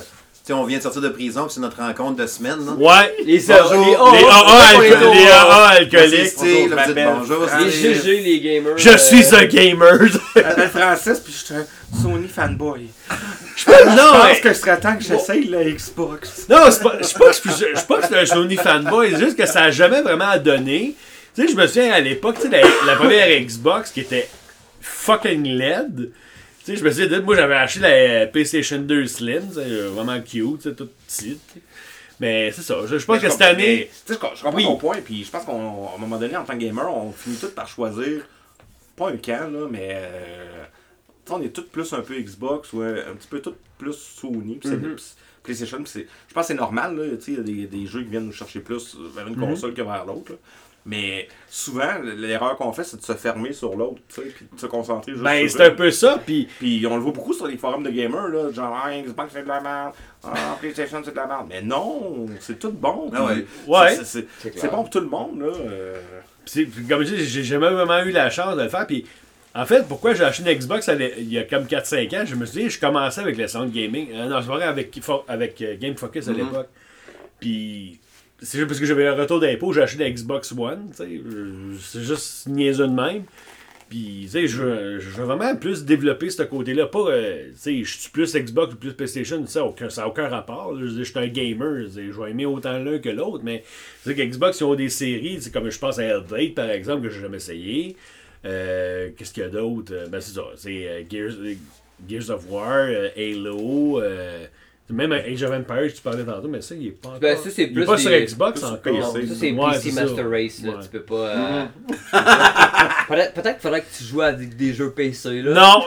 sais, on vient de sortir de prison, puis c'est notre rencontre de semaine. Là. Ouais. Les Bonjour. AA C'est Steve, là, vous dites bonjour. les Steve. GG, les gamers. Je suis un gamer. Je m'appelle Francis, puis je suis un Sony fanboy. Non, Je pense mais- que ce serait temps que j'essaye la Xbox. Non, c'est pas, je suis pas que je suis un Sony fanboy, c'est juste que ça a jamais vraiment donné. Tu sais, je me souviens à l'époque, tu sais, la première Xbox qui était fucking LED. Tu sais, je me souviens, moi j'avais acheté la PlayStation 2 Slim, c'est vraiment cute, c'est tout petit. Mais c'est ça, je pense que cette année. Je comprends ton point, puis je pense qu'à un moment donné, en tant que gamer, on finit tous par choisir, pas un camp, là, mais on est tous plus un peu Xbox ou un petit peu tous plus Sony, puis PlayStation, je pense que c'est normal, là, il y a des jeux qui viennent nous chercher plus vers une console que vers l'autre. Là. Mais souvent, l'erreur qu'on fait, c'est de se fermer sur l'autre, tu sais, puis de se concentrer juste Ben, sur c'est un peu ça, puis on le voit beaucoup sur les forums de gamers, là, genre Xbox c'est de la merde, PlayStation c'est de la merde. Mais non, c'est tout bon. Ah puis ouais. c'est bon pour tout le monde, là. comme je dis, j'ai jamais vraiment eu la chance de le faire, puis en fait, pourquoi j'ai acheté une Xbox il y a comme 4-5 ans, je me suis dit, je commençais avec le sound gaming, non, je parlais avec Game Focus à l'époque, puis c'est juste parce que j'avais un retour d'impôt, j'ai acheté la Xbox One, tu sais, c'est juste niaiseux de même. Puis, tu sais, je veux vraiment plus développer ce côté-là. Pas, tu sais, je suis plus Xbox ou plus PlayStation, ça n'a aucun rapport. Je suis un gamer, je vais aimer autant l'un que l'autre, mais tu sais qu'Xbox, ils ont des séries, comme je pense à Hellblade, par exemple, que j'ai jamais essayé. Qu'est-ce qu'il y a d'autre? Ben, c'est ça, c'est Gears of War, Halo... même Age of Empires, tu parlais tantôt, mais ça, il est pas encore. Ben, ça, c'est il est plus pas sur des- Xbox plus sur encore. Non, ça c'est Ouais, PC c'est ça. Master Race, là, Ouais. tu peux pas... Peut-être qu'il faudrait que tu joues à des jeux PC, là. Non,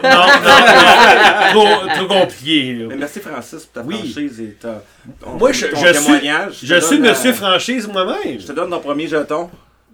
trop compliqué. Là. Mais merci Francis pour ta Oui. franchise et ton Moi, je témoignage. Je suis Monsieur Franchise moi-même. Je te donne ton premier jeton.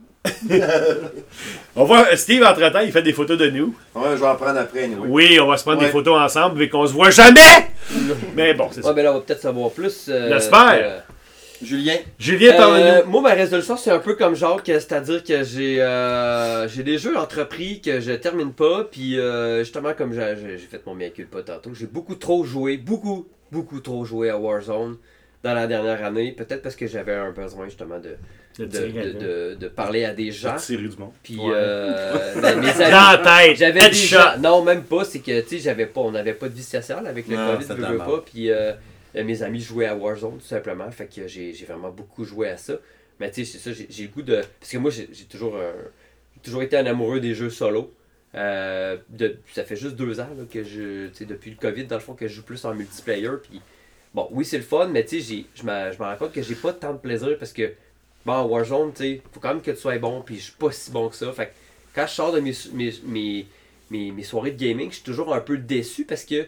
On voit Steve, entre-temps, il fait des photos de nous. Ouais, je vais en prendre après, anyway. Oui, on va se prendre Ouais. des photos ensemble, vu qu'on se voit jamais! Mais bon, c'est Ouais, ça. ben là, on va peut-être savoir plus. J'espère. Julien. Julien, parle-nous. Moi, ma résolution, c'est un peu comme Jacques, c'est-à-dire que j'ai des jeux entrepris que je termine pas, puis justement, comme j'ai fait mon mea culpa tantôt, j'ai beaucoup trop joué à Warzone dans la dernière année, peut-être parce que j'avais un besoin justement de parler à des gens, Tirer du monde. puis Ouais. ben, mes Dans amis... la tête. J'avais des Headshot. gens. Non, même pas. C'est que, tu sais, on n'avait pas de vie sociale avec le Non, COVID, c'était je de la veux merde. pas. Puis mes amis jouaient à Warzone, tout simplement. Fait que j'ai vraiment beaucoup joué à ça. Mais tu sais, c'est ça, j'ai le goût de. Parce que moi, j'ai toujours été un amoureux des jeux solo. Ça fait juste 2 ans là, que tu sais, depuis le COVID, dans le fond, que je joue plus en multiplayer. Puis bon, oui, c'est le fun, mais tu sais, je me rends compte que j'ai pas tant de plaisir parce que, bon, Warzone, tu sais, faut quand même que tu sois bon, puis je suis pas si bon que ça. Fait que quand je sors de mes soirées de gaming, je suis toujours un peu déçu parce que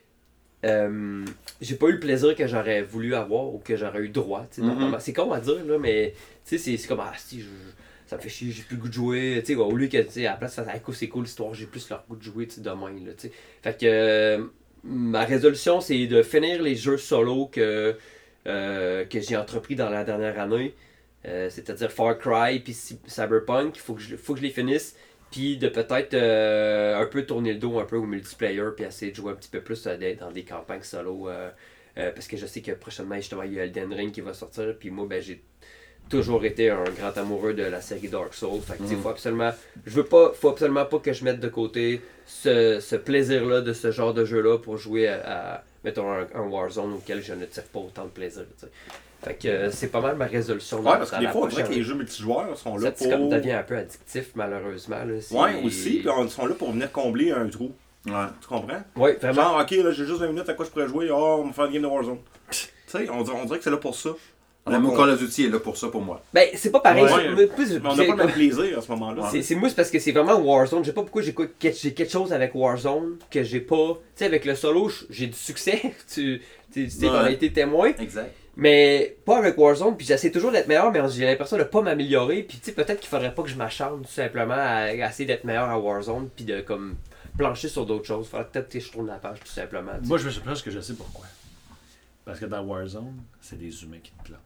j'ai pas eu le plaisir que j'aurais voulu avoir ou que j'aurais eu droit. Tu sais, normalement. C'est con à dire, là, mais tu sais, c'est comme, si, ça me fait chier, j'ai plus le goût de jouer. Tu sais, au lieu que, tu sais, à la place, c'est cool l'histoire, j'ai plus le goût de jouer, tu sais, demain, là, tu sais. Fait que ma résolution, c'est de finir les jeux solo que j'ai entrepris dans la dernière année. C'est-à-dire Far Cry puis Cyberpunk, il faut que je les finisse, puis de peut-être un peu tourner le dos un peu au multiplayer, puis essayer de jouer un petit peu plus dans des campagnes solo, parce que je sais que prochainement, justement, il y a Elden Ring qui va sortir, puis moi, ben, j'ai toujours été un grand amoureux de la série Dark Souls, fait que faut absolument pas que je mette de côté ce plaisir-là de ce genre de jeu-là pour jouer à mettons, un Warzone auquel je ne tire pas autant de plaisir, t'sais. Fait que c'est pas mal ma résolution. Ouais, parce que des fois, on dirait que les jeux multijoueurs sont là ça pour. devient un peu addictif, malheureusement. Là, Ouais, aussi, puis ils sont là pour venir combler un trou. Ouais. Tu comprends? Oui, vraiment. Genre, ok, là, j'ai juste 20 minutes, à quoi je pourrais jouer? Oh, on va faire une game de Warzone. Tu sais, on dirait que c'est là pour ça. L'amour Call of Duty est là pour ça, pour moi. Ben, c'est pas pareil. Ouais. Mais Mais on n'a pas le même plaisir à ce moment-là. c'est moi, c'est parce que c'est vraiment Warzone. Je sais pas pourquoi j'ai quelque chose avec Warzone que j'ai pas. Tu sais, avec le solo, j'ai du succès. tu sais, on a été témoin. Exact. Mais pas avec Warzone, puis j'essaie toujours d'être meilleur, mais j'ai l'impression de pas m'améliorer. Puis tu sais, peut-être qu'il faudrait pas que je m'acharne tout simplement à essayer d'être meilleur à Warzone, puis de comme plancher sur d'autres choses. Faudrait peut-être que je tourne la page tout simplement. tu sais. Moi, je pense que je sais pourquoi. Parce que dans Warzone, c'est des humains qui te plantent.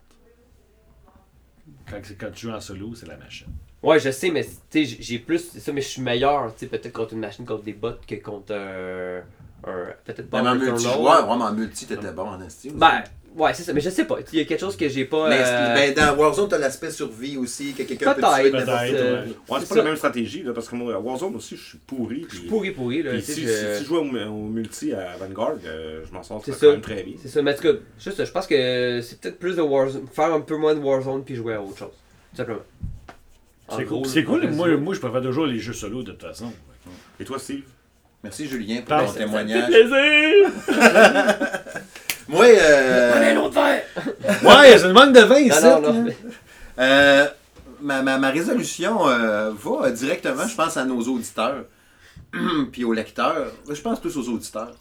Quand tu joues en solo, c'est la machine. Ouais, je sais, mais tu sais, j'ai plus. C'est ça, mais je suis meilleur, tu sais, peut-être contre une machine, contre des bots, que contre un peut-être pas Même en un Returnal. multijoueur, vraiment en multi, t'étais bon en esti. aussi. Ben, Ouais, c'est ça, mais je sais pas. Il y a quelque chose que j'ai pas. Mais ben, dans Warzone, t'as l'aspect survie aussi, que quelqu'un peut tuer Peut-être. n'importe Peut-être, où. Ouais, c'est pas la même stratégie, là, parce que moi, à Warzone aussi, je suis pourri. Je suis pourri, là. Puis tu sais, si je jouais au multi à Vanguard, je m'en sors C'est quand ça. même très bien. C'est ça, mais en tout cas, juste, je pense que c'est peut-être plus de Warzone. Faire un peu moins de Warzone puis jouer à autre chose. Tout simplement. En C'est gros, cool. C'est cool. en Moi, résumé. je préfère toujours les jeux solo de toute façon. Et toi, Steve? Merci Julien pour Ben, ton ça- témoignage. plaisir! Moi, Prenez l'autre verre! Ouais, c'est le manque de vin ici. Non. ma résolution va directement, je pense, à nos auditeurs puis aux lecteurs. Je pense plus aux auditeurs.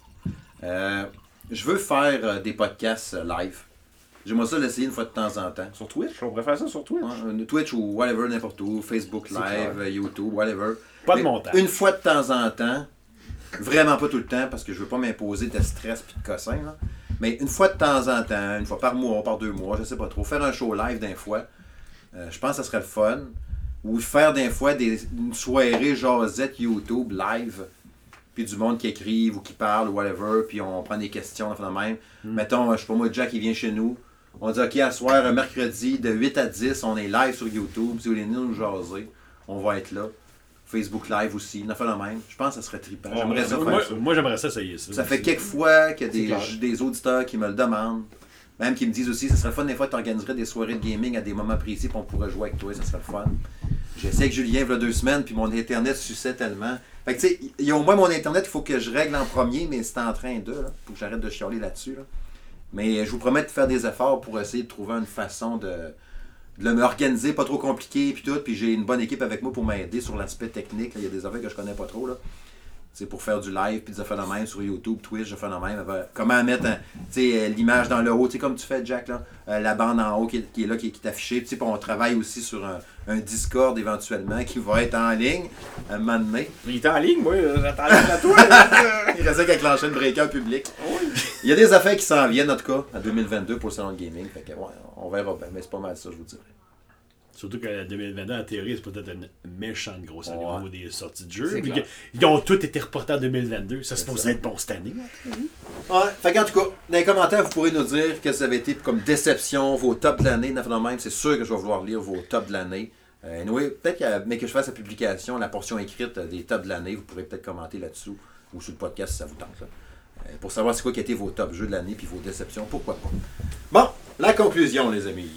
Je veux faire des podcasts live. J'aimerais ça l'essayer une fois de temps en temps. Sur Twitch? On pourrait faire ça sur Twitch? Ouais, Twitch ou whatever, n'importe où, Facebook C'est Live, clair. YouTube, whatever. Pas de Mais montage. Une fois de temps en temps, vraiment pas tout le temps, parce que je veux pas m'imposer de stress puis de cossin, là. Mais une fois de temps en temps, une fois par mois, par 2 mois, je sais pas trop, faire un show live d'un fois, je pense que ça serait le fun. Ou faire d'un fois une soirée jasette YouTube live, puis du monde qui écrive ou qui parle ou whatever, puis on prend des questions, on fait de même. Mettons, je sais pas moi, Jack il vient chez nous, on dit ok, à soir, un mercredi, de 8 à 10, on est live sur YouTube, si vous voulez nous jaser, on va être là. Facebook Live aussi, on a fait le même. Je pense que ça serait trippant. J'aimerais ça faire ça. Moi, j'aimerais ça essayer ça. Ça fait quelques fois qu'il y a C'est des auditeurs qui me le demandent. Même qui me disent aussi, ça serait le fun des fois que tu organiserais des soirées de gaming à des moments précis puis on pourrait jouer avec toi, ça serait le fun. J'ai essayé avec Julien il y a 2 semaines puis mon internet suçait tellement. Fait que tu sais, il y a au moins mon internet, il faut que je règle en premier, mais c'est en train de, là. Faut que j'arrête de chialer là-dessus. Là. Mais je vous promets de faire des efforts pour essayer de trouver une façon de m'organiser, pas trop compliqué puis tout. Puis j'ai une bonne équipe avec moi pour m'aider sur l'aspect technique. Là. Il y a des affaires que je connais pas trop là. C'est pour faire du live, puis des affaires de même sur YouTube, Twitch, je fais de même. Comment mettre l'image dans le haut, comme tu fais, Jack, là, la bande en haut qui est là, qui est affichée. Puis on travaille aussi sur un Discord éventuellement qui va être en ligne à un moment donné. Il est en ligne, moi, j'attendais à toi. Il reste qu'avec l'enchaîne breaker public. Il y a des affaires qui s'en viennent, en tout cas, en 2022 pour le salon de gaming. Fait que, ouais, on verra bien, mais c'est pas mal ça, je vous dirais. Surtout que 2022, en théorie, c'est peut-être une méchante grosse année au niveau des sorties de jeux. C'est Puis clair. ils ont tous été reportés en 2022. Ça se supposait être bon cette année. Ouais, fait qu'en tout cas, dans les commentaires, vous pourrez nous dire que ça avait été comme déception, vos tops de l'année. Même, c'est sûr que je vais vouloir lire vos tops de l'année. Anyway, peut-être mais que je fasse la publication, la portion écrite des tops de l'année, vous pourrez peut-être commenter là-dessous ou sur le podcast si ça vous tente. Là. Pour savoir c'est quoi qui a été vos tops jeux de l'année puis vos déceptions, pourquoi pas. Bon, la conclusion, les amis.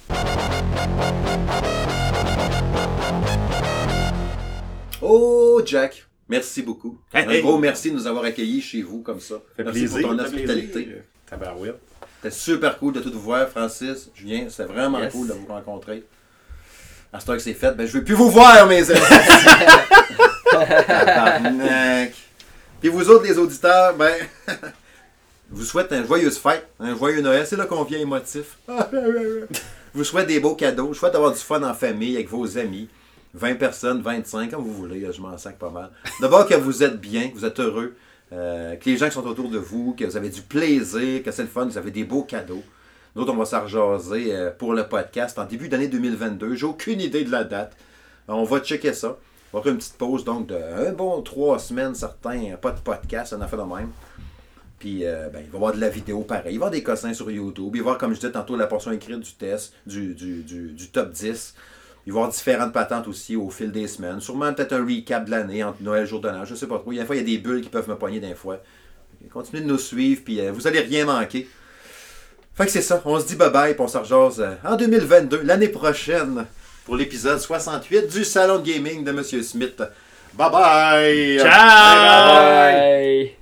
Oh, Jack, merci beaucoup. Un gros merci de nous avoir accueillis chez vous comme ça. Fait Merci plaisir. pour ton fait hospitalité. plaisir. Tabarouette. C'était super cool de tout vous voir, Francis, Julien. C'était vraiment Yes. cool de vous rencontrer. À ce temps que c'est fait, ben je veux plus vous voir, mes amis. Tabarnak. Puis vous autres, les auditeurs, ben, je vous souhaite une joyeuse fête, un joyeux Noël. C'est là qu'on vient émotif. Je vous souhaite des beaux cadeaux. Je souhaite avoir du fun en famille avec vos amis. 20 personnes, 25, comme vous voulez. Je m'en sac pas mal. D'abord que vous êtes bien, que vous êtes heureux. Que les gens qui sont autour de vous, que vous avez du plaisir, que c'est le fun, vous avez des beaux cadeaux. Nous autres, on va s'en rejaser pour le podcast en début d'année 2022. J'ai aucune idée de la date. On va checker ça. On va faire une petite pause donc de un bon 3 semaines, certains. Pas de podcast, on a fait de même. Puis, il va y avoir de la vidéo pareil. Il va y avoir des cossins sur YouTube. Il va y avoir, comme je disais tantôt, la portion écrite du test, du top 10. Il va y avoir différentes patentes aussi au fil des semaines. Sûrement peut-être un recap de l'année entre Noël et jour de l'an. Je sais pas trop. Des fois, il y a des bulles qui peuvent me pogner d'un fois. Continuez de nous suivre, puis vous allez rien manquer. Fait que c'est ça. On se dit bye-bye, puis on se rejase en 2022, l'année prochaine, pour l'épisode 68 du Salon de Gaming de M. Smith. Bye-bye! Ciao! Bye!